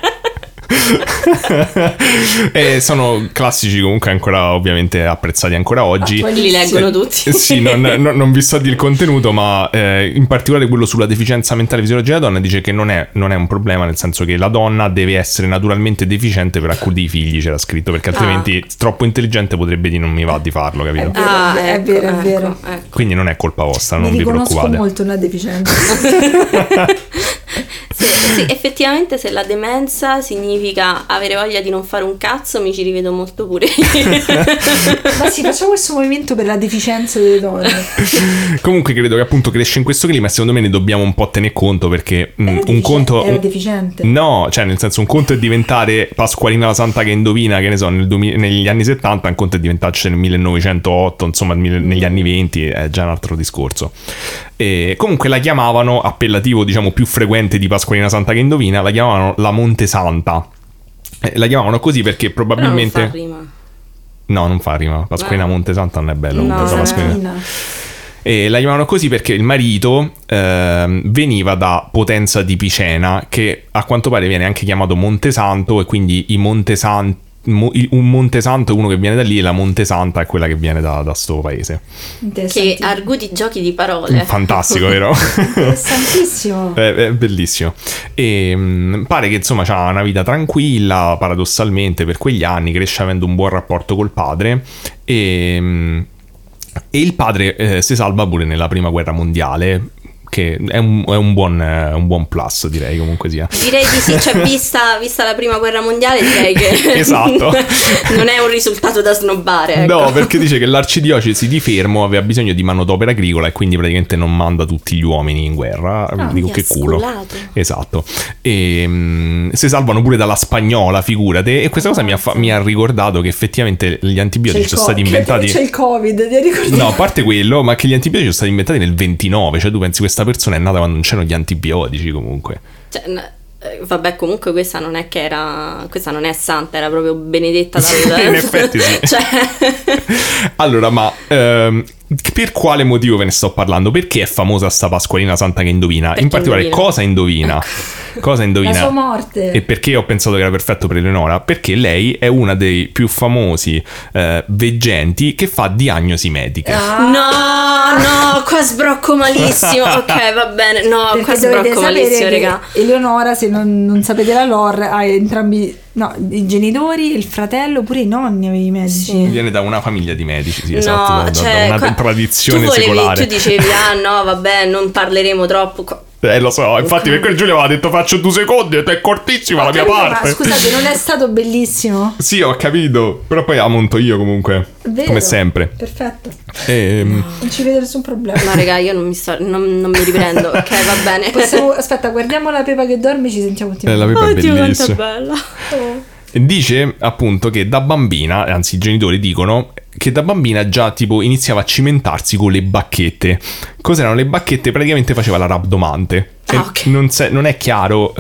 E sono classici comunque ancora ovviamente apprezzati ancora oggi. Li leggono tutti. Sì, non vi sto a dire il contenuto, ma in particolare quello sulla deficienza mentale fisiologica della donna dice che non è un problema, nel senso che la donna deve essere naturalmente deficiente per accudire i figli, c'era scritto, perché altrimenti troppo intelligente potrebbe dire non mi va di farlo, capito? È vero. Ecco. Quindi non è colpa vostra, Mi non vi riconosco preoccupate. molto una deficienza. Sì, effettivamente se la demenza significa avere voglia di non fare un cazzo, mi ci rivedo molto pure io. Ma sì, facciamo questo movimento per la deficienza delle donne. Comunque credo che appunto cresce in questo clima e secondo me ne dobbiamo un po' tenere conto, perché un conto... Era deficiente? No, cioè nel senso, un conto è diventare Pasqualina la Santa che indovina, che ne so, negli anni 70, un conto è diventarci nel 1908, insomma negli anni 20, è già un altro discorso. E comunque la chiamavano, appellativo diciamo più frequente di Pasqualina Santa che indovina, la chiamavano la Montesanta. La chiamavano così perché probabilmente... Però non fa rima. No, non fa rima. Pasqualina Montesanta non è bello. No, Pasqualina. E la chiamavano così perché il marito veniva da Potenza di Picena, che a quanto pare viene anche chiamato Montesanto, e quindi i Montesanti, un Montesanto è uno che viene da lì e la Montesanta è quella che viene da sto paese. Che arguti giochi di parole. Fantastico, vero? Interessantissimo. È bellissimo. E pare che insomma c'ha una vita tranquilla, paradossalmente, per quegli anni, cresce avendo un buon rapporto col padre e il padre si salva pure nella prima guerra mondiale, che è un buon plus, direi, comunque sia. Direi di sì, cioè vista la prima guerra mondiale, direi che esatto. Non è un risultato da snobbare, ecco. No, perché dice che l'arcidiocesi di Fermo aveva bisogno di manodopera agricola e quindi praticamente non manda tutti gli uomini in guerra. Dico che culo. Esatto. E si salvano pure dalla spagnola, figurate. E questa cosa mi ha ricordato che effettivamente gli antibiotici sono stati inventati. C'è il Covid, ti ricordi? No, a parte quello, ma che gli antibiotici sono stati inventati nel 29. Cioè tu pensi questa persona è nata quando non c'erano gli antibiotici, comunque. Cioè, vabbè, comunque questa non è santa, era proprio benedetta dal... In effetti sì. Cioè... Allora, ma per quale motivo ve ne sto parlando? Perché è famosa sta Pasqualina Santa che indovina? Perché in particolare indovina. Cosa indovina? Cosa indovina? La sua morte. E perché ho pensato che era perfetto per Eleonora? Perché lei è una dei più famosi veggenti che fa diagnosi mediche. No, qua sbrocco malissimo. Ok, va bene. No, Perché qua sbrocco malissimo, raga. Eleonora, se non sapete la lore, ha entrambi, no, i genitori, il fratello, pure i nonni aveva i medici. Sì. Viene da una famiglia di medici, sì, No, esatto, cioè, da una tradizione secolare. Tu dicevi, no, vabbè, non parleremo troppo. Lo so, infatti per quello Giulia aveva detto faccio 2 secondi e è cortissima la mia parte. Ma scusate, non è stato bellissimo? Sì, ho capito, però poi la monto io comunque, Vero? come sempre. Perfetto. Non ci vedo nessun problema. No, raga, io non mi riprendo. Ok, va bene. Aspetta, guardiamo la Pepa che dorme e ci sentiamo tutti. La Pepa è bellissima. Bella. Dice appunto che da bambina, anzi i genitori dicono che da bambina già tipo iniziava a cimentarsi con le bacchette. Cos'erano le bacchette? Praticamente faceva la rabdomante. Okay. Non è chiaro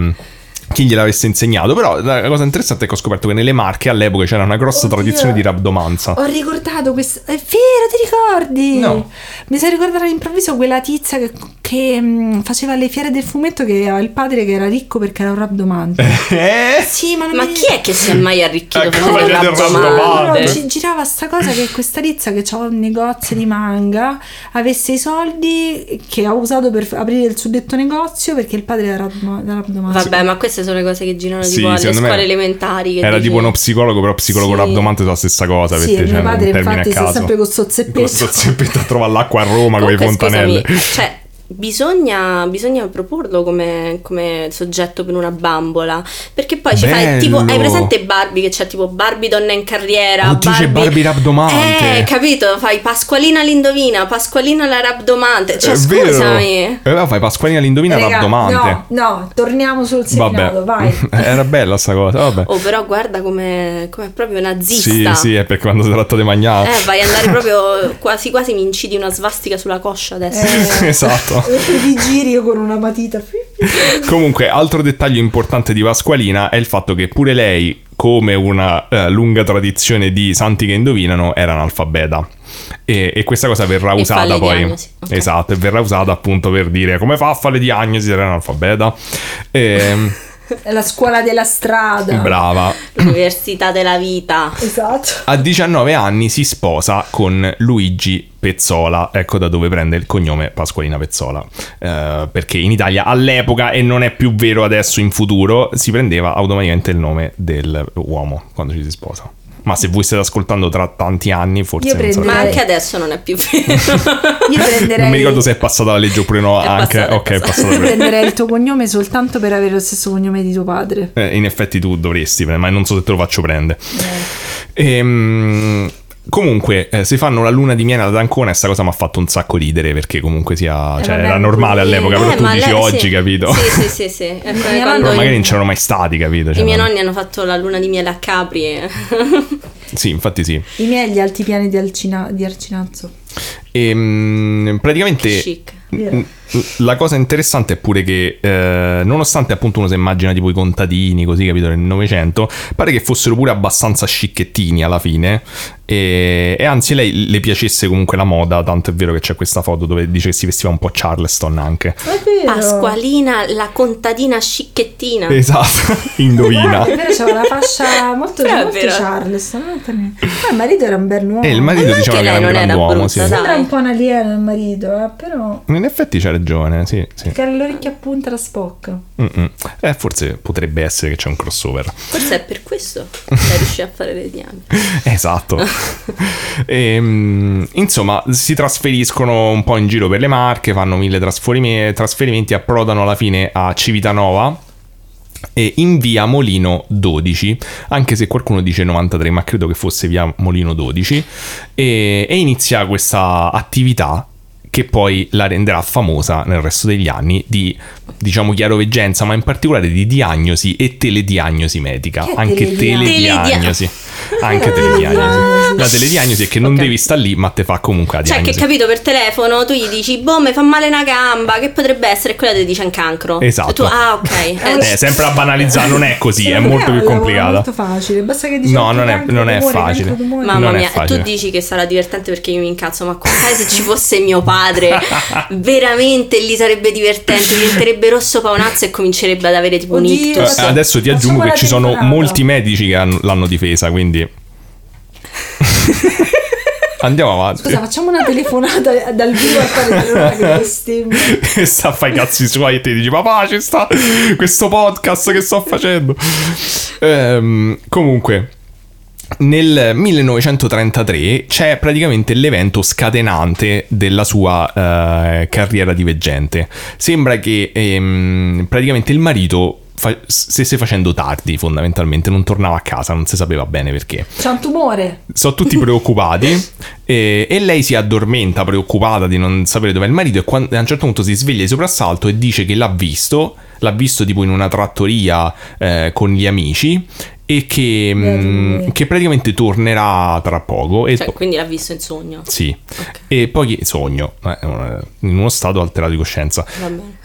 chi gliel'avesse insegnato, però la cosa interessante è che ho scoperto che nelle Marche all'epoca c'era una grossa tradizione di rabdomanza. Ho ricordato questo, è vero, ti ricordi? No. Mi sei ricordata all'improvviso quella tizia che faceva le fiere del fumetto, che aveva il padre che era ricco perché era un rabdomante. Sì, ma chi è che si è mai arricchito per Ecco, il rabdomante? no, ci girava sta cosa che questa tizia che ha un negozio di manga avesse i soldi che ha usato per aprire il suddetto negozio perché il padre era rabdomante. Vabbè, ma queste sono le cose che girano tipo alle secondo me scuole elementari. Che era dici... tipo uno psicologo, però psicologo rabdomante è la stessa cosa. Sì, perché mio padre infatti sta a caso. sempre con sto zeppetto. Con sto zeppetto a trovare l'acqua a Roma con le fontanelle. Scusami, cioè bisogna proporlo come soggetto per una bambola, perché poi ci fai tipo, hai presente Barbie che c'è tipo Barbie donna in carriera, Oddio, c'è Barbie rabdomante, capito? Fai Pasqualina l'indovina, Pasqualina la rabdomante, cioè scusami, fai Pasqualina l'indovina rabdomante. No, torniamo sul seminato, vai. Era bella sta cosa, vabbè. Oh, però guarda come proprio nazista. Sì, è perché quando si tratta di mangiare vai a andare proprio quasi mi incidi una svastica sulla coscia adesso. Esatto. Ti giri io con una matita. Comunque, altro dettaglio importante di Pasqualina è il fatto che pure lei, come una lunga tradizione di santi che indovinano, era analfabeta. E questa cosa verrà usata poi. Diagnosi. Okay. Esatto, e verrà usata appunto per dire come fa a fare le diagnosi se era analfabeta. La scuola della strada. Brava. L'università della vita. Esatto. A 19 anni si sposa con Luigi Pezzola, ecco da dove prende il cognome Pasqualina Pezzola, perché in Italia all'epoca, e non è più vero adesso in futuro, si prendeva automaticamente il nome dell'uomo quando ci si sposa. Ma se voi state ascoltando tra tanti anni, forse non ma anche adesso non è più vero. Io prenderei... Non mi ricordo se è passata la legge oppure no. È passata. Io prenderei il tuo cognome soltanto per avere lo stesso cognome di tuo padre. In effetti tu dovresti, ma non so se te lo faccio prendere. Comunque si fanno la luna di miele ad Ancona e sta cosa mi ha fatto un sacco ridere, perché comunque era normale all'epoca, però tu dici oggi, capito? Sì. Però magari non c'erano mai stati, capito? I miei nonni hanno fatto la luna di miele a Capri. Sì, infatti sì. I miei gli alti piani di Arcinazzo. Praticamente Chic. la cosa interessante è pure che nonostante appunto uno si immagina tipo i contadini così, capito, nel Novecento, pare che fossero pure abbastanza scicchettini alla fine, e anzi lei le piacesse comunque la moda, tanto è vero che c'è questa foto dove dice che si vestiva un po' Charleston anche. Pasqualina, la contadina scicchettina. Esatto, indovina. È vero, c'aveva una fascia molto Charleston. Il marito era un bell'uomo. Il marito diceva che era un grand'uomo, sì. Sembra un po' un alieno il marito, però in effetti c'ha ragione, sì. Che ha l'orecchia a punta la Spock. Forse potrebbe essere che c'è un crossover. Forse è per questo che riesce a fare le diane. Esatto. Insomma, si trasferiscono un po' in giro per le Marche, fanno 1000 trasferimenti, approdano alla fine a Civitanova e in via Molino 12, anche se qualcuno dice 93, ma credo che fosse via Molino 12, e inizia questa attività che poi la renderà famosa nel resto degli anni di, diciamo, chiaroveggenza, ma in particolare di diagnosi e telediagnosi medica. Anche telediagnosi. Anche telediagnosi. La telediagnosi è che non devi stare lì, ma te fa comunque la diagnosi. Cioè, che capito, per telefono tu gli dici, boh, mi fa male una gamba, che potrebbe essere, quella ti dice un cancro. Esatto. E tu, ok. Sempre a banalizzare, non è così, è molto più complicata. È molto facile, basta che dici no, non è facile. Mamma mia, tu dici che sarà divertente perché io mi incazzo, ma se ci fosse mio padre, veramente lì sarebbe divertente, diventerebbe rosso paonazzo e comincerebbe ad avere tipo un ictus. Adesso ti aggiungo che ci sono molti medici che l'hanno difesa, quindi andiamo avanti. Scusa, facciamo una telefonata dal vivo a fare che bestemmia. E sta a fare i cazzi suoi e ti dici, papà, ci sta questo podcast che sto facendo. Comunque, nel 1933 c'è praticamente l'evento scatenante della sua carriera di veggente. Sembra che praticamente il marito stesse facendo tardi, fondamentalmente non tornava a casa, non si sapeva bene perché. C'ha un tumore. Sono tutti preoccupati e lei si addormenta preoccupata di non sapere dov'è il marito, e a un certo punto si sveglia di soprassalto e dice che l'ha visto tipo in una trattoria con gli amici, e che praticamente tornerà tra poco. Cioè, quindi l'ha visto in sogno? Sì. Okay. E poi sogno, in uno stato alterato di coscienza. Va bene.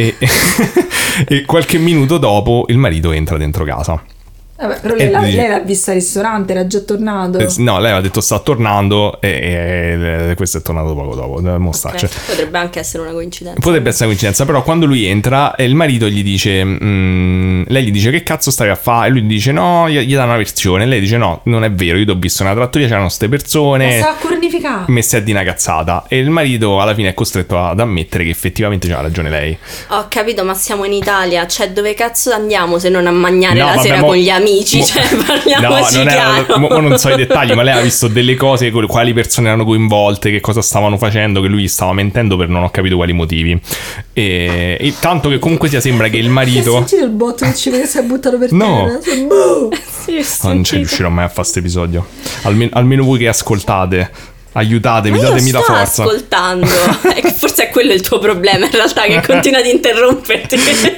E qualche minuto dopo il marito entra dentro casa. Vabbè, però lei l'ha vista al ristorante, era già tornato. No, lei ha detto sta tornando e questo è tornato poco dopo. Okay. Potrebbe anche essere una coincidenza. Potrebbe essere una coincidenza, però quando lui entra il marito gli dice, lei gli dice che cazzo stavi a fare? E lui gli dice no, gli dà una versione. E lei dice no, non è vero, io ti ho visto nella trattoria, c'erano ste persone. Ma stava cornificando. Messe a di una cazzata. E il marito alla fine è costretto ad ammettere che effettivamente c'ha ragione lei. Ho capito, ma siamo in Italia, cioè dove cazzo andiamo se non a mangiare la sera con gli amici? Cioè, parliamoci chiaro. Non so i dettagli, ma lei ha visto delle cose, quali persone erano coinvolte, che cosa stavano facendo, che lui gli stava mentendo per non ho capito quali motivi. E tanto che comunque sia sembra che il marito... Senti il botto che ci vede, si è buttato per no. terra. Non ci riuscirò mai a fare questo episodio. Almeno voi che ascoltate, aiutatemi, datemi la forza. Sto ascoltando. Forse è quello il tuo problema in realtà, che continua ad interromperti.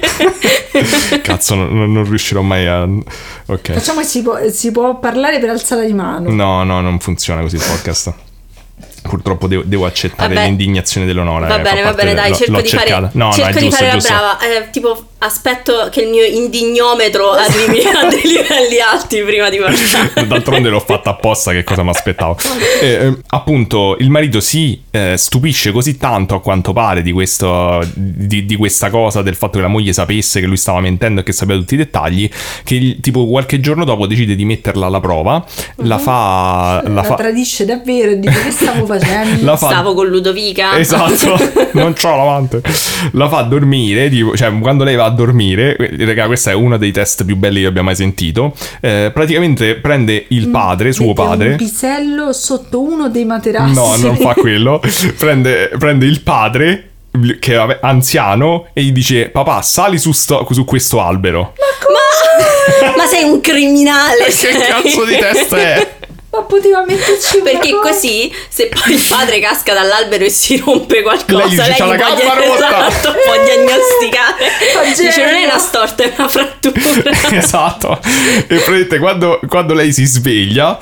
Cazzo, non riuscirò mai a... Ok. Facciamo che si può parlare per alzare di mano. No, non funziona così il podcast. Purtroppo devo accettare l'indignazione dell'onore. Va bene, dai, cerco di fare la brava. Tipo, aspetto che il mio indignometro arrivi a dei livelli alti prima di parlare. D'altronde l'ho fatta apposta, che cosa mi aspettavo. Appunto, il marito si stupisce così tanto, a quanto pare, di questa cosa, del fatto che la moglie sapesse che lui stava mentendo e che sapeva tutti i dettagli, che tipo qualche giorno dopo decide di metterla alla prova. La tradisce davvero e dice che stavo facendo? Stavo con Ludovica. Esatto, non c'ho l'amante. La fa dormire, tipo, cioè quando lei va a dormire, raga, questo è uno dei test più belli che abbia mai sentito. Praticamente prende il padre, suo Mette padre, un pisello sotto uno dei materassi. no, non fa quello. Prende il padre, che è anziano, e gli dice: papà, sali su questo albero. Ma sei un criminale. Che cazzo di test è? Ma poteva metterci una Perché cosa. così, se poi il padre casca dall'albero e si rompe qualcosa, Lei dice, c'ha la gli può gamba rotta. esatto, può diagnosticare. Dice, non è una storta, è una frattura. Esatto. E praticamente quando lei si sveglia,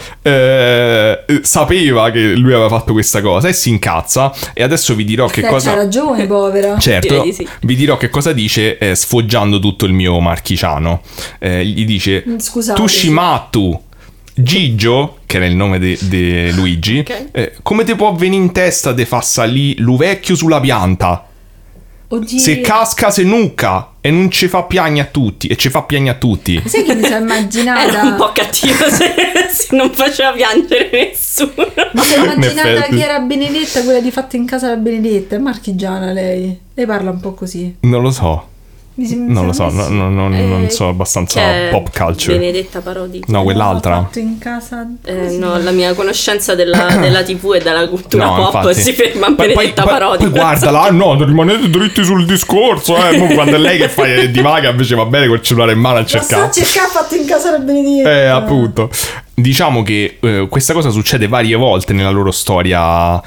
sapeva che lui aveva fatto questa cosa e si incazza. E adesso vi dirò che cosa. C'ha ragione, povera. Certo, Direi di sì. vi dirò che cosa dice, sfoggiando tutto il mio marchigiano. Gli dice: Scusate. tu scimattu, Gigio, che era il nome di Luigi, Ok. come ti può venire in testa de fa salì lu vecchio sulla pianta? Oddio. Se casca se nuca e non ci fa piagna a tutti. E ci fa piagna a tutti. Sai che mi sono immaginata? Era un po' cattivo se non faceva piangere nessuno. Mi sono immaginata effetti. che era Benedetta, quella di Fatta in Casa la Benedetta. È marchigiana lei. Lei parla un po' così. Non lo so. Non lo so, sì. non so abbastanza Che è pop culture. Benedetta Parodi. No, quell'altra. Fatto in casa. No, la mia conoscenza della TV e della cultura No, pop infatti. si ferma a Benedetta Parodi. Poi guardala, no, rimanete dritti sul discorso, Mo quando è lei che fa divaga, invece va bene col cellulare in mano a Ma sta cercare. a cercare Fatto in Casa la Benedetta. Appunto. Diciamo che questa cosa succede varie volte nella loro storia,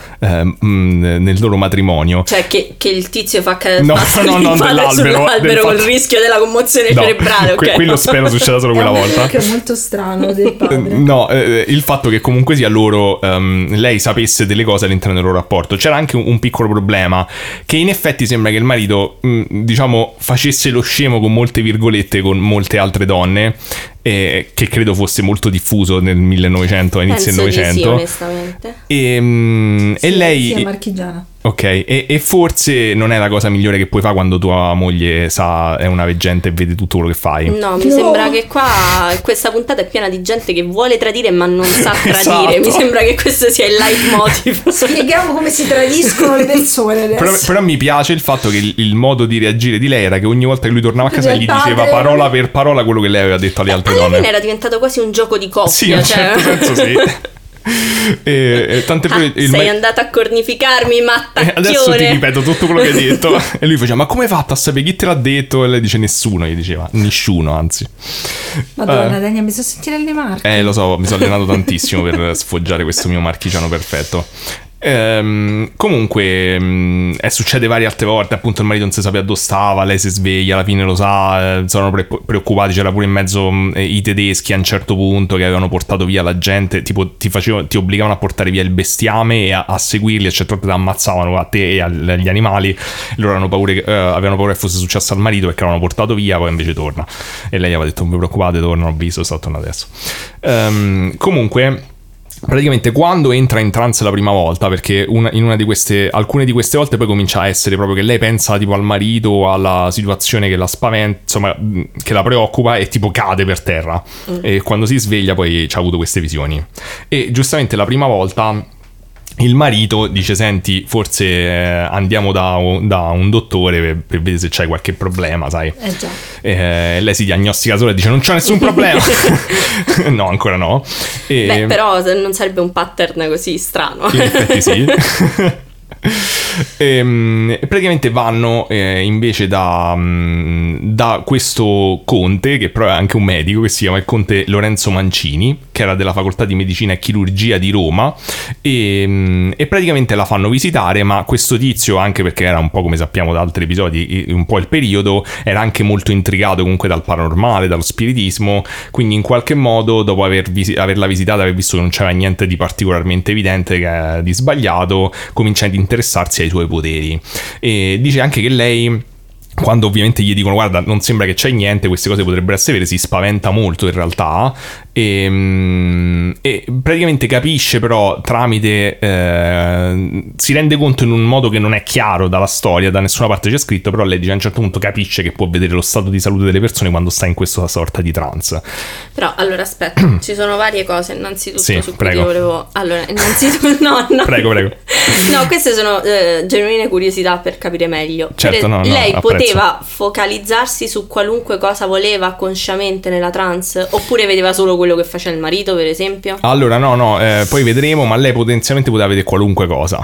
nel loro matrimonio. Cioè che il tizio fa No, dell'albero dell'albero, col del rischio della commozione No, cerebrale, ok? quello spero succeda solo quella volta. Che è molto strano del padre. No, il fatto che comunque sia loro, lei sapesse delle cose all'interno del loro rapporto. C'era anche un piccolo problema, che in effetti sembra che il marito, diciamo, facesse lo scemo con molte virgolette con molte altre donne, che credo fosse molto diffuso nel 1900, all'inizio del Penso di sì, Novecento. onestamente. E Sì, lei... sì, è marchigiana. Ok, e forse non è la cosa migliore che puoi fare quando tua moglie è una veggente e vede tutto quello che fai. No, mi sembra che questa puntata è piena di gente che vuole tradire ma non sa tradire. Esatto. Mi sembra che questo sia il leitmotiv. Spieghiamo come si tradiscono le persone adesso. Però mi piace il fatto che il modo di reagire di lei era che ogni volta che lui tornava a casa Del gli diceva padre. parola per parola quello che lei aveva detto alle altre Alla donne. fine era diventato quasi un gioco di coppia. Sì, in un cioè... certo senso sì. E tant'è pure sei andato a cornificarmi, mattacchione. adesso ti ripeto tutto quello che hai detto. E lui faceva: ma come hai fatto a sapere chi te l'ha detto? E lei dice: nessuno. Gli diceva: nessuno, anzi. Madonna, Dania, mi sono sentita le marche. Lo so, mi sono allenato tantissimo per sfoggiare questo mio marchigiano perfetto. Comunque succede varie altre volte, appunto il marito non si sapeva dove stava, lei si sveglia, alla fine lo sa, sono preoccupati, c'era pure in mezzo i tedeschi a un certo punto che avevano portato via la gente, tipo ti obbligavano a portare via il bestiame e a seguirli, a certe volte ti ammazzavano a te e agli animali, loro avevano paura che fosse successo al marito perché l'avevano portato via, poi invece torna e lei aveva detto: non vi preoccupate, torno, ho visto, sta tornando adesso. Comunque praticamente quando entra in trance la prima volta, perché alcune di queste volte poi comincia a essere proprio che lei pensa tipo al marito, alla situazione che la spaventa, insomma, che la preoccupa, e tipo cade per terra. E quando si sveglia poi c'ha avuto queste visioni. E giustamente la prima volta il marito dice: senti, forse andiamo da un dottore per vedere se c'hai qualche problema, sai. Già. Lei si diagnostica sola e dice: non c'è nessun problema. No, ancora no. Beh, però non sarebbe un pattern così strano. In effetti sì. E praticamente vanno invece da questo conte, che però è anche un medico, che si chiama il conte Lorenzo Mancini, che era della facoltà di medicina e chirurgia di Roma, e praticamente la fanno visitare, ma questo tizio, anche perché era un po', come sappiamo da altri episodi, un po' il periodo, era anche molto intrigato comunque dal paranormale, dallo spiritismo, quindi in qualche modo dopo averla visitata, aver visto che non c'era niente di particolarmente evidente, di sbagliato, comincia ad interessarsi ai suoi poteri. E dice anche che lei quando ovviamente gli dicono guarda non sembra che c'è niente, queste cose potrebbero essere vere, si spaventa molto in realtà e praticamente capisce però tramite si rende conto in un modo che non è chiaro dalla storia, da nessuna parte c'è scritto, però lei dice a un certo punto capisce che può vedere lo stato di salute delle persone quando sta in questa sorta di trance. Però allora aspetta, ci sono varie cose innanzitutto sì, su cui prego. ti volevo... Allora innanzitutto no prego no, queste sono genuine curiosità per capire meglio. Certo, lei apprezzo. poteva focalizzarsi su qualunque cosa voleva consciamente nella trance, oppure vedeva solo quello che faceva il marito, per esempio? Allora no, poi vedremo, ma lei potenzialmente poteva vedere qualunque cosa.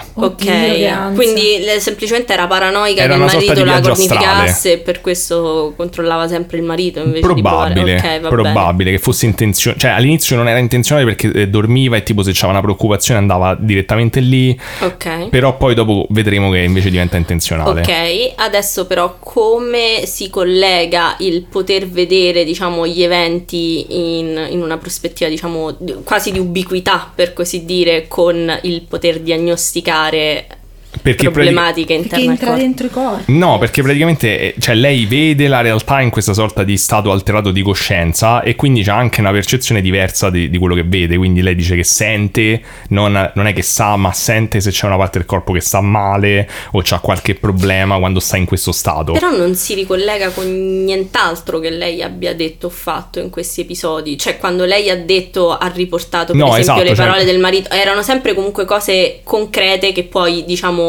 Ok, quindi semplicemente era paranoica era che il marito la cornificasse cornificasse e per questo controllava sempre il marito invece probabile, di provare. probabile che fosse intenzionale, cioè all'inizio non era intenzionale perché dormiva e tipo se c'era una preoccupazione andava direttamente lì, ok, però poi dopo vedremo che invece diventa intenzionale. Ok, adesso però come si collega il poter vedere, diciamo, gli eventi in una prospettiva, diciamo, quasi di ubiquità, per così dire, con il poter diagnosticare Perché problematiche interne al entra corpo? dentro i corpi. No, perché praticamente cioè, lei vede la realtà in questa sorta di stato alterato di coscienza e quindi c'ha anche una percezione diversa di quello che vede. Quindi lei dice che sente, non è che sa, ma sente se c'è una parte del corpo che sta male o c'ha qualche problema quando sta in questo stato. Però non si ricollega con nient'altro che lei abbia detto o fatto in questi episodi. Cioè quando lei ha riportato per esempio esatto, le parole cioè... del marito, erano sempre comunque cose concrete che poi, diciamo,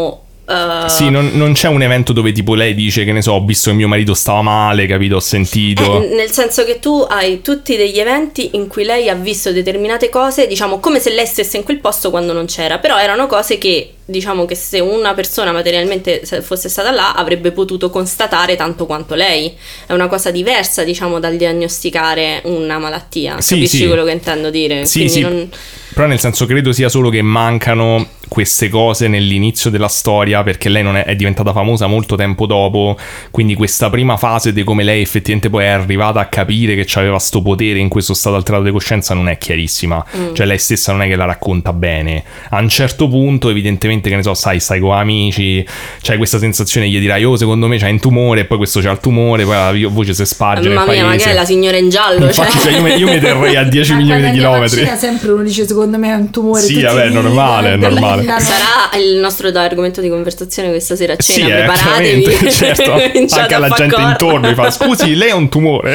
sì, non c'è un evento dove tipo lei dice che ne so, ho visto che mio marito stava male, capito, ho sentito, nel senso che tu hai tutti degli eventi in cui lei ha visto determinate cose, diciamo come se lei stesse in quel posto quando non c'era, però erano cose che, diciamo, che se una persona materialmente fosse stata là avrebbe potuto constatare tanto quanto lei. È una cosa diversa, diciamo, dal diagnosticare una malattia. Capisci quello che intendo dire? Sì, quindi però nel senso credo sia solo che mancano queste cose nell'inizio della storia, perché lei non è diventata famosa molto tempo dopo, quindi questa prima fase di come lei effettivamente poi è arrivata a capire che c'aveva sto potere in questo stato alterato di coscienza non è chiarissima. Cioè lei stessa non è che la racconta bene. A un certo punto evidentemente, che ne so, stai con amici, c'hai questa sensazione, gli dirai oh secondo me c'hai un tumore, e poi questo c'ha il tumore, poi la voce si sparge nel paese. Mamma mia, magari è la signora in giallo. Infatti, cioè, io mi terrei a 10 milioni di chilometri. Sempre uno dice secondo me è un tumore. Sì, vabbè, normale. Sarà il nostro argomento di conversazione questa sera a cena, sì, preparatevi. Certo. Anche alla gente intorno mi fa scusi, lei ha un tumore.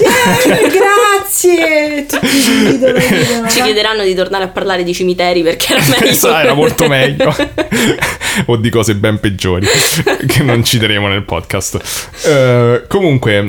Grazie. Ci chiederanno di tornare a parlare di cimiteri perché era meglio. Era molto meglio. O di cose ben peggiori che non citeremo nel podcast. Comunque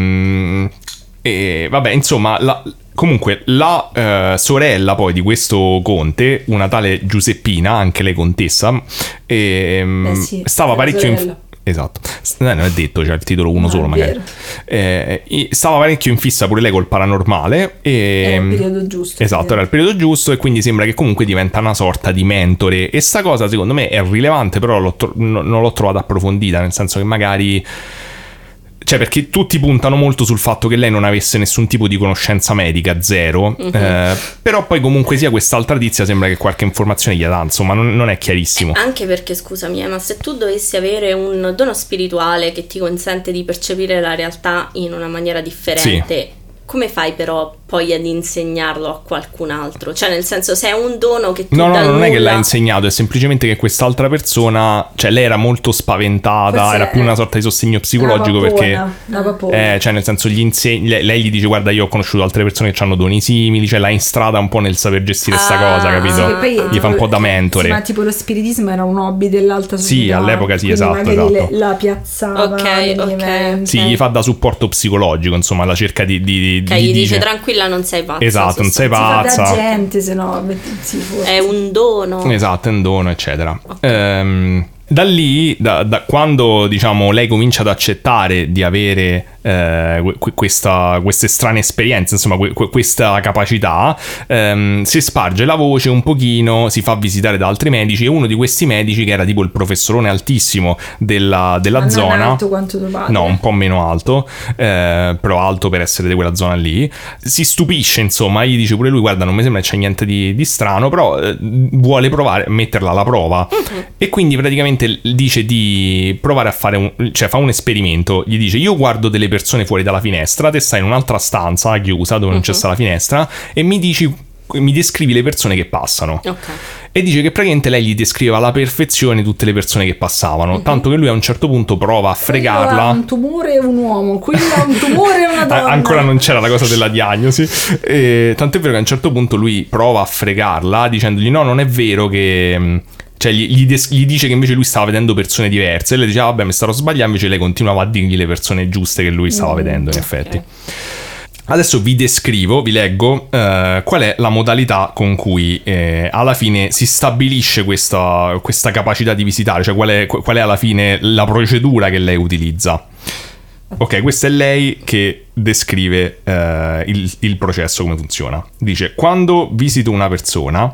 vabbè, insomma, comunque la sorella poi di questo conte, una tale Giuseppina, anche lei contessa, sì, stava parecchio esatto, non è detto, c'è il titolo uno solo magari, stava parecchio in fissa pure lei col paranormale era il periodo giusto. Esatto, era il periodo giusto e quindi sembra che comunque diventa una sorta di mentore, e sta cosa secondo me è rilevante, però non l'ho trovata approfondita, nel senso che magari, cioè, perché tutti puntano molto sul fatto che lei non avesse nessun tipo di conoscenza medica, zero, però poi comunque sia quest'altra tizia sembra che qualche informazione gli dà, insomma non è chiarissimo. Anche perché, scusami, ma se tu dovessi avere un dono spirituale che ti consente di percepire la realtà in una maniera differente, come fai però poi ad insegnarlo a qualcun altro? Cioè, nel senso, se è un dono che tu no, non è che l'ha insegnato, è semplicemente che quest'altra persona, cioè lei era molto spaventata, forse era più una sorta di sostegno psicologico, perché cioè nel senso lei gli dice guarda, io ho conosciuto altre persone che hanno doni simili, cioè la instrada un po' nel saper gestire sta cosa, capito? Sì, gli fa un po' da mentore. Sì, ma tipo lo spiritismo era un hobby dell'alta società. Sì, all'epoca sì, esatto. La piazzava ok. Sì, gli fa da supporto psicologico, insomma, la cerca di gli dice tranquilla, non sei pazza. Esatto, non sei pazza. Si fa da gente, se no è un dono. Esatto, è un dono, eccetera. Da lì, da quando diciamo lei comincia ad accettare di avere queste strane esperienze, insomma questa capacità, si sparge la voce un pochino, si fa visitare da altri medici, e uno di questi medici, che era tipo il professorone altissimo della zona, non alto quanto tuo padre. No, un po' meno alto, però alto per essere di quella zona lì, si stupisce, insomma, gli dice pure lui guarda, non mi sembra che c'è niente di strano, però vuole provare a metterla alla prova, e quindi praticamente praticamente dice di provare a fare cioè fa un esperimento, gli dice: io guardo delle persone fuori dalla finestra, te stai in un'altra stanza chiusa dove non c'è sta la finestra e mi descrivi le persone che passano. E dice che praticamente lei gli descriveva alla perfezione tutte le persone che passavano, tanto che lui a un certo punto prova a fregarla. Quello ha un tumore e un uomo, quello ha un tumore e una donna. Ancora non c'era la cosa della diagnosi, tant'è vero che a un certo punto lui prova a fregarla dicendogli: no, non è vero che... Cioè gli dice che invece lui stava vedendo persone diverse e lei dice: vabbè, mi starò sbagliando. Invece lei continuava a dirgli le persone giuste che lui stava vedendo in effetti. Adesso vi leggo qual è la modalità con cui alla fine si stabilisce questa capacità di visitare, cioè qual è alla fine la procedura che lei utilizza. Ok, questa è lei che descrive il processo, come funziona. Dice: quando visito una persona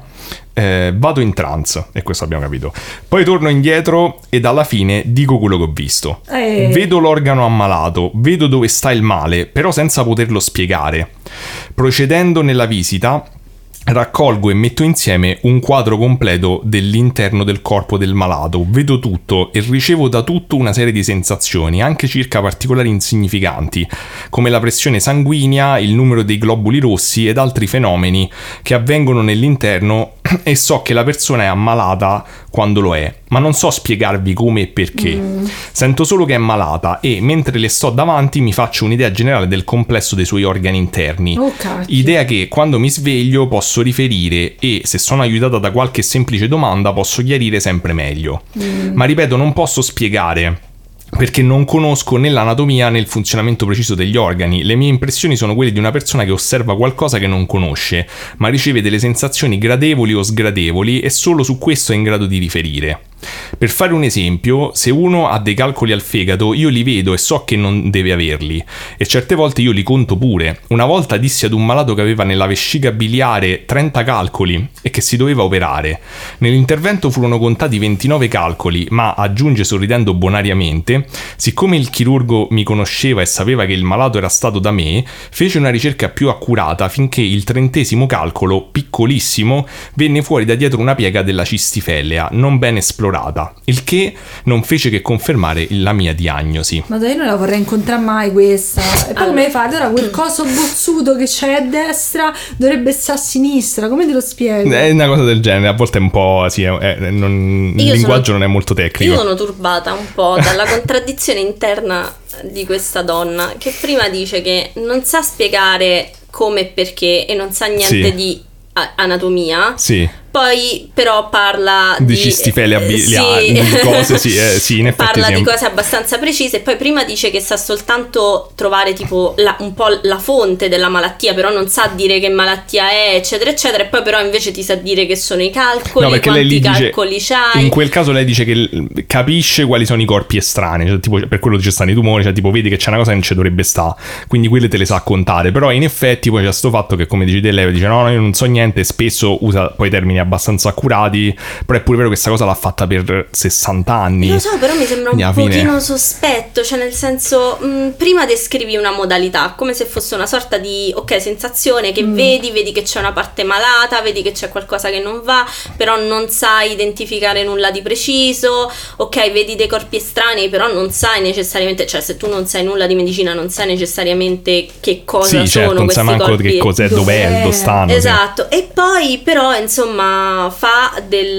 vado in trance, e questo abbiamo capito, poi torno indietro ed alla fine dico quello che ho visto. Vedo l'organo ammalato, vedo dove sta il male, però senza poterlo spiegare. Procedendo nella visita raccolgo e metto insieme un quadro completo dell'interno del corpo del malato, vedo tutto e ricevo da tutto una serie di sensazioni, anche circa particolari insignificanti, come la pressione sanguigna, il numero dei globuli rossi ed altri fenomeni che avvengono nell'interno, e so che la persona è ammalata quando lo è, ma non so spiegarvi come e perché. Sento solo che è malata e mentre le sto davanti mi faccio un'idea generale del complesso dei suoi organi interni, idea che quando mi sveglio posso riferire e, se sono aiutata da qualche semplice domanda, posso chiarire sempre meglio. Ma ripeto, non posso spiegare, perché non conosco né l'anatomia né il funzionamento preciso degli organi. Le mie impressioni sono quelle di una persona che osserva qualcosa che non conosce, ma riceve delle sensazioni gradevoli o sgradevoli e solo su questo è in grado di riferire. Per fare un esempio, se uno ha dei calcoli al fegato, io li vedo e so che non deve averli, e certe volte io li conto pure. Una volta dissi ad un malato che aveva nella vescica biliare 30 calcoli e che si doveva operare. Nell'intervento furono contati 29 calcoli, ma, aggiunge sorridendo bonariamente, siccome il chirurgo mi conosceva e sapeva che il malato era stato da me, fece una ricerca più accurata finché il 30° calcolo, piccolissimo, venne fuori da dietro una piega della cistifellea, non ben esplorata, il che non fece che confermare la mia diagnosi. Ma io non la vorrei incontrare mai questa. E poi come fai? Allora quel coso bozzuto che c'è a destra dovrebbe stare a sinistra, come te lo spiego? È una cosa del genere, a volte è un po' sì, il linguaggio non è molto tecnico. Io sono turbata un po' dalla contraddizione interna di questa donna, che prima dice che non sa spiegare come e perché e non sa niente di anatomia. Sì. Poi però parla di cistifellea biliare, di cose, sì, in effetti parla di cose abbastanza precise. E poi prima dice che sa soltanto trovare tipo un po' la fonte della malattia, però non sa dire che malattia è, eccetera eccetera. E poi però invece ti sa dire che sono i calcoli, no, quanti calcoli c'hai. In quel caso lei dice che capisce quali sono i corpi estranei, cioè, tipo, per quello ci stanno i tumori, cioè tipo vedi che c'è una cosa che non ci dovrebbe stare, quindi quelle te le sa contare. Però in effetti poi c'è sto fatto che, come dici te, lei dice no, io non so niente, spesso usa poi termini abbastanza accurati, però è pure vero che questa cosa l'ha fatta per 60 anni. Lo so, però mi sembra un pochino sospetto, cioè nel senso, prima descrivi una modalità come se fosse una sorta di sensazione che vedi che c'è una parte malata, vedi che c'è qualcosa che non va, però non sai identificare nulla di preciso, vedi dei corpi estranei, però non sai necessariamente, cioè se tu non sai nulla di medicina non sai necessariamente che cosa sono questi corpi. Sì, certo, non sai manco che cos'è, dove stanno. Esatto, sì. E poi però insomma fa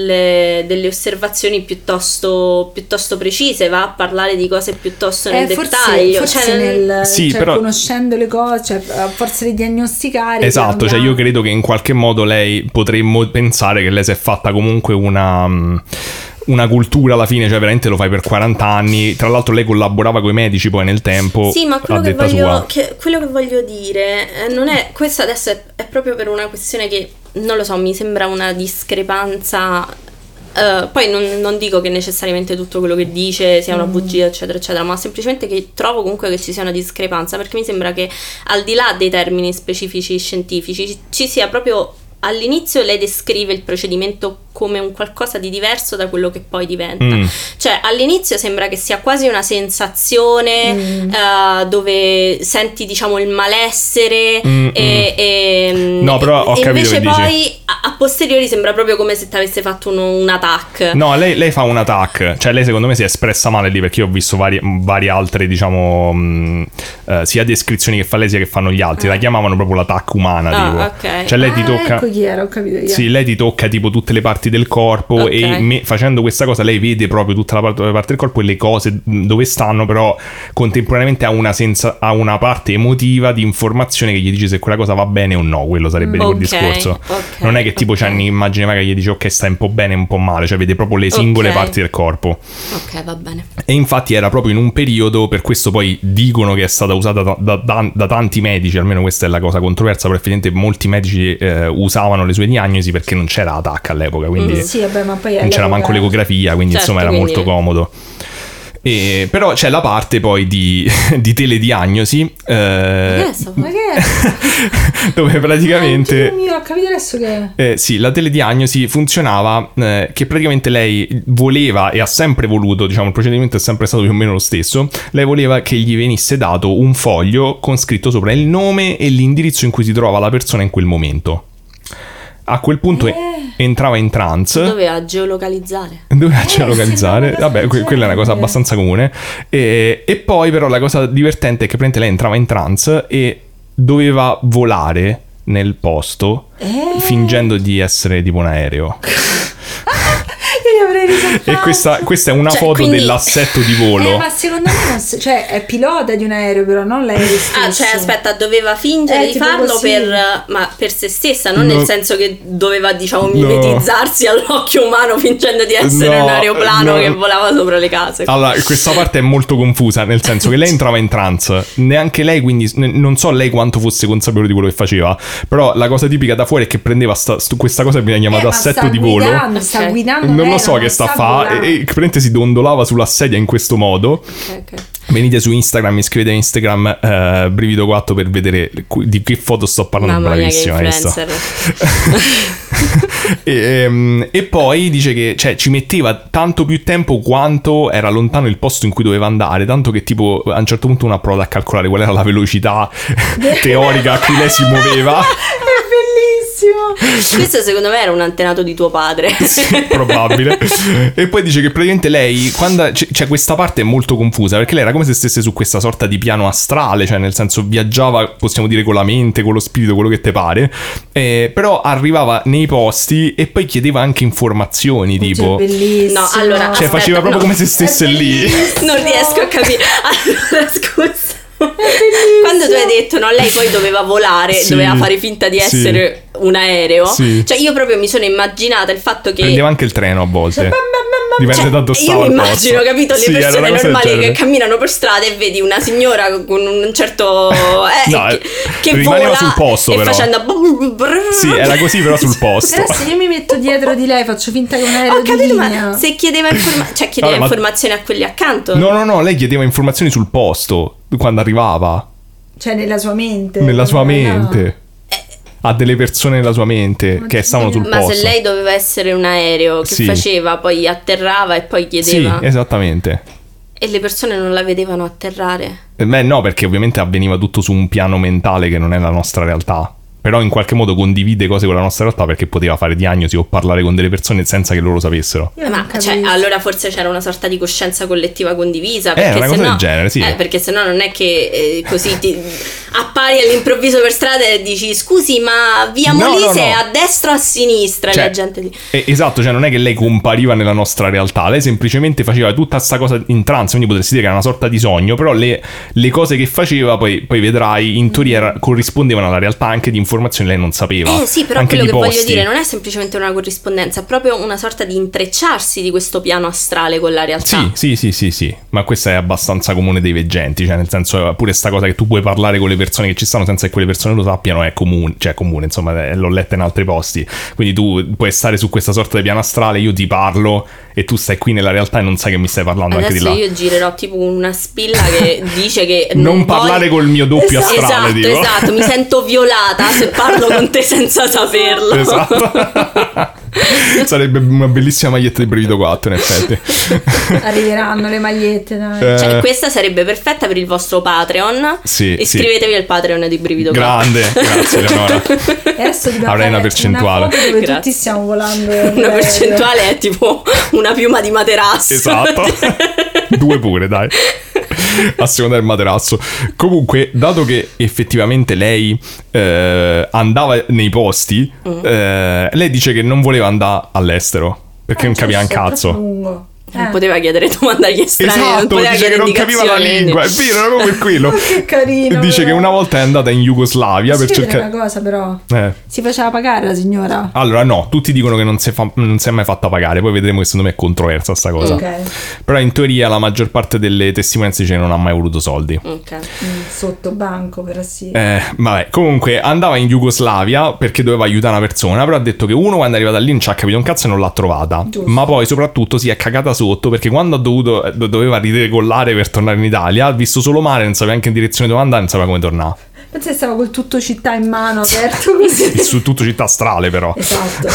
delle osservazioni piuttosto precise, va a parlare di cose piuttosto nel dettaglio, forse però, conoscendo le cose, cioè a forza di diagnosticare. Esatto, cioè io credo che in qualche modo lei, potremmo pensare che lei si è fatta comunque una cultura alla fine, cioè veramente lo fai per 40 anni. Tra l'altro lei collaborava con i medici poi nel tempo. Sì, ma quello che voglio dire non è questa, adesso è proprio per una questione che non lo so, mi sembra una discrepanza. Poi non dico che necessariamente tutto quello che dice sia una bugia eccetera eccetera, ma semplicemente che trovo comunque che ci sia una discrepanza, perché mi sembra che al di là dei termini specifici scientifici ci sia proprio all'inizio, lei descrive il procedimento come un qualcosa di diverso da quello che poi diventa. Cioè all'inizio sembra che sia quasi una sensazione dove senti diciamo il malessere no, però ho capito invece che poi dici. a posteriori sembra proprio come se ti avesse fatto un attack. No, lei fa un attack, cioè lei secondo me si è espressa male lì, perché io ho visto varie altre diciamo sia descrizioni che fa lei sia che fanno gli altri, la chiamavano proprio l'attack umana tipo. Okay. Cioè lei ti tocca, ecco chi era, ho capito chi era. sì, lei ti tocca tipo tutte le parti del corpo, Okay. e facendo questa cosa lei vede proprio tutta la parte del corpo e le cose dove stanno, però contemporaneamente ha una parte emotiva di informazione che gli dice se quella cosa va bene o no. Quello sarebbe tipo il discorso. Non è che tipo c'è un'immagine magari che gli dice ok, stai un po' bene, un po' male, cioè vede proprio le singole parti del corpo. Ok, va bene. E infatti era proprio in un periodo, per questo poi dicono che è stata usata da tanti medici, almeno questa è la cosa controversa, però effettivamente molti medici usavano le sue diagnosi perché non c'era ATAC all'epoca, quindi Sì, vabbè, ma poi non c'era manco l'ecografia, quindi Certo, insomma era quindi... molto comodo. Però c'è la parte poi di telediagnosi Ma che è? dove praticamente Dio mio, ho capito adesso che sì, la telediagnosi funzionava che praticamente lei voleva e ha sempre voluto, diciamo il procedimento è sempre stato più o meno lo stesso, lei voleva che gli venisse dato un foglio con scritto sopra il nome e l'indirizzo in cui si trova la persona in quel momento. A quel punto entrava in trance. Doveva geolocalizzare. Vabbè, quella è una cosa abbastanza comune. E poi però la cosa divertente è che praticamente lei entrava in trance e doveva volare nel posto fingendo di essere tipo un aereo. io avrei riso. E questa è una foto quindi... dell'assetto di volo. Ma secondo me non cioè è pilota di un aereo, però non l'aereo stesso. Cioè aspetta, doveva fingere di tipo farlo così. per se stessa, non nel senso che doveva diciamo mimetizzarsi all'occhio umano fingendo di essere un aeroplano che volava sopra le case. Allora, questa parte è molto confusa, nel senso che lei entrava in trance, neanche lei, quindi non so lei quanto fosse consapevole di quello che faceva, però la cosa tipica da fuori è che prendeva questa cosa che viene chiamata assetto di volo. Sta guidando, non lo so che sta a fa e praticamente si dondolava sulla sedia in questo modo. Ok. Venite su Instagram, mi scrivete in Instagram Brivido4 per vedere di che foto sto parlando. Mamma mia, che bravissima influencer. E poi dice che cioè, ci metteva tanto più tempo quanto era lontano il posto in cui doveva andare, tanto che tipo a un certo punto uno ha provato a calcolare qual era la velocità teorica a cui lei si muoveva. Questo secondo me era un antenato di tuo padre. Sì, probabile. E poi dice che praticamente lei quando cioè questa parte è molto confusa, perché lei era come se stesse su questa sorta di piano astrale, cioè nel senso viaggiava, possiamo dire, con la mente, con lo spirito, quello che te pare, però arrivava nei posti e poi chiedeva anche informazioni tipo bellissimo. No, allora cioè aspetta, faceva proprio come se stesse lì. Non riesco a capire. Allora scusa, quando tu hai detto no, lei poi doveva volare, Sì, doveva fare finta di essere un aereo, cioè io proprio mi sono immaginata il fatto che prendeva anche il treno a volte. Dipende da dove stava io il mi posto. immagino, capito, le Sì, era persone una cosa del normali che genere. camminano per strada e vedi una signora con un certo No, che rimaneva vola sul posto, e però. facendo Sì, era così però sul posto. Però se io mi metto dietro di lei faccio finta che un aereo Ho di capito, linea. ma se chiedeva Vabbè, ma- informazioni a quelli accanto. No, lei chiedeva informazioni sul posto quando arrivava. Cioè nella sua mente. Nella sua No. mente. Ha delle persone nella sua mente che stavano sul Ma posto. se lei doveva essere un aereo, che Sì. faceva? Poi atterrava e poi chiedeva. Sì, esattamente. E le persone non la vedevano atterrare. Beh, no, perché ovviamente avveniva tutto su un piano mentale che non è la nostra realtà. Però in qualche modo condivide cose con la nostra realtà perché poteva fare diagnosi o parlare con delle persone senza che loro sapessero. Io non Ma capisco. cioè, allora forse c'era una sorta di coscienza collettiva condivisa. Perché una cosa del genere, sì. Perché sennò non è che così ti appari all'improvviso per strada e dici scusi, ma via Molise è a destra o a sinistra? Cioè, e la gente ti... esatto, cioè non è che lei compariva nella nostra realtà, lei semplicemente faceva tutta questa cosa in trance, quindi potresti dire che era una sorta di sogno, però le cose che faceva poi vedrai in teoria corrispondevano alla realtà anche di informazioni che lei non sapeva. Sì, però anche quello di che posti. voglio dire non è semplicemente una corrispondenza, è proprio una sorta di intrecciarsi di questo piano astrale con la realtà. Sì, ma questa è abbastanza comune dei veggenti, cioè nel senso pure sta cosa che tu puoi parlare con le persone che ci stanno senza che quelle persone lo sappiano è comune, insomma l'ho letta in altri posti, quindi tu puoi stare su questa sorta di piano astrale, io ti parlo e tu stai qui nella realtà e non sai che mi stai parlando. Adesso anche di là. io girerò tipo una spilla che dice che non parlare col mio doppio astrale, tipo. Esatto, mi sento violata se parlo con te senza saperlo. Esatto. Sarebbe una bellissima maglietta di Brivido 4, in effetti. Arriveranno le magliette, dai. Cioè, questa sarebbe perfetta per il vostro Patreon. Sì, iscrivetevi al Patreon di Brivido 4. Grande, grazie Leonora. E adesso Avrai una percentuale. Una foto dove Grazie. tutti stiamo volando. Una percentuale è tipo una piuma di materasso. Esatto. 2 pure, dai. A seconda del materasso. Comunque, dato che effettivamente lei andava nei posti, lei dice che non voleva andare all'estero perché non capiva un cazzo. Lungo. Non poteva chiedere domande agli estranei. Non Esatto, poteva dice che non capiva la indicazioni. lingua. È vero, era proprio quello. Che carino. Dice però. che una volta è andata in Jugoslavia per Si vede cercare. una cosa però. Eh. Si faceva pagare la signora. Allora, no, tutti dicono che non si è mai fatta pagare. Poi vedremo che secondo me è controversa sta cosa. Ok. Però in teoria la maggior parte delle testimonianze dice che non ha mai voluto soldi. Ok. Sotto banco per sì. Vabbè, comunque andava in Jugoslavia perché doveva aiutare una persona, però ha detto che uno quando è arrivata lì non ci ha capito un cazzo e non l'ha trovata. Giusto. Ma poi soprattutto si è cagata sotto perché quando doveva ridecollare per tornare in Italia ha visto solo mare, non sapeva anche in direzione dove andare, non sapeva come tornare. Pensa che stava col tutto città in mano aperto così. Su tutto città astrale però. Esatto.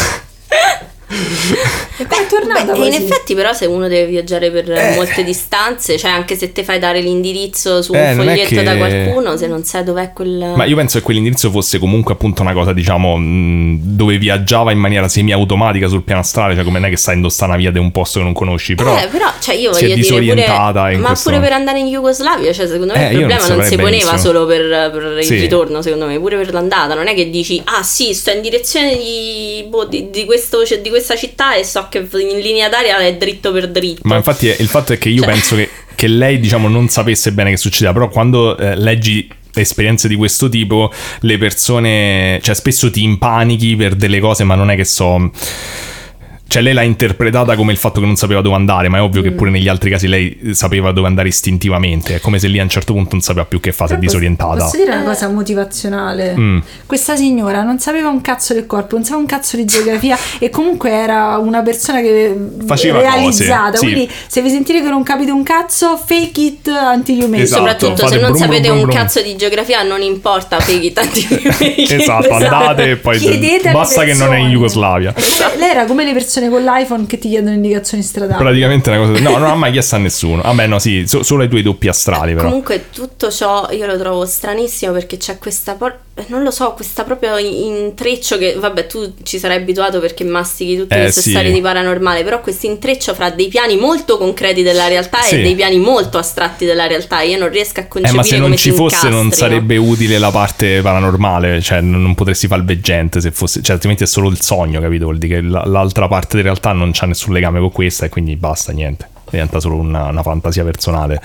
E poi è tornata E così. in effetti però se uno deve viaggiare per molte distanze, cioè anche se te fai dare l'indirizzo su un non è foglietto che- da qualcuno, se non sai dov'è quel... Ma io penso che quell'indirizzo fosse comunque appunto una cosa, diciamo, dove viaggiava in maniera semi-automatica sul piano astrale, cioè come non è che stai indossando una via di un posto che non conosci, però cioè io si è voglio dire disorientata pure, in ma questo... pure per andare in Jugoslavia, cioè secondo me il io non problema non saprei si poneva benissimo. solo per il Sì. ritorno, secondo me, pure per l'andata. Non è che dici, ah sì, sto in direzione di questa città e so che in linea d'aria è dritto per dritto. Ma infatti il fatto è che io Cioè- penso che lei, diciamo, non sapesse bene che succedeva, però quando leggi esperienze di questo tipo, le persone, cioè spesso ti impanichi per delle cose, ma non è che so... Cioè lei l'ha interpretata come il fatto che non sapeva dove andare, ma è ovvio che pure negli altri casi lei sapeva dove andare istintivamente. È come se lì a un certo punto non sapeva più che fare, si è Però disorientata. Posso dire una cosa motivazionale? Questa signora non sapeva un cazzo del corpo, non sapeva un cazzo di geografia e comunque era una persona che Faceva realizzata. cose, sì. Quindi se vi sentite che non capite un cazzo, fake it until you make it. Esatto. Soprattutto fate se non brum, sapete brum, un brum. cazzo di geografia, non importa, peghi tanti Esatto, andate e poi Chiedete alle basta che non è in persone. Jugoslavia. Lei era come le persone con l'iPhone che ti chiedono indicazioni stradali. Praticamente una cosa... No, non ha mai chiesto a nessuno. Vabbè, no, sì, solo ai tuoi doppi astrali, però. Comunque tutto ciò io lo trovo stranissimo perché c'è questa non lo so, questa proprio intreccio che vabbè tu ci sarai abituato perché mastichi tutte queste sì. storie di paranormale, però questo intreccio fra dei piani molto concreti della realtà Sì. e dei piani molto astratti della realtà, io non riesco a concepire Ma se non come ci si fosse non incastrino. sarebbe utile la parte paranormale, cioè non potresti fare il veggente se fosse, cioè altrimenti è solo il sogno, capito? Vuol dire che l'altra parte di realtà non c'ha nessun legame con questa e quindi basta, niente, diventa solo una fantasia personale.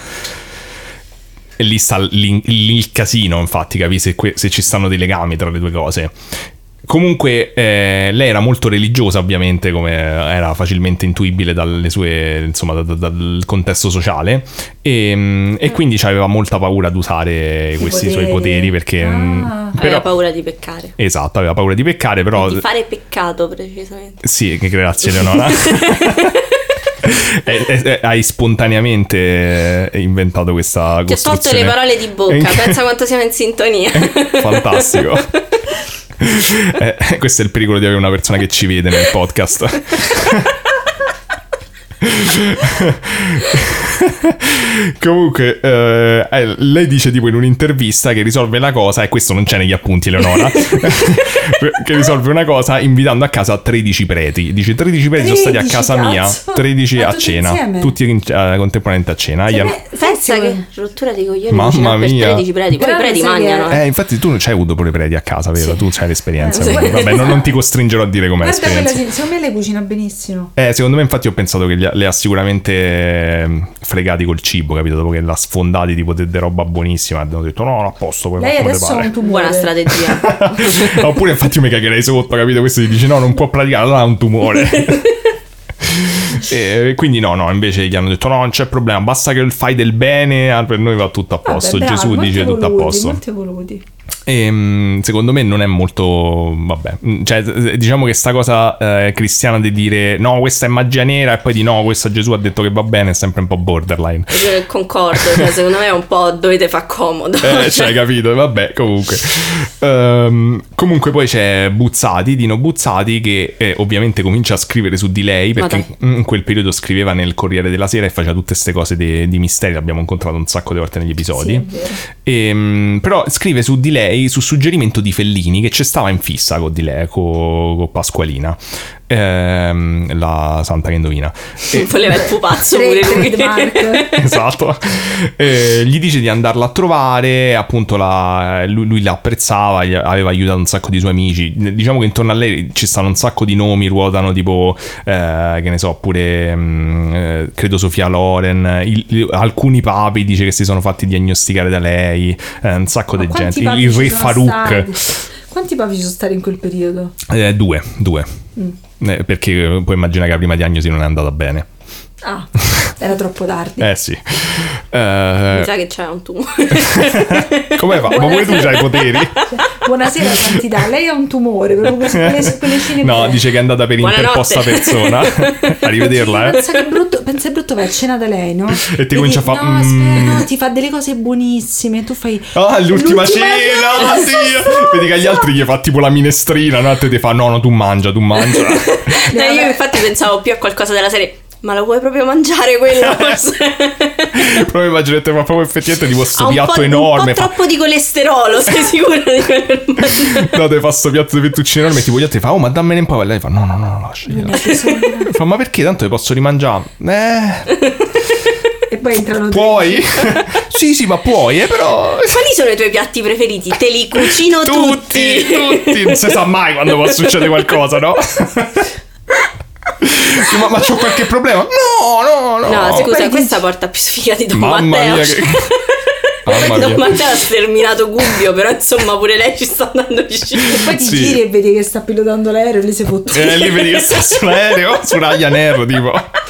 E lì sta il casino, infatti, capi se ci stanno dei legami tra le due cose. Comunque lei era molto religiosa, ovviamente, come era facilmente intuibile dalle sue, insomma, dal contesto sociale, e quindi aveva molta paura ad usare questi suoi poteri perché Aveva però, paura di peccare. esatto, aveva paura di peccare, però Di fare peccato precisamente. sì, che grazie Leonora. Hai spontaneamente inventato questa Ti ho tolto costruzione. le parole di bocca, pensa quanto siamo in sintonia. Fantastico. Questo è il pericolo di avere una persona che ci vede nel podcast. Comunque lei dice tipo in un'intervista che risolve la cosa, e questo non c'è negli appunti Eleonora, che risolve una cosa invitando a casa 13 preti. Dice 13 preti sono stati a casa cazzo. mia, 13 Ma a tutti cena, insieme? tutti contemporaneamente a cena. Pensa che rottura di coglioni Mamma cucinare per mia. 13 preti, poi i Però preti sai che- mangiano. Infatti tu non c'hai avuto pure preti a casa, vero? Sì. Tu c'hai l'esperienza. Sì. quindi, vabbè, non ti costringerò a dire com'è Guarda l'esperienza. quella, secondo me lei cucina benissimo. Secondo me infatti ho pensato che le ha sicuramente fregati col cibo, capito? Dopo che l'ha sfondati tipo de roba buonissima, hanno detto no, a posto, poi Lei fa come adesso te ha un pare. tumore. Buona strategia. Oppure infatti io mi cagherei sotto, capito? Questo gli dice no, non può praticare, allora ha un tumore. E quindi no, invece gli hanno detto no, non c'è problema, basta che fai del bene, per noi va tutto a posto. Vabbè, bravi, Gesù molto dice tutto a evoluti, posto. molto evoluti. E secondo me non è molto, vabbè, cioè diciamo che sta cosa cristiana di dire no, questa è magia nera e poi di no, questa Gesù ha detto che va bene, è sempre un po' borderline. Concordo, cioè, secondo me è un po' dovete far comodo. Cioè, capito? Vabbè, comunque. Comunque poi c'è Buzzati, Dino Buzzati, che ovviamente comincia a scrivere su di lei, perché in quel periodo scriveva nel Corriere della Sera e faceva tutte queste cose di misteri, l'abbiamo incontrato un sacco di volte negli episodi. Sì, però scrive su di lei su suggerimento di Fellini, che ci stava in fissa con di lei, con Pasqualina, la santa che indovina, voleva il pupazzo pure lui. Esatto. Gli dice di andarla a trovare, appunto lui la apprezzava, aveva aiutato un sacco di suoi amici. Diciamo che intorno a lei ci stanno un sacco di nomi, ruotano tipo che ne so, pure credo Sofia Loren, alcuni papi dice che si sono fatti diagnosticare da lei, un sacco di gente, il re Farouk. Quanti papi ci sono stati in quel periodo? Due. Perché puoi immaginare che la prima diagnosi non è andata bene. Ah, era troppo tardi. Sì. Mi sa che c'è un tumore. Come fa? Ma pure tu c'hai i poteri? Buonasera santità, lei ha un tumore, proprio quelle scene. No, dice che è andata per interposta persona. Arrivederla, pensa che è brutto vai a cena da lei, no? E ti comincia a fare no, aspetta, no, ti fa delle cose buonissime, tu fai l'ultima cena, oddio. Vedi che agli altri gli fa tipo la minestrina, no? A te ti fa no, tu mangia. Io infatti pensavo più a qualcosa della serie. Ma lo vuoi proprio mangiare quello? Proprio immaginate, ma proprio effettivamente tipo sto piatto enorme. Un po' troppo di colesterolo, sei sicura di quello? No, te fa sto piatto di fettuccine enorme, tipo gli altri fa ma dammene un po', e lei fa no, lasciali. Fa ma perché tanto le posso rimangiare? E poi entrano puoi? Sì, ma puoi, però. Quali sono i tuoi piatti preferiti? Te li cucino tutti. Non si sa mai quando può succedere qualcosa, no? Ma c'ho qualche problema? No, scusa, questa porta più sfiga di Don Matteo. Don Matteo ha sterminato Gubbio, però insomma pure lei ci sta andando vicino. E poi ti giri e vedi che sta pilotando l'aereo e lì si fotte. Lì vedi che sta sull'aereo, su Ryanair tipo.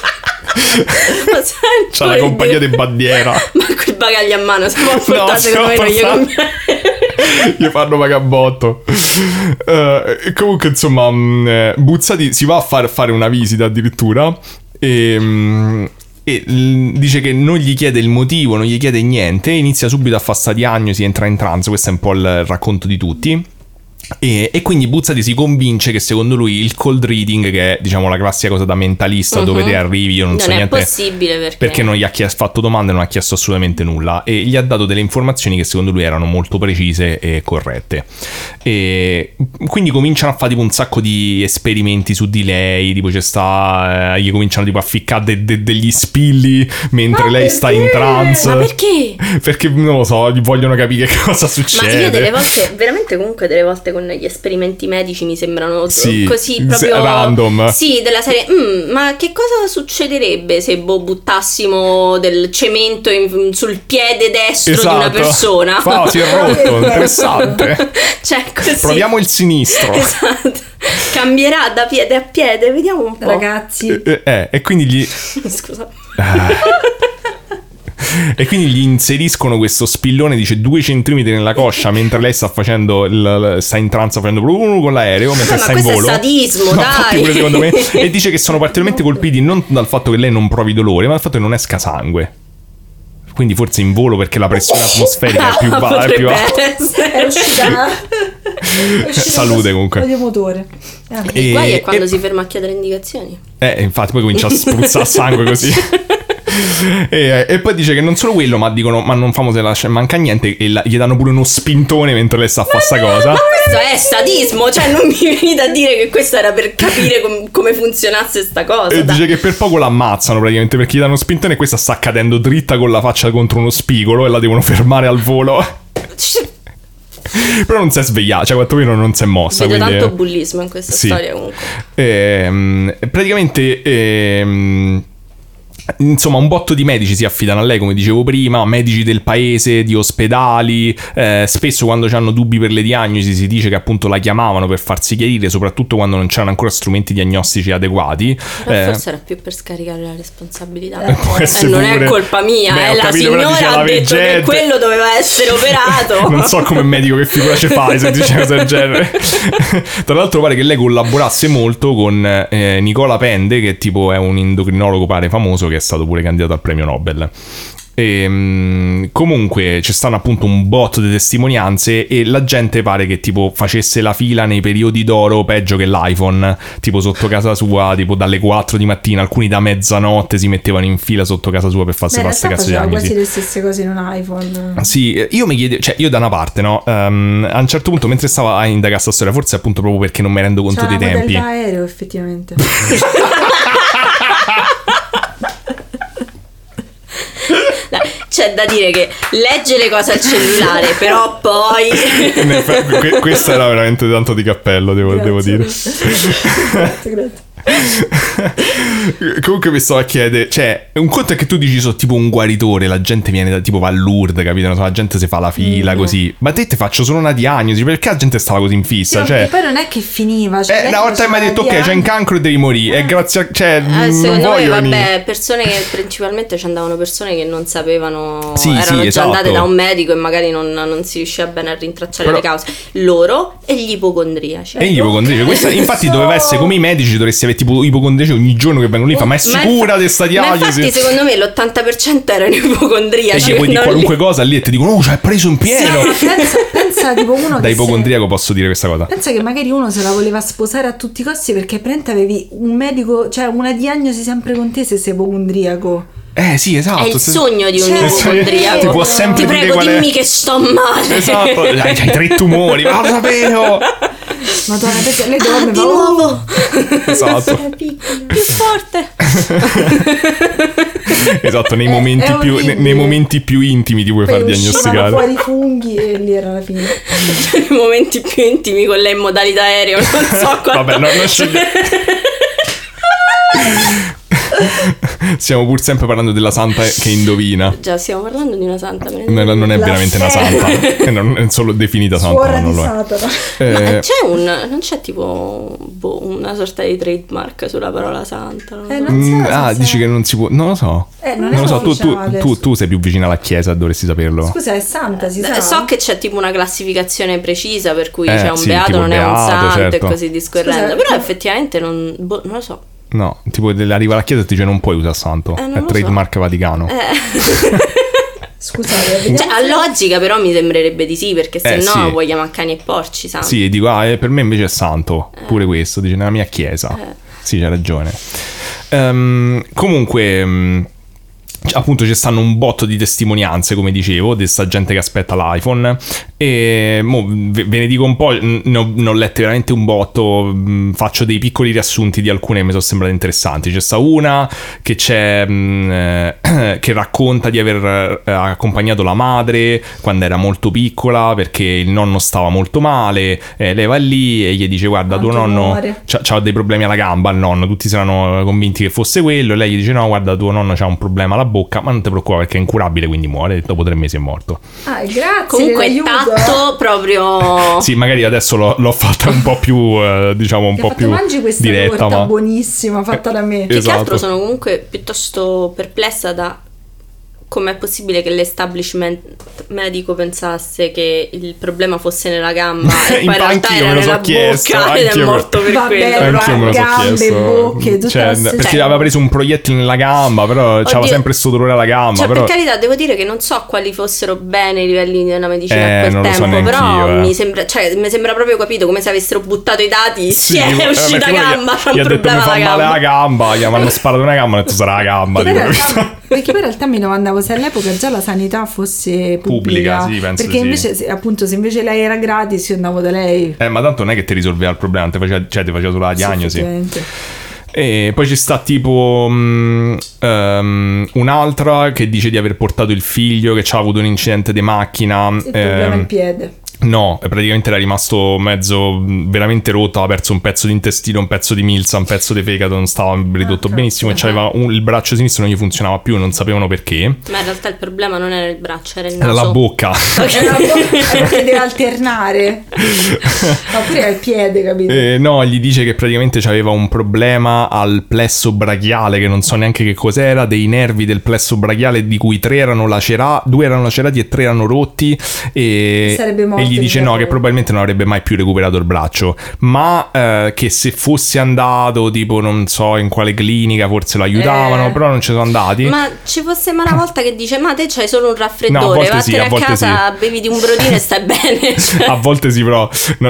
C'ha la compagnia di bandiera. Ma quel bagaglio a mano si può portare, secondo me non gli conviene. Gli fanno pagabotto. Comunque insomma Buzzati si va a fare una visita addirittura e dice che non gli chiede il motivo, non gli chiede niente, inizia subito a fare sta diagnosi, entra in trance. Questo è un po' il racconto di tutti. E quindi Buzzati si convince che secondo lui il cold reading, che è diciamo la classica cosa da mentalista dove te arrivi, io non so niente, non è possibile perché non gli ha fatto domande, non ha chiesto assolutamente nulla e gli ha dato delle informazioni che secondo lui erano molto precise e corrette. E quindi cominciano a fare tipo un sacco di esperimenti su di lei, tipo gli cominciano tipo a ficcare degli spilli mentre lei sta in trance. Ma perché? Perché non lo so, vogliono capire che cosa succede. Ma io delle volte, veramente comunque delle volte con gli esperimenti medici mi sembrano così proprio random. Sì, della serie ma che cosa succederebbe se buttassimo del cemento sul piede destro di una persona? Si è rotto, interessante. Cioè così. Proviamo il sinistro. Esatto. Cambierà da piede a piede, vediamo un po'. Ragazzi. E quindi Scusa. E quindi gli inseriscono questo spillone, dice 2 centimetri nella coscia mentre lei sta facendo sta in trance facendo con l'aereo mentre sta in volo. Ma questo è sadismo, dai. Pure secondo me. E dice che sono particolarmente colpiti non dal fatto che lei non provi dolore, ma dal fatto che non esca sangue. Quindi forse in volo perché la pressione atmosferica è più bassa, è più alta. È uscita salute comunque. Il motore. Il guai è quando si ferma a chiedere indicazioni. Infatti poi comincia a spruzzare sangue così. E poi dice che non solo quello, ma dicono ma non famo se manca niente, e gli danno pure uno spintone mentre lei sta a fare sta cosa. Ma questo è sadismo, cioè non mi venite a dire che questo era per capire come funzionasse sta cosa. E dice che per poco l'ammazzano praticamente perché gli danno spintone e questa sta cadendo dritta con la faccia contro uno spigolo e la devono fermare al volo. Però non si è svegliata, cioè quantomeno non si è mossa. Vedo quindi tanto bullismo in questa storia comunque. Praticamente insomma un botto di medici si affidano a lei, come dicevo prima, medici del paese, di ospedali, spesso quando hanno dubbi per le diagnosi si dice che appunto la chiamavano per farsi chiarire, soprattutto quando non c'erano ancora strumenti diagnostici adeguati. Forse era più per scaricare la responsabilità. Non è colpa mia, la signora ha detto che quello doveva essere operato. Non so come medico che figura ci fai se dice cosa del genere. Tra l'altro pare che lei collaborasse molto con Nicola Pende, che tipo è un endocrinologo pare famoso, che è stato pure candidato al premio Nobel. E, comunque ci stanno appunto un botto di testimonianze e la gente pare che tipo facesse la fila nei periodi d'oro peggio che l'iPhone, tipo sotto casa sua, tipo dalle 4 di mattina, alcuni da mezzanotte si mettevano in fila sotto casa sua per farsi queste cazzo di diagnosi. Quasi le stesse cose in un iPhone. Sì, io mi chiedo, cioè io da una parte, no, a un certo punto mentre stavo a indagare sta storia, forse appunto proprio perché non mi rendo conto dei tempi. C'era aereo effettivamente. C'è da dire che legge le cose al cellulare, però poi questa era veramente tanto di cappello, devo dire. Grazie. Comunque mi stavo a chiedere, cioè un conto è che tu dici so tipo un guaritore, la gente viene da tipo va a Lourdes, capito? La gente si fa la fila così, ma te faccio solo una diagnosi, perché la gente stava così in fissa? Sì, cioè, e poi non è che finiva, cioè una volta mi ha detto ok, c'è un cancro e devi morire, e grazie a, cioè secondo me vabbè, persone che principalmente ci andavano persone che non sapevano, erano già esatto. andate da un medico e magari non si riusciva bene a rintracciare le cause, loro e gli ipocondriaci. Questa infatti doveva essere come i medici, dovresti avere tipo ipocondriaci ogni giorno che vengono lì, ma è sicura di sta diagnosi? Ma infatti secondo me l'80% erano ipocondriaci. E gli puoi dire qualunque cosa lì e ti dicono ci hai preso in pieno. Sì, pensa tipo uno da ipocondriaco posso dire questa cosa. Pensa che magari uno se la voleva sposare a tutti i costi perché praticamente avevi un medico, cioè una diagnosi sempre con te se sei ipocondriaco. Sì, esatto. È il sogno di un ipocondriaco. Ti può sempre ti dire prego, dimmi che sto male. Esatto. Hai 3 tumori, ma lo sapevo. Madonna, perché lei dorme di nuovo. Esatto. Più forte. Esatto, nei momenti più intimi ti puoi far diagnosticare. Fuori i funghi e lì era la fine. Nei momenti più intimi con lei in modalità aereo, non so quanto. Vabbè, non scegli. Stiamo pur sempre parlando della santa che indovina. Già, stiamo parlando di una santa. Non è veramente una santa, non è solo definita santa. Suora non di lo è. Satana. Ma non c'è tipo una sorta di trademark sulla parola santa? Dici che non si può. Non lo so. Non lo so. Tu sei più vicina alla chiesa, dovresti saperlo. Scusa, è santa, si sa. So che c'è tipo una classificazione precisa per cui c'è un sì, beato, non è un santo, certo. E così discorrendo. Però effettivamente non lo so. No, tipo arriva alla chiesa e ti dice non puoi usare santo, è trademark Vaticano. Scusate, cioè, a logica però mi sembrerebbe di sì, perché se no puoi chiamare cani e porci santo. Sì, dico per me invece è santo, pure questo, dice nella mia chiesa. Sì, c'ha ragione. Comunque appunto ci stanno un botto di testimonianze, come dicevo, di sta gente che aspetta l'iPhone, e ve ne dico un po', ne ho lette veramente un botto, faccio dei piccoli riassunti di alcune che mi sono sembrate interessanti. C'è sta una che che racconta di aver accompagnato la madre quando era molto piccola perché il nonno stava molto male, lei va lì e gli dice guarda tuo nonno c'ha dei problemi alla gamba, il nonno, tutti si erano convinti che fosse quello, e lei gli dice no guarda tuo nonno c'ha un problema alla bocca, ma non ti preoccupare perché è incurabile, quindi muore, dopo 3 mesi è morto. Grazie. Comunque tatto proprio. Sì, magari adesso l'ho fatta un po' più diciamo un po' più mangi questa diretta, torta ma buonissima fatta da me. Più che altro sono comunque piuttosto perplessa da com'è possibile che l'establishment medico pensasse che il problema fosse nella gamba e poi in realtà era nella bocca ed è morto per quello. Anch'io me lo so chiesto. Bocche, perché aveva preso un proiettile nella gamba, però c'aveva sempre questo dolore alla gamba. Però... per carità, devo dire che non so quali fossero bene i livelli della medicina a quel tempo, però mi sembra proprio, capito, come se avessero buttato i dati, è uscita gamba, c'ha un problema alla gamba. Male alla gamba, gli hanno sparato una gamba e ho detto sarà la gamba. Perché poi in realtà mi domandavo se all'epoca già la sanità fosse pubblica, sì, penso perché invece appunto se invece lei era gratis io andavo da lei. Ma tanto non è che ti risolveva il problema, ti faceva solo la diagnosi. Sì, e poi ci sta tipo un'altra che dice di aver portato il figlio che c'ha avuto un incidente di macchina. Il problema è il piede. No, praticamente era rimasto mezzo veramente rotto, aveva perso un pezzo di intestino, un pezzo di milza, un pezzo di fegato, non stava ridotto benissimo, e c'aveva il braccio sinistro non gli funzionava più, non sapevano perché. Ma in realtà il problema non era il braccio, era il Era naso. la bocca. Perché deve alternare. Oppure al piede, capito? No, gli dice che praticamente c'aveva un problema al plesso brachiale, che non so neanche che cos'era, dei nervi del plesso brachiale di cui 2 erano lacerati e 3 erano rotti, Sarebbe e gli dice no, che probabilmente non avrebbe mai più recuperato il braccio, ma che se fosse andato tipo non so in quale clinica forse lo aiutavano, però non ci sono andati. Ma ci fosse mai una volta che dice ma te c'hai solo un No, a raffreddore, volte vattene a volte casa, beviti un brodino e stai bene. A volte sì, però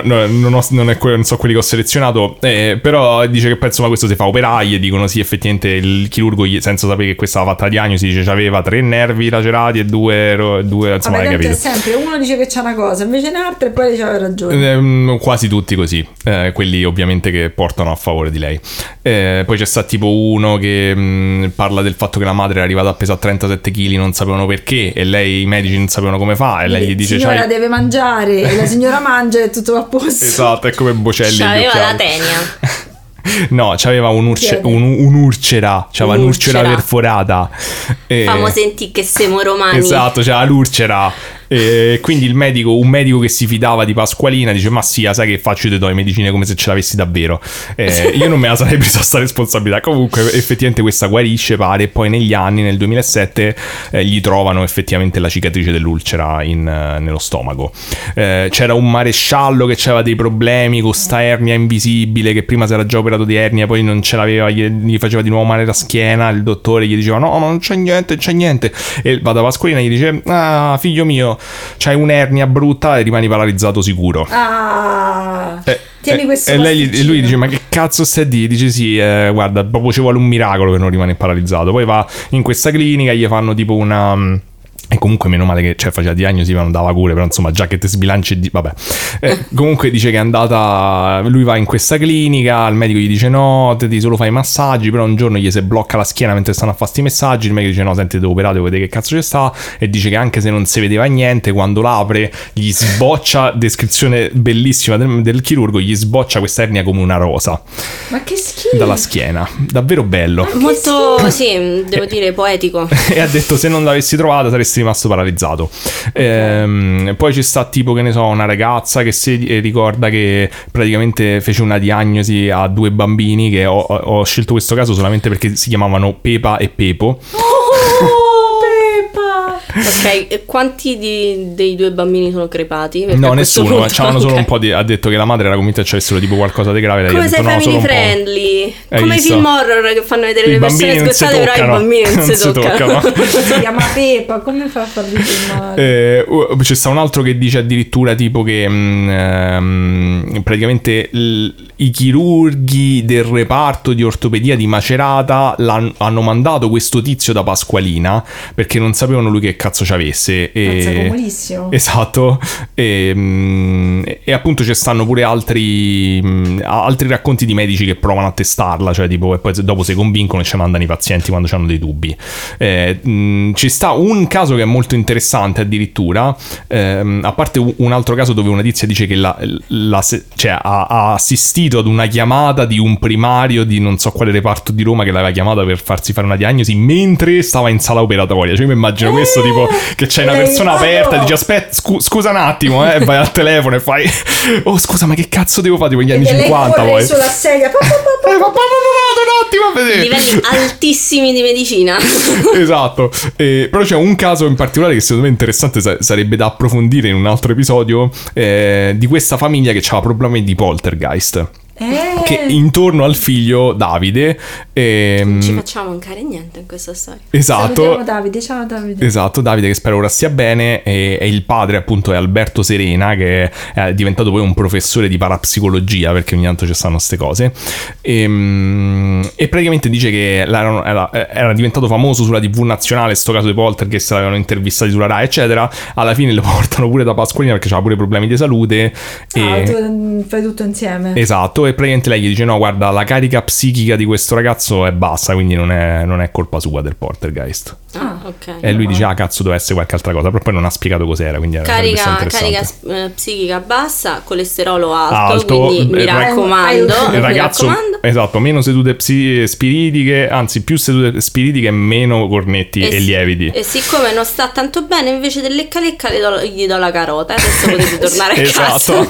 non so quelli che ho selezionato, però dice che penso ma questo si fa operare, e dicono sì, effettivamente il chirurgo senza sapere che questa aveva fatta la diagnosi dice c'aveva 3 nervi lacerati e 2 insomma, hai capito? È sempre uno dice che c'è una cosa, invece un'altra, e poi dice aveva ragione. Quasi tutti così, quelli ovviamente che portano a favore di lei. Poi c'è stato tipo uno che parla del fatto che la madre era arrivata a pesare 37 kg, non sapevano perché, e i medici non sapevano come fa, e lei gli dice signora deve mangiare, e la signora mangia e tutto va a posto. Esatto, è come Bocelli. C'aveva la tenia. No, c'aveva un'urcera, c'aveva un'urcera perforata. Famo sentì che siamo romani. Esatto, c'era l'urcera. E quindi un medico che si fidava di Pasqualina dice ma sì, sai che faccio, io ti do le medicine come se ce l'avessi davvero. Io non me la sarei presa sta responsabilità. Comunque effettivamente questa guarisce, pare, e poi negli anni, nel 2007 gli trovano effettivamente la cicatrice dell'ulcera nello stomaco. C'era un maresciallo che aveva dei problemi con sta ernia invisibile, che prima si era già operato di ernia, poi non ce l'aveva, gli faceva di nuovo male la schiena, il dottore gli diceva no, non c'è niente, e va da Pasqualina e gli dice ah, figlio mio, c'hai un'ernia brutta e rimani paralizzato sicuro. Tieni questo e lui dice ma che cazzo stai a dire? Dice sì, guarda, proprio ci vuole un miracolo per non rimanere paralizzato. Poi va in questa clinica, gli fanno tipo una... E comunque meno male che faceva diagnosi ma non dava cure, però insomma già che te sbilanci vabbè. Comunque dice che è andata, lui va in questa clinica, il medico gli dice no, te solo fai i massaggi, però un giorno gli si blocca la schiena mentre stanno a fare sti messaggi, il medico dice no, senti, devo operare, devo vedere che cazzo c'è sta, e dice che anche se non si vedeva niente, quando l'apre gli sboccia, descrizione bellissima del chirurgo, gli sboccia questa ernia come una rosa. Ma che schifo! Dalla schiena, davvero bello. Molto, sì, devo dire poetico. E ha detto se non l'avessi trovata saresti rimasto paralizzato. Poi ci sta tipo, che ne so, una ragazza che si ricorda che praticamente fece una diagnosi a 2 bambini, che ho scelto questo caso solamente perché si chiamavano Pepa e Pepo. Ok, quanti dei 2 bambini sono crepati? Perché no, nessuno, c'avevano solo un po' di... Ha detto che la madre era convinta che c'avessero tipo qualcosa di grave. Come sei family friendly? Come i film horror che fanno vedere le persone sgozzate, però i bambini non si toccano. Si chiama Pepa, come fa a farli filmare? C'è sta un altro che dice addirittura tipo che praticamente i chirurghi del reparto di ortopedia di Macerata hanno mandato questo tizio da Pasqualina perché non sapevano lui che cazzo c'avesse. Comunissimo. Esatto. E appunto ci stanno pure altri racconti di medici che provano a testarla, cioè tipo, e poi dopo si convincono e ci mandano i pazienti quando hanno dei dubbi. Ci sta un caso che è molto interessante addirittura, a parte un altro caso dove una tizia dice che ha assistito ad una chiamata di un primario di non so quale reparto di Roma che l'aveva chiamata per farsi fare una diagnosi mentre stava in sala operatoria. Cioè io mi immagino questo, tipo che c'è una persona aperta e dice aspetta, scusa un attimo, e vai al telefono e fai oh scusa, ma che cazzo devo fare, tipo gli anni 50 poi sulla sedia un attimo a vedere livelli altissimi di medicina. Esatto. Però c'è un caso in particolare che secondo me è interessante, sarebbe da approfondire in un altro episodio, di questa famiglia che aveva problemi di poltergeist. Che intorno al figlio Davide non ci facciamo mancare niente in questa storia. Esatto. Salutiamo Davide, ciao Davide. Esatto, Davide, che spero ora stia bene, e il padre appunto è Alberto Serena, che è diventato poi un professore di parapsicologia, perché ogni tanto ci stanno ste cose, e praticamente dice che era diventato famoso sulla TV nazionale sto caso di poltergeist, l'avevano intervistati sulla Rai eccetera. Alla fine lo portano pure da Pasqualina perché c'aveva pure problemi di salute tu fai tutto insieme. Esatto. e praticamente lei gli dice no guarda la carica psichica di questo ragazzo è bassa, quindi non è colpa sua del poltergeist. Ok. E lui dice cazzo deve essere qualche altra cosa, però poi non ha spiegato cos'era, quindi carica psichica bassa, colesterolo alto, quindi mi raccomando il ragazzo esatto, meno sedute spiritiche, anzi più sedute spiritiche e meno cornetti e lieviti. E siccome non sta tanto bene, invece del lecca gli do la carota, adesso potete tornare a casa.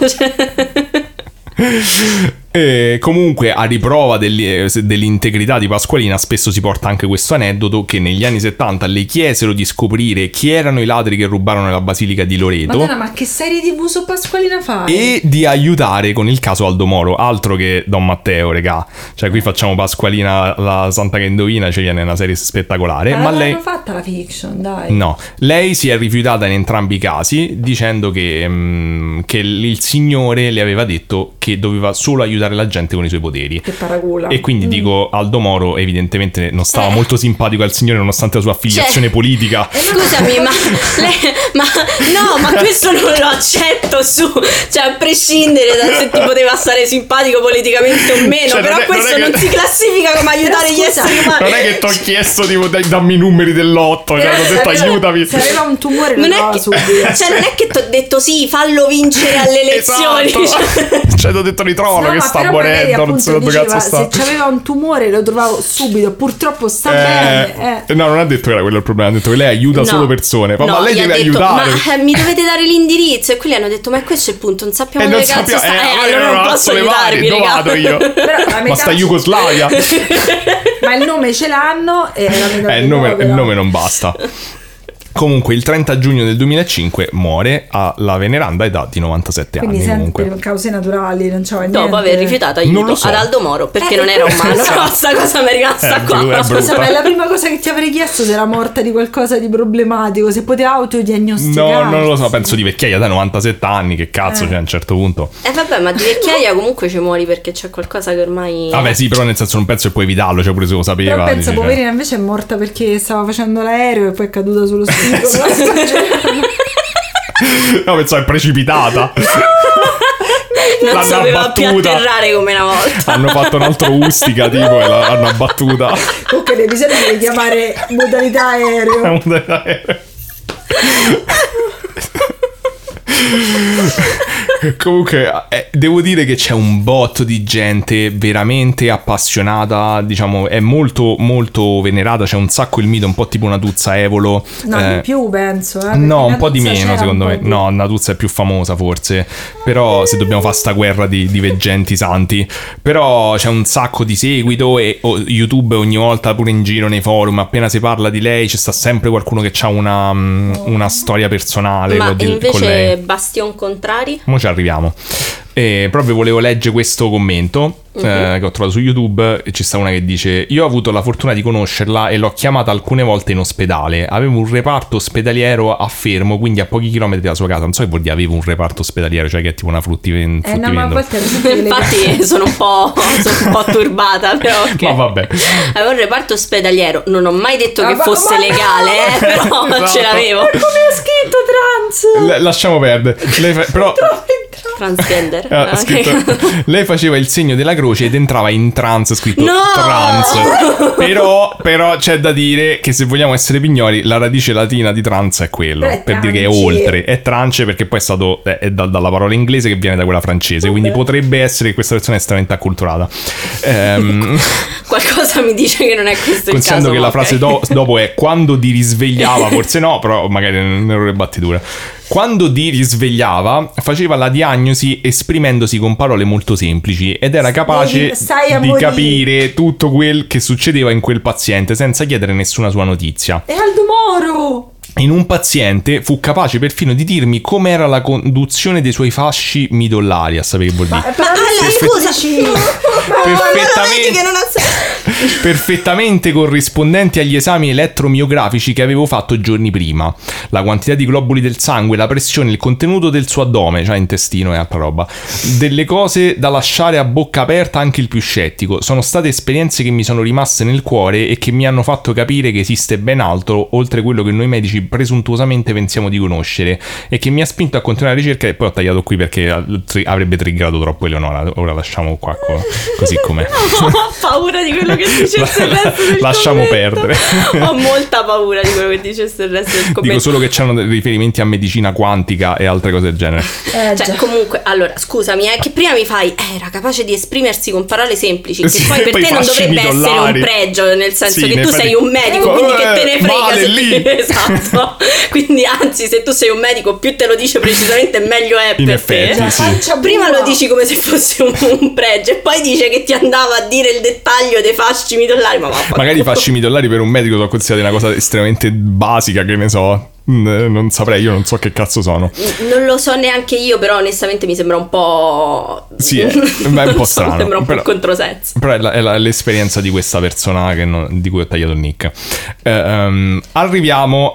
E comunque a riprova dell'integrità di Pasqualina spesso si porta anche questo aneddoto che negli anni 70 le chiesero di scoprire chi erano i ladri che rubarono la basilica di Loreto. Madonna, ma che serie TV su Pasqualina fai? E di aiutare con il caso Aldo Moro, altro che Don Matteo, regà. Cioè qui facciamo Pasqualina la santa che indovina, cioè viene una serie spettacolare. Ma lei l'hanno fatta la fiction, dai. No, lei si è rifiutata in entrambi i casi dicendo che il signore le aveva detto che doveva solo aiutare la gente con i suoi poteri. Che paragola. E quindi dico, Aldo Moro evidentemente non stava molto simpatico al signore nonostante la sua affiliazione politica. Scusami, ma questo non lo accetto cioè a prescindere da se ti poteva stare simpatico politicamente o meno, cioè, però questo non si classifica come aiutare gli esseri umani. Non è che ti ho chiesto tipo dammi i numeri dell'otto, cioè ho detto aiutami. Se aveva un tumore non è subito. Cioè non è che ti ho detto sì, fallo vincere alle elezioni. Esatto. Cioè ti ho detto ritrovo che sta morendo, non so dove cazzo sta. Se c'aveva un tumore lo trovavo subito, purtroppo sta bene. No, non ha detto che era quello il problema, ha detto che lei aiuta solo persone. Ma lei deve aiutare. Ma mi dovete dare l'indirizzo, e quelli hanno detto ma questo è il punto, non sappiamo dove cazzo sta. Allora non posso aiutarvi, dove vado io? Ma sta Jugoslavia. Ma il nome ce l'hanno e il nome non basta. Comunque il 30 giugno del 2005 muore alla veneranda età di 97 anni. Quindi comunque per cause naturali non c'era niente. Dopo aver rifiutato aiuto ad Aldo Moro perché non era umano. Questa cosa mi è rimasta qua. Scusa, ma è la prima cosa che ti avrei chiesto se era morta di qualcosa di problematico, se poteva autodiagnosticare. No, non lo so, penso di vecchiaia da 97 anni, che cazzo c'è a un certo punto. Vabbè, ma di vecchiaia comunque ci muori perché c'è qualcosa che ormai... Vabbè sì, però nel senso non penso che puoi evitarlo, cioè pure se lo sapeva. Però penso poverina invece è morta perché stava facendo l'aereo e poi è caduta sullo spirito. No, pensavo è precipitata. Non sapeva più atterrare come una volta. Hanno fatto un altro Ustica tipo e l'hanno abbattuta. Ok, l'episodio deve chiamare modalità aereo. Modalità aereo. Comunque devo dire che c'è un botto di gente veramente appassionata, diciamo è molto molto venerata, c'è un sacco il mito, un po' tipo Natuzza Evolo. No, di più penso no, un po' di meno secondo me. No, Natuzza è più famosa forse, però se dobbiamo fare sta guerra di veggenti santi. Però c'è un sacco di seguito e YouTube ogni volta pure in giro nei forum appena si parla di lei ci sta sempre qualcuno che ha una storia personale. Ma invece con lei. Bastion contrari? Mo ci arriviamo. Proprio volevo leggere questo commento che ho trovato su YouTube. Ci sta una che dice: io ho avuto la fortuna di conoscerla e l'ho chiamata alcune volte in ospedale. Avevo un reparto ospedaliero a Fermo, quindi a pochi chilometri dalla sua casa. Non so che vuol dire avevo un reparto ospedaliero, cioè che è tipo una fruttivendolo. No, ma a volte infatti sono un po' turbata, però okay. Ma vabbè, avevo un reparto ospedaliero. Non ho mai detto che fosse legale, però esatto. Ce l'avevo. Ma come ho scritto trans? Lasciamo perdere. Però transgender. Lei faceva il segno della croce ed entrava in trance, scritto trans. Però c'è da dire che se vogliamo essere pignoli, la radice latina di trance è quello, per dire che è oltre, è trance perché poi è dalla parola inglese che viene da quella francese, quindi potrebbe essere che questa persona è estremamente acculturata. Qualcosa mi dice che non è questo il caso. Considerando che la frase dopo è quando ti risvegliava, forse no, però magari è un errore battitura. Quando ti risvegliava faceva la diagnosi esprimendosi con parole molto semplici ed era capace di capire tutto quel che succedeva in quel paziente senza chiedere nessuna sua notizia. È Aldo Moro! In un paziente fu capace perfino di dirmi com'era la conduzione dei suoi fasci midollari, a sapere che vuol dire. Scusaci! Perfettamente. perfettamente corrispondenti agli esami elettromiografici che avevo fatto giorni prima. La quantità di globuli del sangue, la pressione, il contenuto del suo addome, cioè intestino e altra roba. Delle cose da lasciare a bocca aperta anche il più scettico. Sono state esperienze che mi sono rimaste nel cuore e che mi hanno fatto capire che esiste ben altro oltre quello che noi medici presuntuosamente pensiamo di conoscere, e che mi ha spinto a continuare la ricerca. E poi ho tagliato qui perché avrebbe triggrato troppo Eleonora. Ora lasciamo qua così com'è. No, ho paura di quello che dicesse il resto del Lasciamo commento. perdere. Ho molta paura di quello che dicesse il resto del commento. Dico solo che c'erano dei riferimenti a medicina quantica e altre cose del genere. Cioè, comunque, allora, scusami, che prima mi fai era capace di esprimersi con parole semplici, che Sì, poi per poi te non fasci dovrebbe essere midollari. un pregio, nel senso Sì, che in tu effetti- sei un medico, quindi che te ne frega male se lì. Esatto. Quindi anzi, se tu sei un medico, più te lo dice precisamente meglio è In per effetti, te. sì. Prima lo dici come se fosse un pregio e poi dice che ti andava a dire il dettaglio dei fasci midollari, ma vaffanculo. Magari i fasci midollari per un medico sono considerati una cosa estremamente basica, che ne so. Non saprei, io non so che cazzo sono. Non lo so neanche io, però onestamente mi sembra un po'... Sì, è un po' strano. Mi sembra un però, po' controsenso. Però è l'esperienza di questa persona di cui ho tagliato il nick. Arriviamo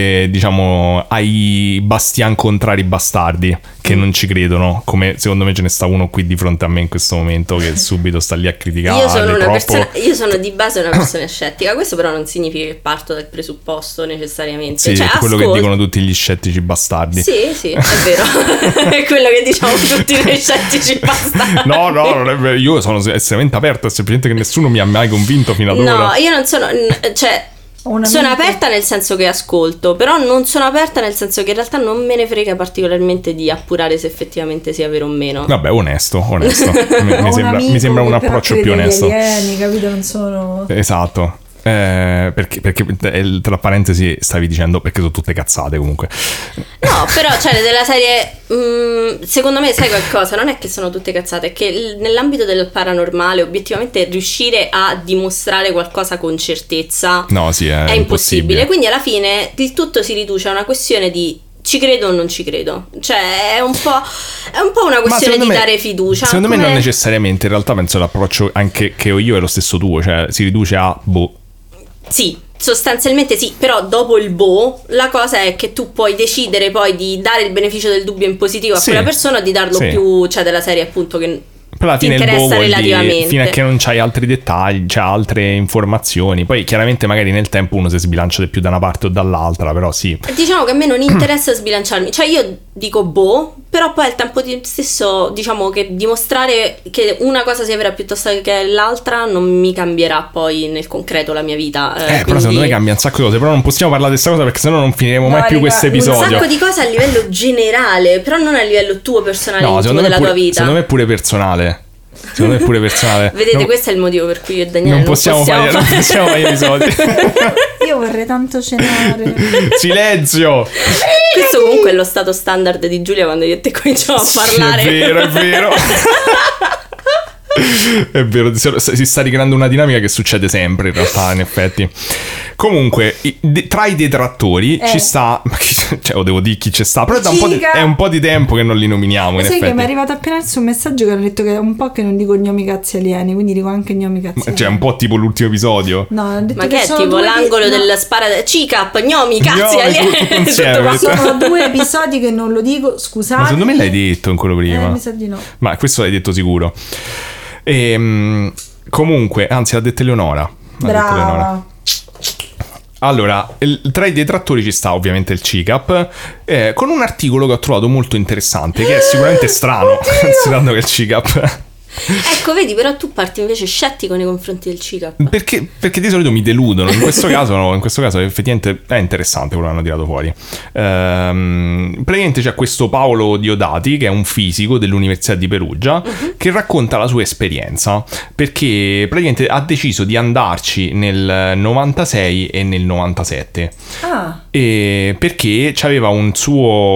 ai bastian contrari bastardi che non ci credono, come secondo me ce ne sta uno qui di fronte a me in questo momento che subito sta lì a criticare. Io sono di base una persona scettica. Questo però non significa che parto dal presupposto necessariamente. Sì, cioè, quello che dicono tutti gli scettici bastardi. Sì, è vero. È quello che diciamo tutti noi scettici bastardi. No, non è vero. Io sono estremamente aperto, è semplicemente che nessuno mi ha mai convinto fino ad ora. No, io non sono... Cioè... Sono aperta nel senso che ascolto, però non sono aperta nel senso che in realtà non me ne frega particolarmente di appurare se effettivamente sia vero o meno. Vabbè, onesto. mi sembra un approccio più onesto. Gli alieni, capito? Non sono... Esatto. Perché tra parentesi stavi dicendo perché sono tutte cazzate comunque. No, però cioè della serie secondo me sai qualcosa, non è che sono tutte cazzate, è che nell'ambito del paranormale obiettivamente riuscire a dimostrare qualcosa con certezza è impossibile. Quindi alla fine il tutto si riduce a una questione di ci credo o non ci credo. Cioè è un po' una questione di dare fiducia. Secondo me non necessariamente. In realtà penso l'approccio anche che ho io è lo stesso tuo. Cioè si riduce a Sì, sostanzialmente sì, però dopo il la cosa è che tu puoi decidere poi di dare il beneficio del dubbio in positivo a quella persona o di darlo più, cioè della serie appunto che però alla fine ti interessa relativamente. Fino a che non c'hai altri dettagli, c'hai altre informazioni. Poi chiaramente magari nel tempo uno si sbilancia di più da una parte o dall'altra, però sì. Diciamo che a me non interessa sbilanciarmi. Cioè io dico però poi al tempo stesso diciamo che dimostrare che una cosa sia vera piuttosto che l'altra non mi cambierà poi nel concreto la mia vita. Quindi... Però secondo me cambia un sacco di cose. Però non possiamo parlare di questa cosa perché sennò non finiremo mai più questo episodio. Un sacco di cose a livello generale, però non a livello tuo personale, intimo della tua vita. Secondo me è pure personale. Vedete, questo è il motivo per cui io e Daniele non possiamo fare episodi. Io vorrei tanto cenare. Silenzio. Questo comunque è lo stato standard di Giulia quando io e te cominciamo a parlare. Sì, è vero. È vero, si sta ricreando una dinamica che succede sempre in realtà, in effetti. Comunque, tra i detrattori ci sta, cioè, devo dire chi ci sta, però è un po' di tempo che non li nominiamo. Sai che mi è arrivato appena adesso un messaggio che hanno detto che è un po' che non dico gnomi cazzi alieni, quindi dico anche gnomi cazzi alieni. Cioè, un po' tipo l'ultimo episodio. No, hanno detto ma che è tipo l'angolo del spara CICAP, gnomi cazzi alieni. Sono 2 episodi che non lo dico, scusate. Ma secondo me l'hai detto in quello prima. Mi sa di no. Ma questo l'hai detto sicuro. Comunque, anzi, l'ha detto Eleonora. Brava. Allora, tra i detrattori ci sta ovviamente il CICAP, con un articolo che ho trovato molto interessante, che è sicuramente strano, considerando che il CICAP... Ecco, vedi, però tu parti invece scettico nei confronti del CICAP. Perché di solito mi deludono. In questo caso effettivamente è interessante quello che hanno tirato fuori. Praticamente c'è questo Paolo Diodati, che è un fisico dell'Università di Perugia, che racconta la sua esperienza, perché praticamente ha deciso di andarci nel 96 e nel 97. E perché c'aveva un suo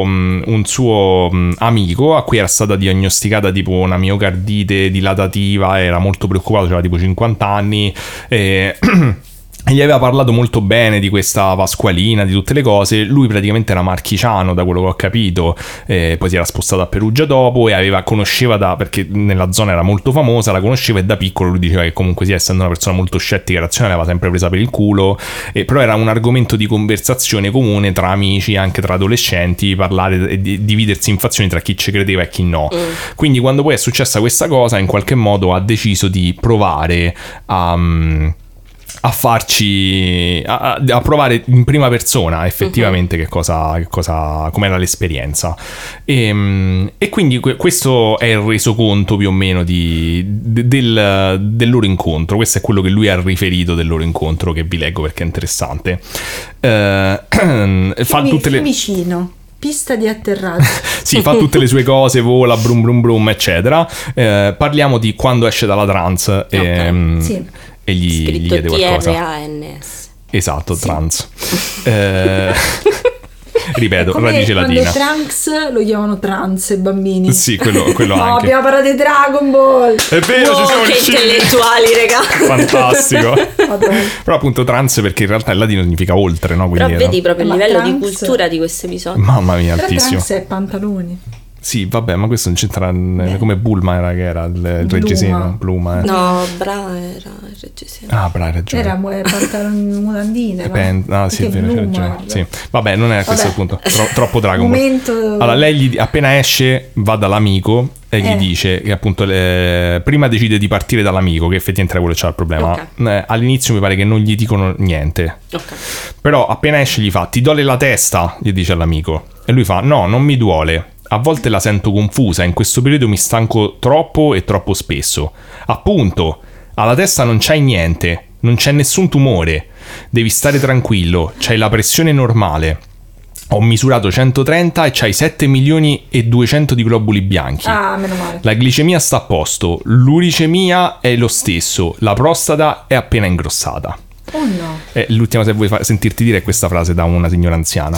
amico a cui era stata diagnosticata tipo una miocardite dilatativa, era molto preoccupato, aveva tipo 50 anni e gli aveva parlato molto bene di questa Pasqualina, di tutte le cose. Lui praticamente era marchigiano, da quello che ho capito, poi si era spostato a Perugia dopo e conosceva perché nella zona era molto famosa, la conosceva, e da piccolo lui diceva che comunque sia, essendo una persona molto scettica e razionale, aveva sempre presa per il culo, però era un argomento di conversazione comune tra amici, anche tra adolescenti, parlare e dividersi in fazioni tra chi ci credeva e chi no. Quindi quando poi è successa questa cosa, in qualche modo ha deciso di provare a farci a provare in prima persona effettivamente che cosa com'era l'esperienza, e quindi questo è il resoconto più o meno del loro incontro. Questo è quello che lui ha riferito del loro incontro, che vi leggo perché è interessante. Fa tutte le vicino, pista di atterraggio. sì, fa tutte le sue cose, vola, brum brum brum, eccetera. Parliamo di quando esce dalla trance. Sì. E gli chiede qualcosa. Trans. Esatto, sì. Trans. Ripeto, come radice latina. Trunks lo chiamano trans i bambini. Sì, quello no, anche. Abbiamo parlato di Dragon Ball. È vero, ci siamo che riusciti. intellettuali, raga. Fantastico. Però appunto trans, perché in realtà il latino significa oltre, no? Quindi però vedi proprio il ma livello Trunks... di cultura di questo episodio. Mamma mia, però altissimo. Trunks è pantaloni. Sì, vabbè, ma questo non c'entra come Bulma era, che era il reggiseno. Pluma. No, Bra era il reggiseno. Ah, Bra, hai ragione. Era pantaloni mutandine. Ah, sì, è vero, c'è ragione. Sì. Vabbè, non è questo il punto. Troppo Dragon Ball. Momento... Allora, lei appena esce va dall'amico e gli dice che appunto prima decide di partire dall'amico, che effettivamente era quello che c'era il problema. Okay. All'inizio mi pare che non gli dicono niente. Okay. Però appena esce gli fa: ti duole la testa? Gli dice all'amico. E lui fa: no, non mi duole. A volte la sento confusa, in questo periodo mi stanco troppo e troppo spesso. Appunto, alla testa non c'hai niente, non c'è nessun tumore. Devi stare tranquillo, c'hai la pressione normale. Ho misurato 130 e c'hai 7 milioni e 200 di globuli bianchi. Ah, meno male. La glicemia sta a posto, l'uricemia è lo stesso, la prostata è appena ingrossata. Oh no. L'ultima, se vuoi sentirti dire, è questa frase da una signora anziana.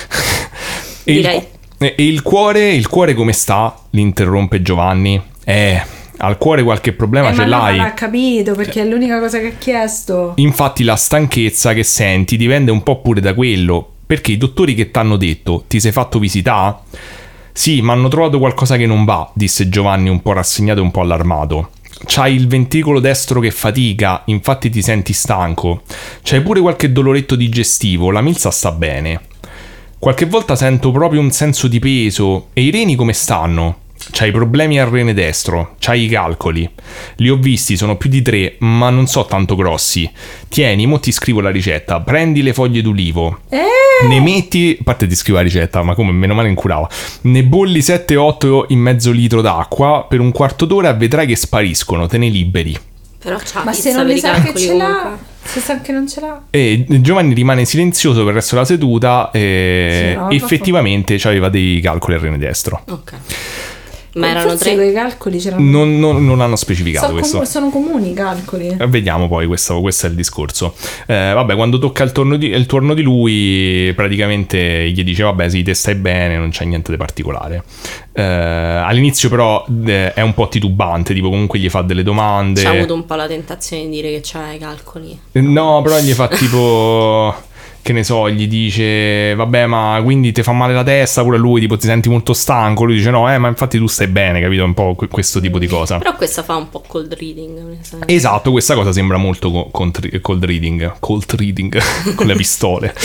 Direi. E il cuore come sta? Li interrompe Giovanni. Al cuore qualche problema ce l'hai? Non l'ha capito, perché è l'unica cosa che ha chiesto. Infatti la stanchezza che senti dipende un po' pure da quello, perché i dottori che t'hanno detto: ti sei fatto visitare? Sì, ma hanno trovato qualcosa che non va, disse Giovanni, un po' rassegnato e un po' allarmato. C'hai il ventricolo destro che fatica, infatti ti senti stanco. C'hai pure qualche doloretto digestivo, la milza sta bene. Qualche volta sento proprio un senso di peso. E i reni come stanno? C'hai problemi al rene destro, c'hai i calcoli. Li ho visti, sono più di 3, ma non so tanto grossi. Tieni, mo ti scrivo la ricetta. Prendi le foglie d'ulivo. Ne metti, a parte ti scrivo la ricetta, ma come, meno male incurava. Ne bolli 7-8 in mezzo litro d'acqua per un quarto d'ora e vedrai che spariscono, te ne liberi. Però c'ha ma se non ne sa che ce l'ha, se sa che non ce l'ha. E Giovanni rimane silenzioso per il resto della seduta e sì, no, effettivamente aveva dei calcoli al rene destro. Ok. Ma erano forse 3? I calcoli c'erano. Non hanno specificato questo. Sono comuni i calcoli. Vediamo poi, questo è il discorso. Vabbè, quando tocca il turno di lui, praticamente gli dice: vabbè, sì, te stai bene, non c'è niente di particolare. All'inizio però è un po' titubante, tipo comunque gli fa delle domande. C'ha avuto un po' la tentazione di dire che c'ha i calcoli. No, però gli fa tipo... che ne so, gli dice: vabbè, ma quindi ti fa male la testa? Pure lui, tipo, ti senti molto stanco? Lui dice: no, ma infatti tu stai bene, capito? Un po' questo tipo di cosa. Però questa fa un po' cold reading. Esatto, questa cosa sembra molto cold reading con le pistole.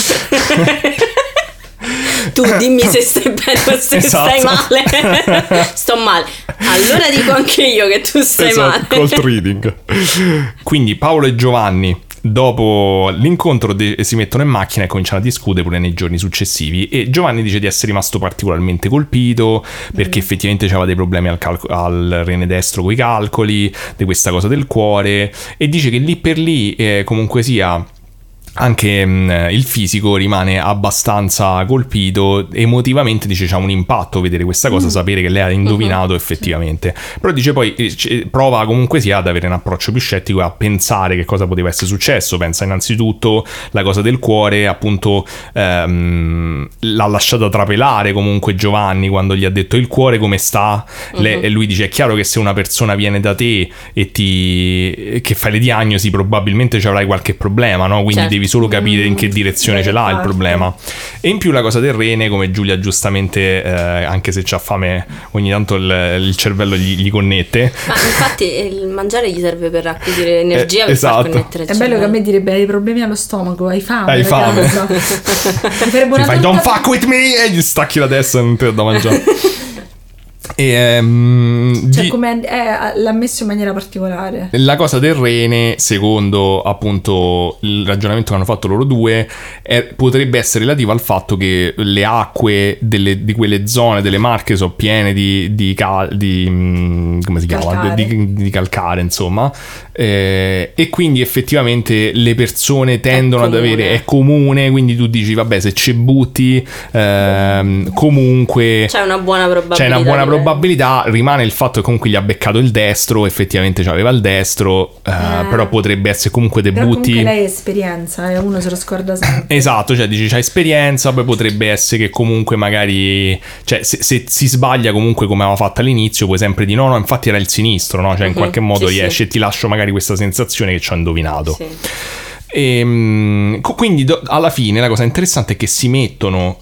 Tu dimmi se stai bene o se stai male. Sto male. Allora dico anche io che tu stai male. Cold reading. Quindi Paolo e Giovanni, dopo l'incontro, si mettono in macchina e cominciano a discutere pure nei giorni successivi. E Giovanni dice di essere rimasto particolarmente colpito perché effettivamente aveva dei problemi al rene destro coi calcoli, di questa cosa del cuore, e dice che lì per lì comunque sia anche il fisico rimane abbastanza colpito, emotivamente dice c'ha un impatto vedere questa cosa, sapere che lei ha indovinato effettivamente, però dice poi prova comunque sia ad avere un approccio più scettico, a pensare che cosa poteva essere successo. Pensa innanzitutto la cosa del cuore, appunto l'ha lasciata trapelare comunque Giovanni quando gli ha detto il cuore come sta, e lui dice è chiaro che se una persona viene da te e che fai le diagnosi probabilmente ci avrai qualche problema, no? Quindi devi solo capire in che direzione ce l'ha il problema. E in più la cosa del rene, come Giulia giustamente, anche se c'ha fame ogni tanto il cervello gli connette. Ma infatti il mangiare gli serve per acquisire energia, per esatto. far connettere il cervello. È bello che a me direbbe hai problemi allo stomaco, hai fame. Hai fame. Fai don't fuck with me e gli stacchi la testa e non te da mangiare. Cioè come l'ha messo in maniera particolare. La cosa del rene, secondo appunto il ragionamento che hanno fatto loro due, potrebbe essere relativa al fatto che le acque di quelle zone delle Marche sono piene di come si chiama? Di calcare, insomma, e quindi effettivamente le persone tendono ad avere, è comune, quindi tu dici vabbè, se ci butti comunque c'è una buona probabilità. Rimane il fatto che comunque gli ha beccato il destro, effettivamente c'aveva il destro, però potrebbe essere comunque dei butti. Comunque lei ha esperienza, uno se lo scorda sempre. Esatto, cioè dici c'ha esperienza, poi potrebbe essere che comunque magari, cioè se si sbaglia comunque come aveva fatto all'inizio, puoi sempre di no, infatti era il sinistro, no? Cioè in qualche modo riesce e ti lascio magari questa sensazione che ci ha indovinato. Sì. Quindi alla fine la cosa interessante è che si mettono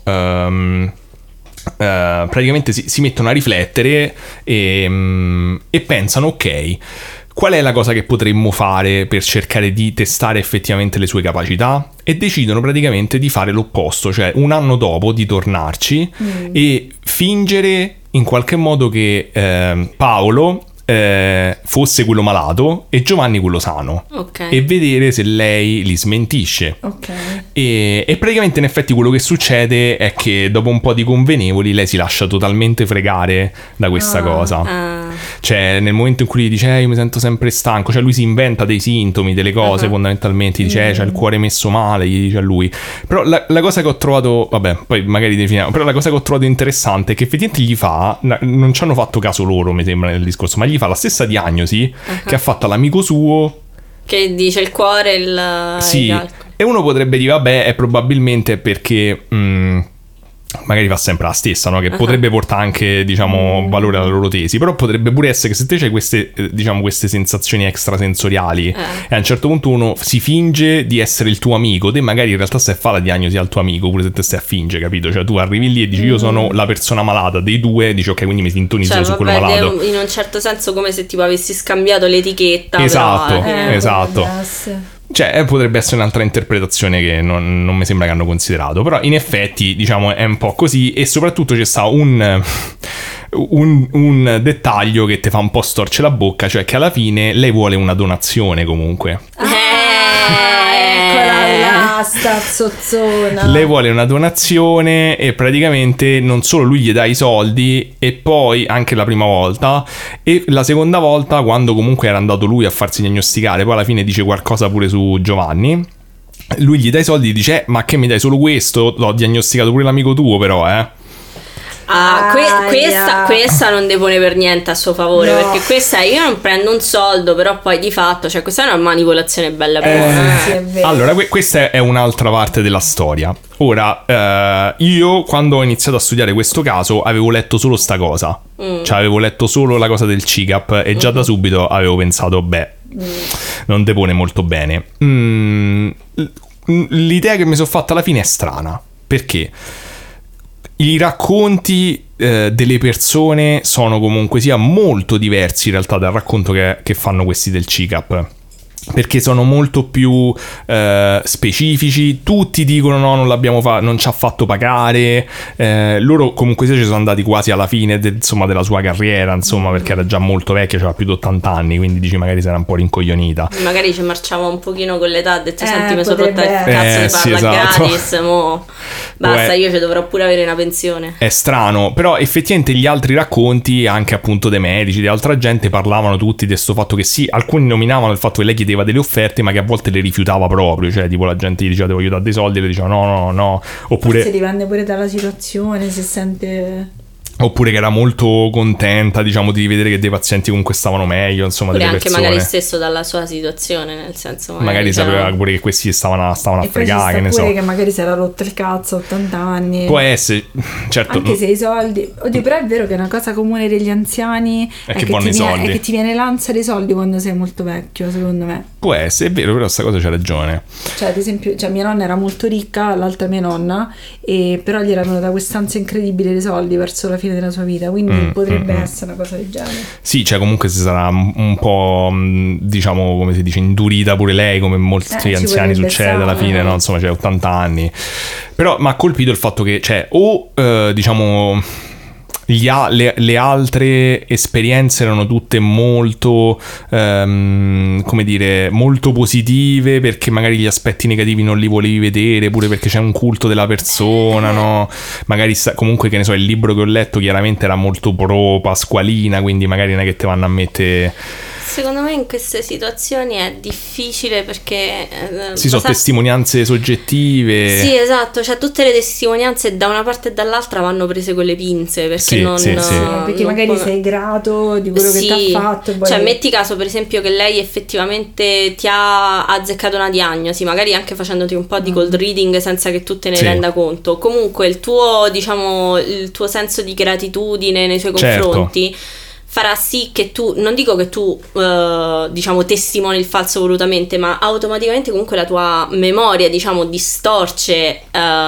praticamente si mettono a riflettere e pensano ok, qual è la cosa che potremmo fare per cercare di testare effettivamente le sue capacità, e decidono praticamente di fare l'opposto, cioè un anno dopo di tornarci e fingere in qualche modo che Paolo fosse quello malato e Giovanni quello sano, e vedere se lei li smentisce. E praticamente in effetti quello che succede è che dopo un po' di convenevoli lei si lascia totalmente fregare da questa cosa. Cioè nel momento in cui gli dice io mi sento sempre stanco, cioè lui si inventa dei sintomi, delle cose, fondamentalmente dice c'ha il cuore messo male, gli dice a lui. Però la cosa che ho trovato, vabbè, poi magari definiamo, però la cosa che ho trovato interessante è che effettivamente gli fa, non ci hanno fatto caso loro mi sembra nel discorso, ma gli fa la stessa diagnosi che ha fatto all'amico suo, che dice il cuore, sì, e uno potrebbe dire vabbè, è probabilmente perché magari fa sempre la stessa, no? Che potrebbe portare anche, diciamo, valore alla loro tesi, però potrebbe pure essere che se te c'hai queste, diciamo, queste sensazioni extrasensoriali e a un certo punto uno si finge di essere il tuo amico, te magari in realtà stai a fare la diagnosi al tuo amico, pure se te stai a fingere, capito? Cioè tu arrivi lì e dici io sono la persona malata dei due, dici ok, quindi mi sintonizzo su quello malato. In un certo senso come se tipo avessi scambiato l'etichetta. Esatto, però, esatto. Cioè potrebbe essere un'altra interpretazione che non mi sembra che hanno considerato, però in effetti diciamo è un po' così, e soprattutto c'è sta un dettaglio che ti fa un po' storcere la bocca, cioè che alla fine lei vuole una donazione comunque. Sta zozzona. Lei vuole una donazione e praticamente non solo lui gli dà i soldi, e poi anche la prima volta e la seconda volta quando comunque era andato lui a farsi diagnosticare, poi alla fine dice qualcosa pure su Giovanni, lui gli dà i soldi e dice ma che mi dai solo questo? L'ho diagnosticato pure l'amico tuo però questa non depone per niente a suo favore, perché questa io non prendo un soldo, però poi di fatto, cioè questa è una manipolazione bella buona. Sì, è vero. Allora questa è un'altra parte della storia. Ora io quando ho iniziato a studiare questo caso avevo letto solo sta cosa, cioè avevo letto solo la cosa del CICAP e già da subito avevo pensato non depone molto bene. L'idea che mi sono fatta alla fine è strana, perché i racconti delle persone sono comunque sia molto diversi in realtà dal racconto che fanno questi del CICAP, perché sono molto più specifici. Tutti dicono no, non l'abbiamo non ci ha fatto pagare, loro comunque ci sono andati quasi alla fine insomma della sua carriera, insomma, perché era già molto vecchia, aveva più di 80 anni, quindi dici magari si era un po' rincoglionita, magari ci marciava un pochino con l'età, ha detto senti mi sono rotta il cazzo di farla esatto. gratis, mo basta, io ci dovrò pure avere una pensione. È strano, però effettivamente gli altri racconti anche appunto dei medici, di altra gente, parlavano tutti di questo fatto che sì, alcuni nominavano il fatto che lei chiedeva aveva delle offerte ma che a volte le rifiutava proprio, cioè tipo la gente gli diceva devo aiutare dei soldi e le diceva no, oppure se dipende pure dalla situazione, se sente... Oppure che era molto contenta, diciamo, di vedere che dei pazienti comunque stavano meglio, insomma, oppure delle anche persone. magari stesso dalla sua situazione, nel senso magari sapeva pure che questi stavano a fregare, che ne so. Che magari si era rotto il cazzo a 80 anni. Può essere, certo. Anche se i soldi... Oddio, però è vero che è una cosa comune degli anziani è che vanno i soldi. è che ti viene l'ansia dei soldi quando sei molto vecchio, secondo me. Può essere, è vero, però sta cosa c'ha ragione. Cioè, ad esempio, mia nonna era molto ricca, l'altra mia nonna, e però gli era venuta quest'ansia incredibile dei soldi verso la fine della sua vita, quindi potrebbe essere una cosa del genere. Sì, cioè comunque si sarà un po', diciamo, come si dice, indurita pure lei, come molti anziani succede alla fine, no? Insomma, c'è 80 anni. Però mi ha colpito il fatto che, cioè, diciamo... le altre esperienze erano tutte molto come dire, molto positive, perché magari gli aspetti negativi non li volevi vedere, pure perché c'è un culto della persona, no? Magari comunque, che ne so, il libro che ho letto chiaramente era molto pro Pasqualina, quindi magari non è che te vanno a mettere... Secondo me in queste situazioni è difficile perché... sono testimonianze soggettive. Sì, esatto, cioè tutte le testimonianze da una parte e dall'altra vanno prese con le pinze, perché sì, non... Sì. Perché magari sei grato di quello che ti ha fatto. Cioè metti caso per esempio che lei effettivamente ti ha azzeccato una diagnosi, magari anche facendoti un po' di cold reading senza che tu te ne renda conto. Comunque il tuo, diciamo, il tuo senso di gratitudine nei suoi confronti farà sì che tu, non dico che tu diciamo testimoni il falso volutamente, ma automaticamente comunque la tua memoria, diciamo, distorce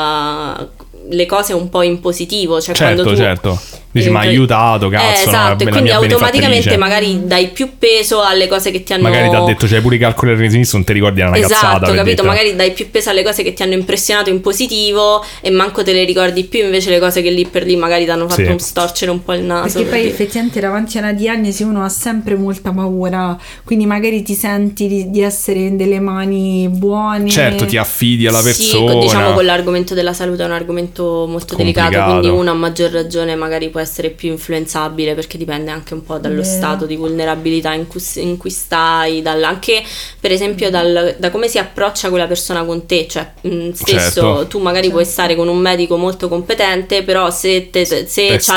le cose un po' in positivo, cioè quando tu dici mi ha aiutato, cazzo, esatto, e quindi automaticamente magari dai più peso alle cose che ti hanno, magari ti ha detto c'hai pure i calcoli al sinistro, non ti ricordi, era una cazzata, esatto, capito, magari dai più peso alle cose che ti hanno impressionato in positivo e manco te le ricordi più, invece le cose che lì per lì magari ti hanno fatto storcere un po' il naso, perché poi effettivamente davanti a una diagnosi uno ha sempre molta paura, quindi magari ti senti di essere in delle mani buone, certo, ti affidi alla persona. Sì, diciamo con l'argomento della salute è un argomento molto delicato, quindi uno a maggior ragione magari può essere più influenzabile, perché dipende anche un po' dallo stato di vulnerabilità in cui stai, anche per esempio da come si approccia quella persona con te, cioè stesso tu magari puoi stare con un medico molto competente, però se c'ha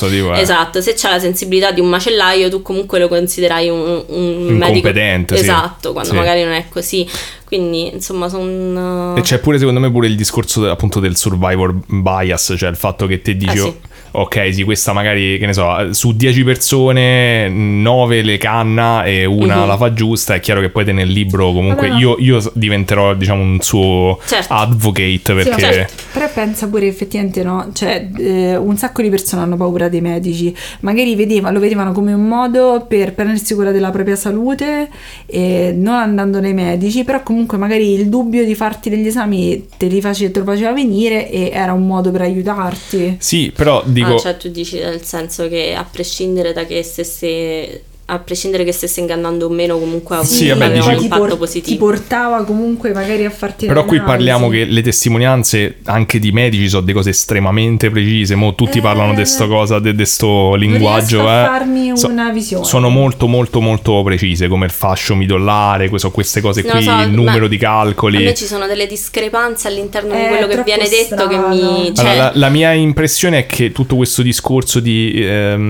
la sensibilità di un macellaio, tu comunque lo considerai un medico esatto, quando magari non è così. Quindi insomma e c'è pure secondo me pure il discorso appunto del survivor bias, cioè il fatto che te dici ok, sì, questa magari, che ne so, su 10 persone 9 le canna e una la fa giusta. È chiaro che poi te nel libro comunque io diventerò, diciamo, un suo advocate, perché però pensa pure effettivamente, no, cioè un sacco di persone hanno paura dei medici, magari lo vedevano come un modo per prendersi cura della propria salute non andando dai medici, però comunque magari il dubbio di farti degli esami te lo faceva venire e era un modo per aiutarti. Sì, però cioè tu dici nel senso che a prescindere che stesse ingannando o meno, comunque aveva un impatto positivo, ti portava comunque magari a farti però qui parliamo che le testimonianze anche di medici sono delle cose estremamente precise, mo tutti parlano di sta cosa, di sto linguaggio, non riesco a farmi una visione, sono molto molto molto precise, come il fascio midollare, queste cose qui, il numero di calcoli. A me ci sono delle discrepanze all'interno di quello che viene detto che mi allora, la mia impressione è che tutto questo discorso di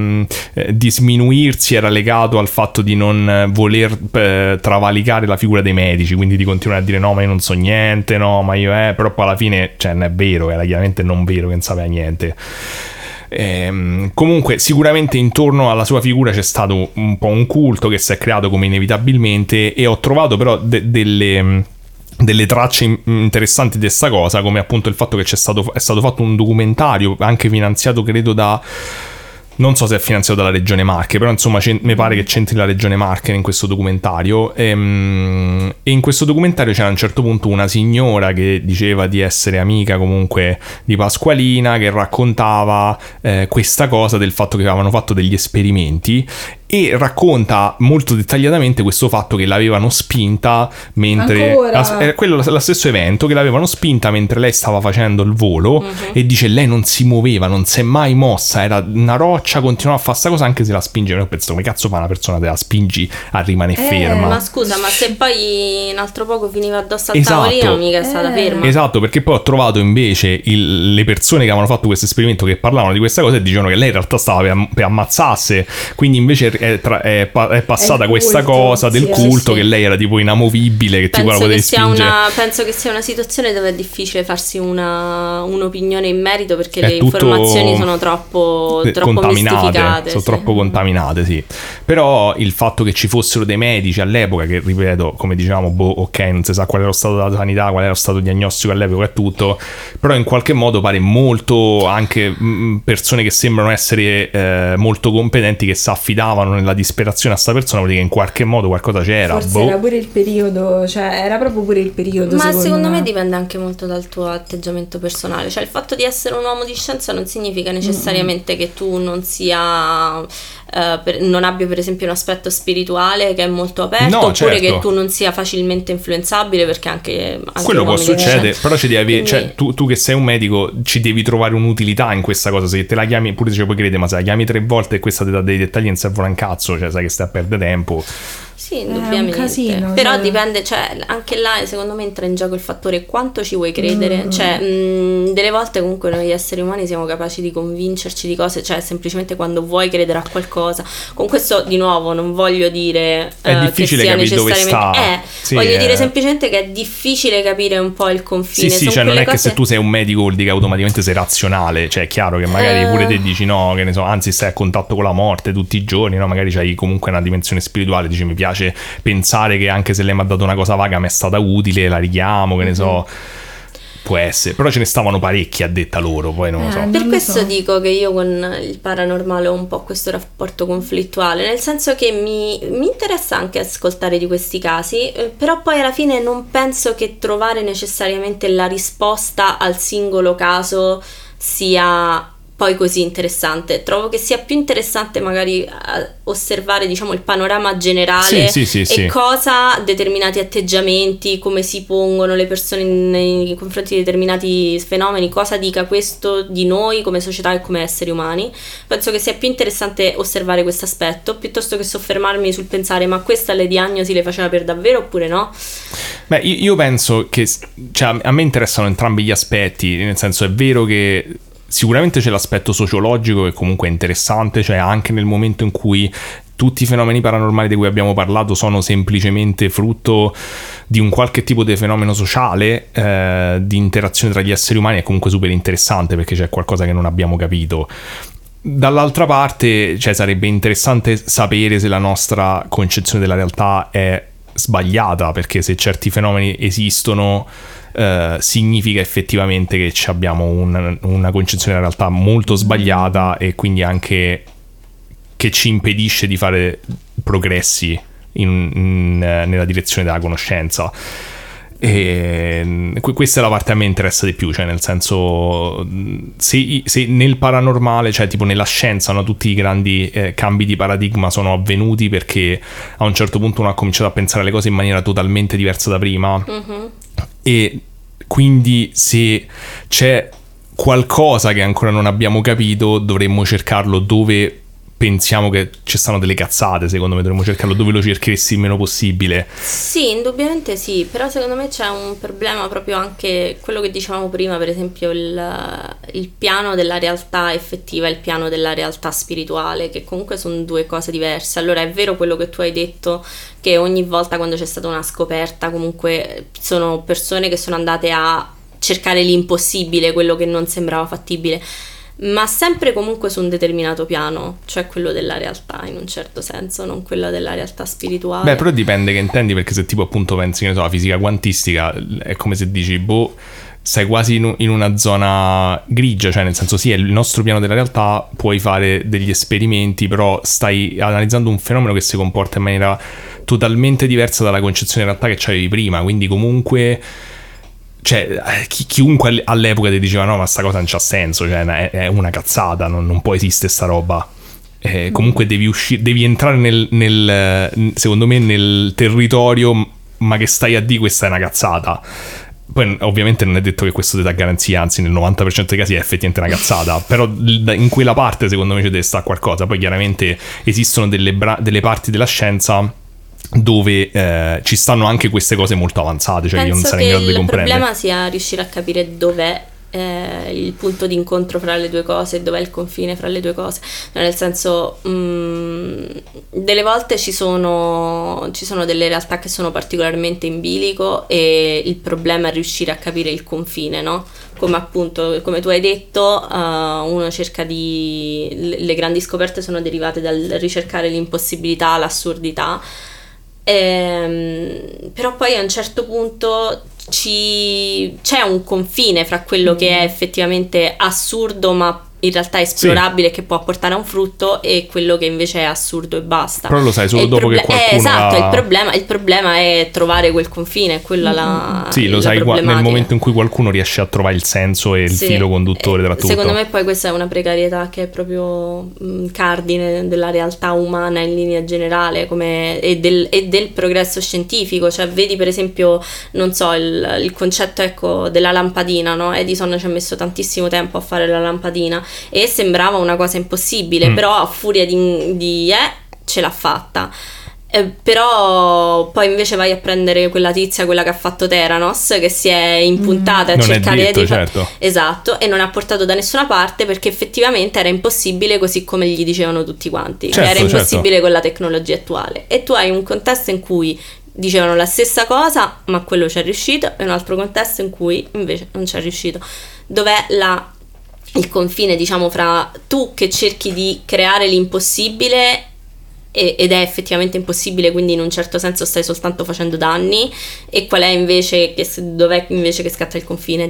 sminuirsi era legato al fatto di non voler travalicare la figura dei medici, quindi di continuare a dire no, ma io non so niente, no, ma io però poi alla fine, cioè, non è vero, era chiaramente non vero che non sapeva niente. Comunque sicuramente intorno alla sua figura c'è stato un po' un culto che si è creato come inevitabilmente, e ho trovato però delle tracce interessanti di questa cosa, come appunto il fatto che è stato fatto un documentario anche finanziato, credo non so se è finanziato dalla Regione Marche, però insomma mi pare che c'entri la Regione Marche in questo documentario, e in questo documentario c'era a un certo punto una signora che diceva di essere amica comunque di Pasqualina, che raccontava questa cosa del fatto che avevano fatto degli esperimenti e racconta molto dettagliatamente questo fatto che l'avevano spinta mentre quello lo stesso evento, che l'avevano spinta mentre lei stava facendo il volo, e dice lei non si muoveva, non si è mai mossa, era una roccia, continuava a fare sta cosa anche se la spingeva. Io penso, come cazzo fa una persona, te la spingi a rimanere ferma? Ma scusa, ma se poi un altro poco finiva addosso al tavolino, mica è stata ferma. Esatto, perché poi ho trovato invece le persone che avevano fatto questo esperimento che parlavano di questa cosa e dicevano che lei in realtà stava per ammazzarsi, quindi invece è passata questa cosa del culto, che lei era tipo inamovibile, che tipo la potevi spingere. Penso che sia una situazione dove è difficile farsi un'opinione in merito, perché le informazioni sono troppo mistificate, sono troppo contaminate, sì. Però il fatto che ci fossero dei medici all'epoca, che ripeto, come dicevamo, ok, non si sa qual era lo stato della sanità, qual era lo stato diagnostico all'epoca e tutto, però in qualche modo pare molto anche persone che sembrano essere molto competenti, che si affidavano nella disperazione a sta persona, perché in qualche modo qualcosa c'era. Forse era pure il periodo, cioè era proprio pure il periodo. Ma secondo me dipende anche molto dal tuo atteggiamento personale, cioè il fatto di essere un uomo di scienza non significa necessariamente che tu non sia non abbia per esempio un aspetto spirituale che è molto aperto, oppure certo, che tu non sia facilmente influenzabile, perché anche quello può succedere, però ci devi avere, cioè tu che sei un medico ci devi trovare un'utilità in questa cosa. Se te la chiami, pure se puoi credere, ma se la chiami 3 volte e questa ti dà dei dettagli non servono un cazzo, cioè sai che stai a perdere tempo. Sì, indubbiamente. Casino, però dipende, cioè anche là secondo me entra in gioco il fattore quanto ci vuoi credere. Cioè delle volte comunque noi esseri umani siamo capaci di convincerci di cose, cioè semplicemente quando vuoi credere a qualcosa. Con questo di nuovo non voglio dire è difficile che sia capire dove sta. Voglio dire semplicemente che è difficile capire un po' il confine. Sì, cioè non è che se tu sei un medico vuol dire che automaticamente sei razionale, cioè è chiaro che magari pure te dici no, che ne so, anzi stai a contatto con la morte tutti i giorni, no, magari c'hai comunque una dimensione spirituale, dici mi piace pensare che anche se lei mi ha dato una cosa vaga mi è stata utile, la richiamo, che ne so, può essere, però ce ne stavano parecchi a detta loro, poi non lo so. Per questo dico che io con il paranormale ho un po' questo rapporto conflittuale, nel senso che mi interessa anche ascoltare di questi casi, però poi alla fine non penso che trovare necessariamente la risposta al singolo caso sia poi così interessante. Trovo che sia più interessante magari osservare, diciamo, il panorama generale e cosa determinati atteggiamenti, come si pongono le persone nei confronti di determinati fenomeni, cosa dica questo di noi come società e come esseri umani. Penso che sia più interessante osservare questo aspetto piuttosto che soffermarmi sul pensare ma questa le diagnosi le faceva per davvero oppure no. Beh, io penso che, cioè, a me interessano entrambi gli aspetti, nel senso è vero che sicuramente c'è l'aspetto sociologico che comunque è interessante, cioè anche nel momento in cui tutti i fenomeni paranormali di cui abbiamo parlato sono semplicemente frutto di un qualche tipo di fenomeno sociale, di interazione tra gli esseri umani, è comunque super interessante perché c'è qualcosa che non abbiamo capito. Dall'altra parte, cioè, sarebbe interessante sapere se la nostra concezione della realtà è sbagliata, perché se certi fenomeni esistono significa effettivamente che abbiamo una concezione della realtà molto sbagliata e quindi anche che ci impedisce di fare progressi nella direzione della conoscenza. E questa è la parte che a me interessa di più, cioè nel senso se nel paranormale, cioè tipo nella scienza, no, tutti i grandi cambi di paradigma sono avvenuti perché a un certo punto uno ha cominciato a pensare alle cose in maniera totalmente diversa da prima. E quindi se c'è qualcosa che ancora non abbiamo capito dovremmo cercarlo dove pensiamo che ci stanno delle cazzate. Secondo me dovremmo cercarlo dove lo cercheresti il meno possibile. Sì, indubbiamente sì, però secondo me c'è un problema proprio anche quello che dicevamo prima, per esempio il piano della realtà effettiva e il piano della realtà spirituale, che comunque sono due cose diverse. Allora è vero quello che tu hai detto, che ogni volta quando c'è stata una scoperta comunque sono persone che sono andate a cercare l'impossibile, quello che non sembrava fattibile, ma sempre comunque su un determinato piano, cioè quello della realtà in un certo senso, non quello della realtà spirituale. Beh, però dipende che intendi, perché se tipo appunto pensi, che ne so, alla fisica quantistica, è come se dici, sei quasi in una zona grigia, cioè nel senso sì, è il nostro piano della realtà, puoi fare degli esperimenti, però stai analizzando un fenomeno che si comporta in maniera totalmente diversa dalla concezione di realtà che c'avevi prima, quindi comunque... Cioè, chiunque all'epoca ti diceva no, ma sta cosa non c'ha senso, cioè è una cazzata, non può esistere sta roba. comunque devi entrare secondo me nel territorio, ma che stai a dire questa è una cazzata. Poi ovviamente non è detto che questo ti dà garanzia, anzi nel 90% dei casi è effettivamente una cazzata, però in quella parte secondo me ci deve stare qualcosa. Poi chiaramente esistono delle parti della scienza dove ci stanno anche queste cose molto avanzate, cioè io non sarei in grado di comprendere. Il problema sia riuscire a capire dov'è il punto di incontro fra le due cose, dov'è il confine fra le due cose, nel senso delle volte ci sono delle realtà che sono particolarmente in bilico e il problema è riuscire a capire il confine, no? Come appunto, come tu hai detto, uno cerca le grandi scoperte sono derivate dal ricercare l'impossibilità, l'assurdità, però poi a un certo punto c'è un confine fra quello che è effettivamente assurdo ma in realtà è esplorabile, che può portare a un frutto, e quello che invece è assurdo e basta. Però lo sai solo dopo che qualcuno esatto, il problema è trovare quel confine, quella sì, lo sai nel momento in cui qualcuno riesce a trovare il senso e il filo conduttore tra tutto. Secondo me poi questa è una precarietà che è proprio cardine della realtà umana in linea generale, e del progresso scientifico. Cioè vedi per esempio, non so, il concetto, ecco, della lampadina, no? Edison ci ha messo tantissimo tempo a fare la lampadina e sembrava una cosa impossibile, però a furia di ce l'ha fatta. Però poi invece vai a prendere quella tizia, quella che ha fatto Theranos, che si è impuntata a cercare certo. Esatto, e non ha portato da nessuna parte, perché effettivamente era impossibile, così come gli dicevano tutti quanti, certo, era impossibile con la tecnologia attuale. E tu hai un contesto in cui dicevano la stessa cosa ma quello ci è riuscito, e un altro contesto in cui invece non ci è riuscito. Dov'è il confine, diciamo, fra tu che cerchi di creare l'impossibile ed è effettivamente impossibile, quindi in un certo senso stai soltanto facendo danni, e qual è invece dov'è invece che scatta il confine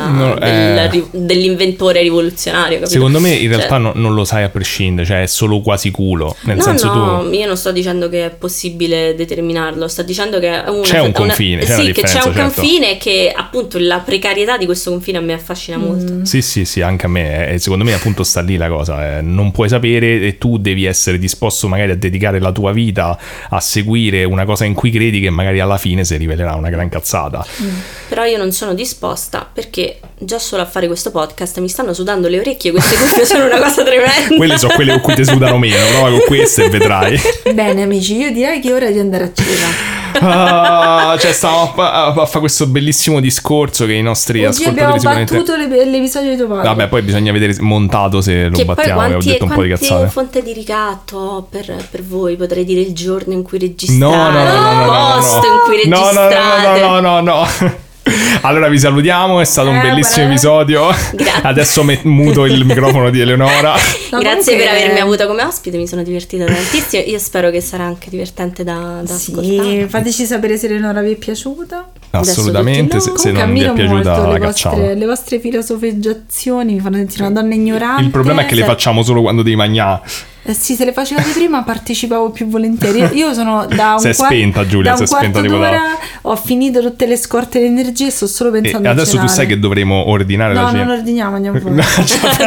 dell'inventore rivoluzionario, capito? Secondo me in realtà non lo sai a prescindere, cioè è solo quasi culo, nel senso io non sto dicendo che è possibile determinarlo, sto dicendo che c'è un confine, che c'è un confine, e che appunto la precarietà di questo confine a me affascina molto. Sì, anche a me, secondo me appunto sta lì la cosa, non puoi sapere, e tu devi essere disposto magari a dedicare la tua vita a seguire una cosa in cui credi, che magari alla fine si rivelerà una gran cazzata. Però io non sono disposta, perché già solo a fare questo podcast mi stanno sudando le orecchie, queste cuffie sono una cosa tremenda. Quelle sono quelle con cui ti sudano meno, prova con queste e vedrai. Bene amici, io direi che è ora di andare a cena. Cioè stavamo a fare questo bellissimo discorso che i nostri ascoltatori sicuramente abbiamo battuto l'episodio di tuo padre. Vabbè, poi bisogna vedere montato se lo battiamo. Che ho detto un po' di cazzate. Fonte di ricatto per voi, potrei dire il giorno in cui registrate, il posto in cui registrate. No. Allora vi salutiamo, è stato un bellissimo episodio. Grazie. Adesso muto il microfono di Eleonora. Grazie per avermi avuto come ospite, mi sono divertita tantissimo. Io spero che sarà anche divertente da ascoltare. Fateci sapere se Eleonora vi è piaciuta. Assolutamente, se non vi è piaciuta la cacciamo. Le vostre filosofeggiazioni mi fanno sentire una donna ignorante. Il problema è che le facciamo solo quando devi mangiare. Sì, se le facevate prima partecipavo più volentieri. Io sono da un si è spenta Giulia, si è spenta tipo ho finito tutte le scorte di energia e sto solo pensando a adesso cenare. Tu sai che dovremo ordinare la cena. No, non ordiniamo, andiamo fuori. Secondo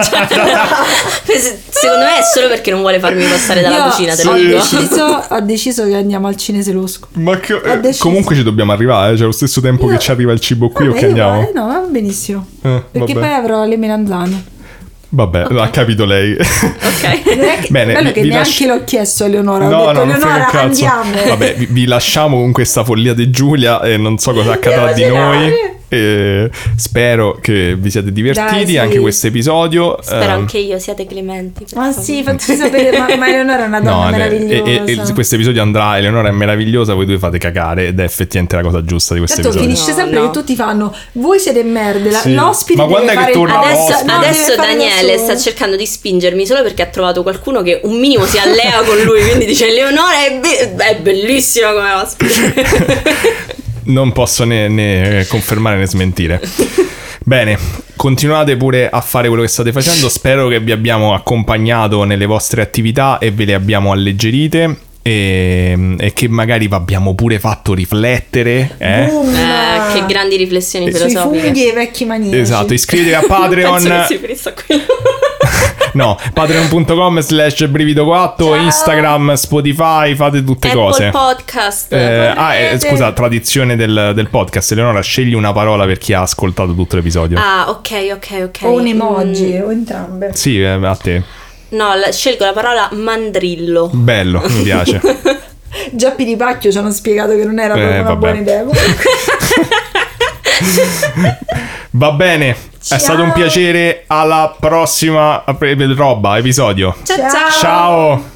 me è solo perché non vuole farmi passare dalla cucina, te lo dico. Ho deciso che andiamo al cinese losco. Ma comunque ci dobbiamo arrivare, cioè allo stesso tempo che ci arriva il cibo qui, ok, andiamo. No, va benissimo. Perché poi avrò le melanzane. Vabbè, okay. Ha capito lei. Ok. Bene, bello che neanche l'ho chiesto a Eleonora. No, ho detto, non frega un cazzo. Andiamo. Vabbè, vi lasciamo con questa follia di Giulia e non so cosa accadrà di noi. E spero che vi siate divertiti anche questo episodio. Spero anche io siate clementi. Sì, fateci sapere. Ma Eleonora è una donna meravigliosa. E questo episodio andrà. Eleonora è meravigliosa, voi due fate cagare ed è effettivamente la cosa giusta di questo episodio. Finisce sempre che tutti fanno voi siete merde. L'ospite ma quando è che torna adesso Daniele sta cercando di spingermi solo perché ha trovato qualcuno che un minimo si allea con lui, quindi dice Eleonora è bellissima come ospite. Non posso né confermare né smentire. Bene, continuate pure a fare quello che state facendo. Spero che vi abbiamo accompagnato nelle vostre attività e ve le abbiamo alleggerite. e che magari vi abbiamo pure fatto riflettere. Che grandi riflessioni filosofiche. Sui funghi e i vecchi maniaci. Esatto, iscrivetevi a Patreon. Penso che si finisca qui. No, patreon.com/brivido4, Instagram, Spotify, fate tutte Apple cose. Podcast. Scusa, tradizione del podcast. Eleonora, scegli una parola per chi ha ascoltato tutto l'episodio. Ok. O un emoji, o entrambe. Sì, a te. No, scelgo la parola mandrillo. Bello, mi piace. Già Piripacchio ci hanno spiegato che non era proprio una buona idea. Va bene, è stato un piacere. Alla prossima episodio. Ciao. Ciao.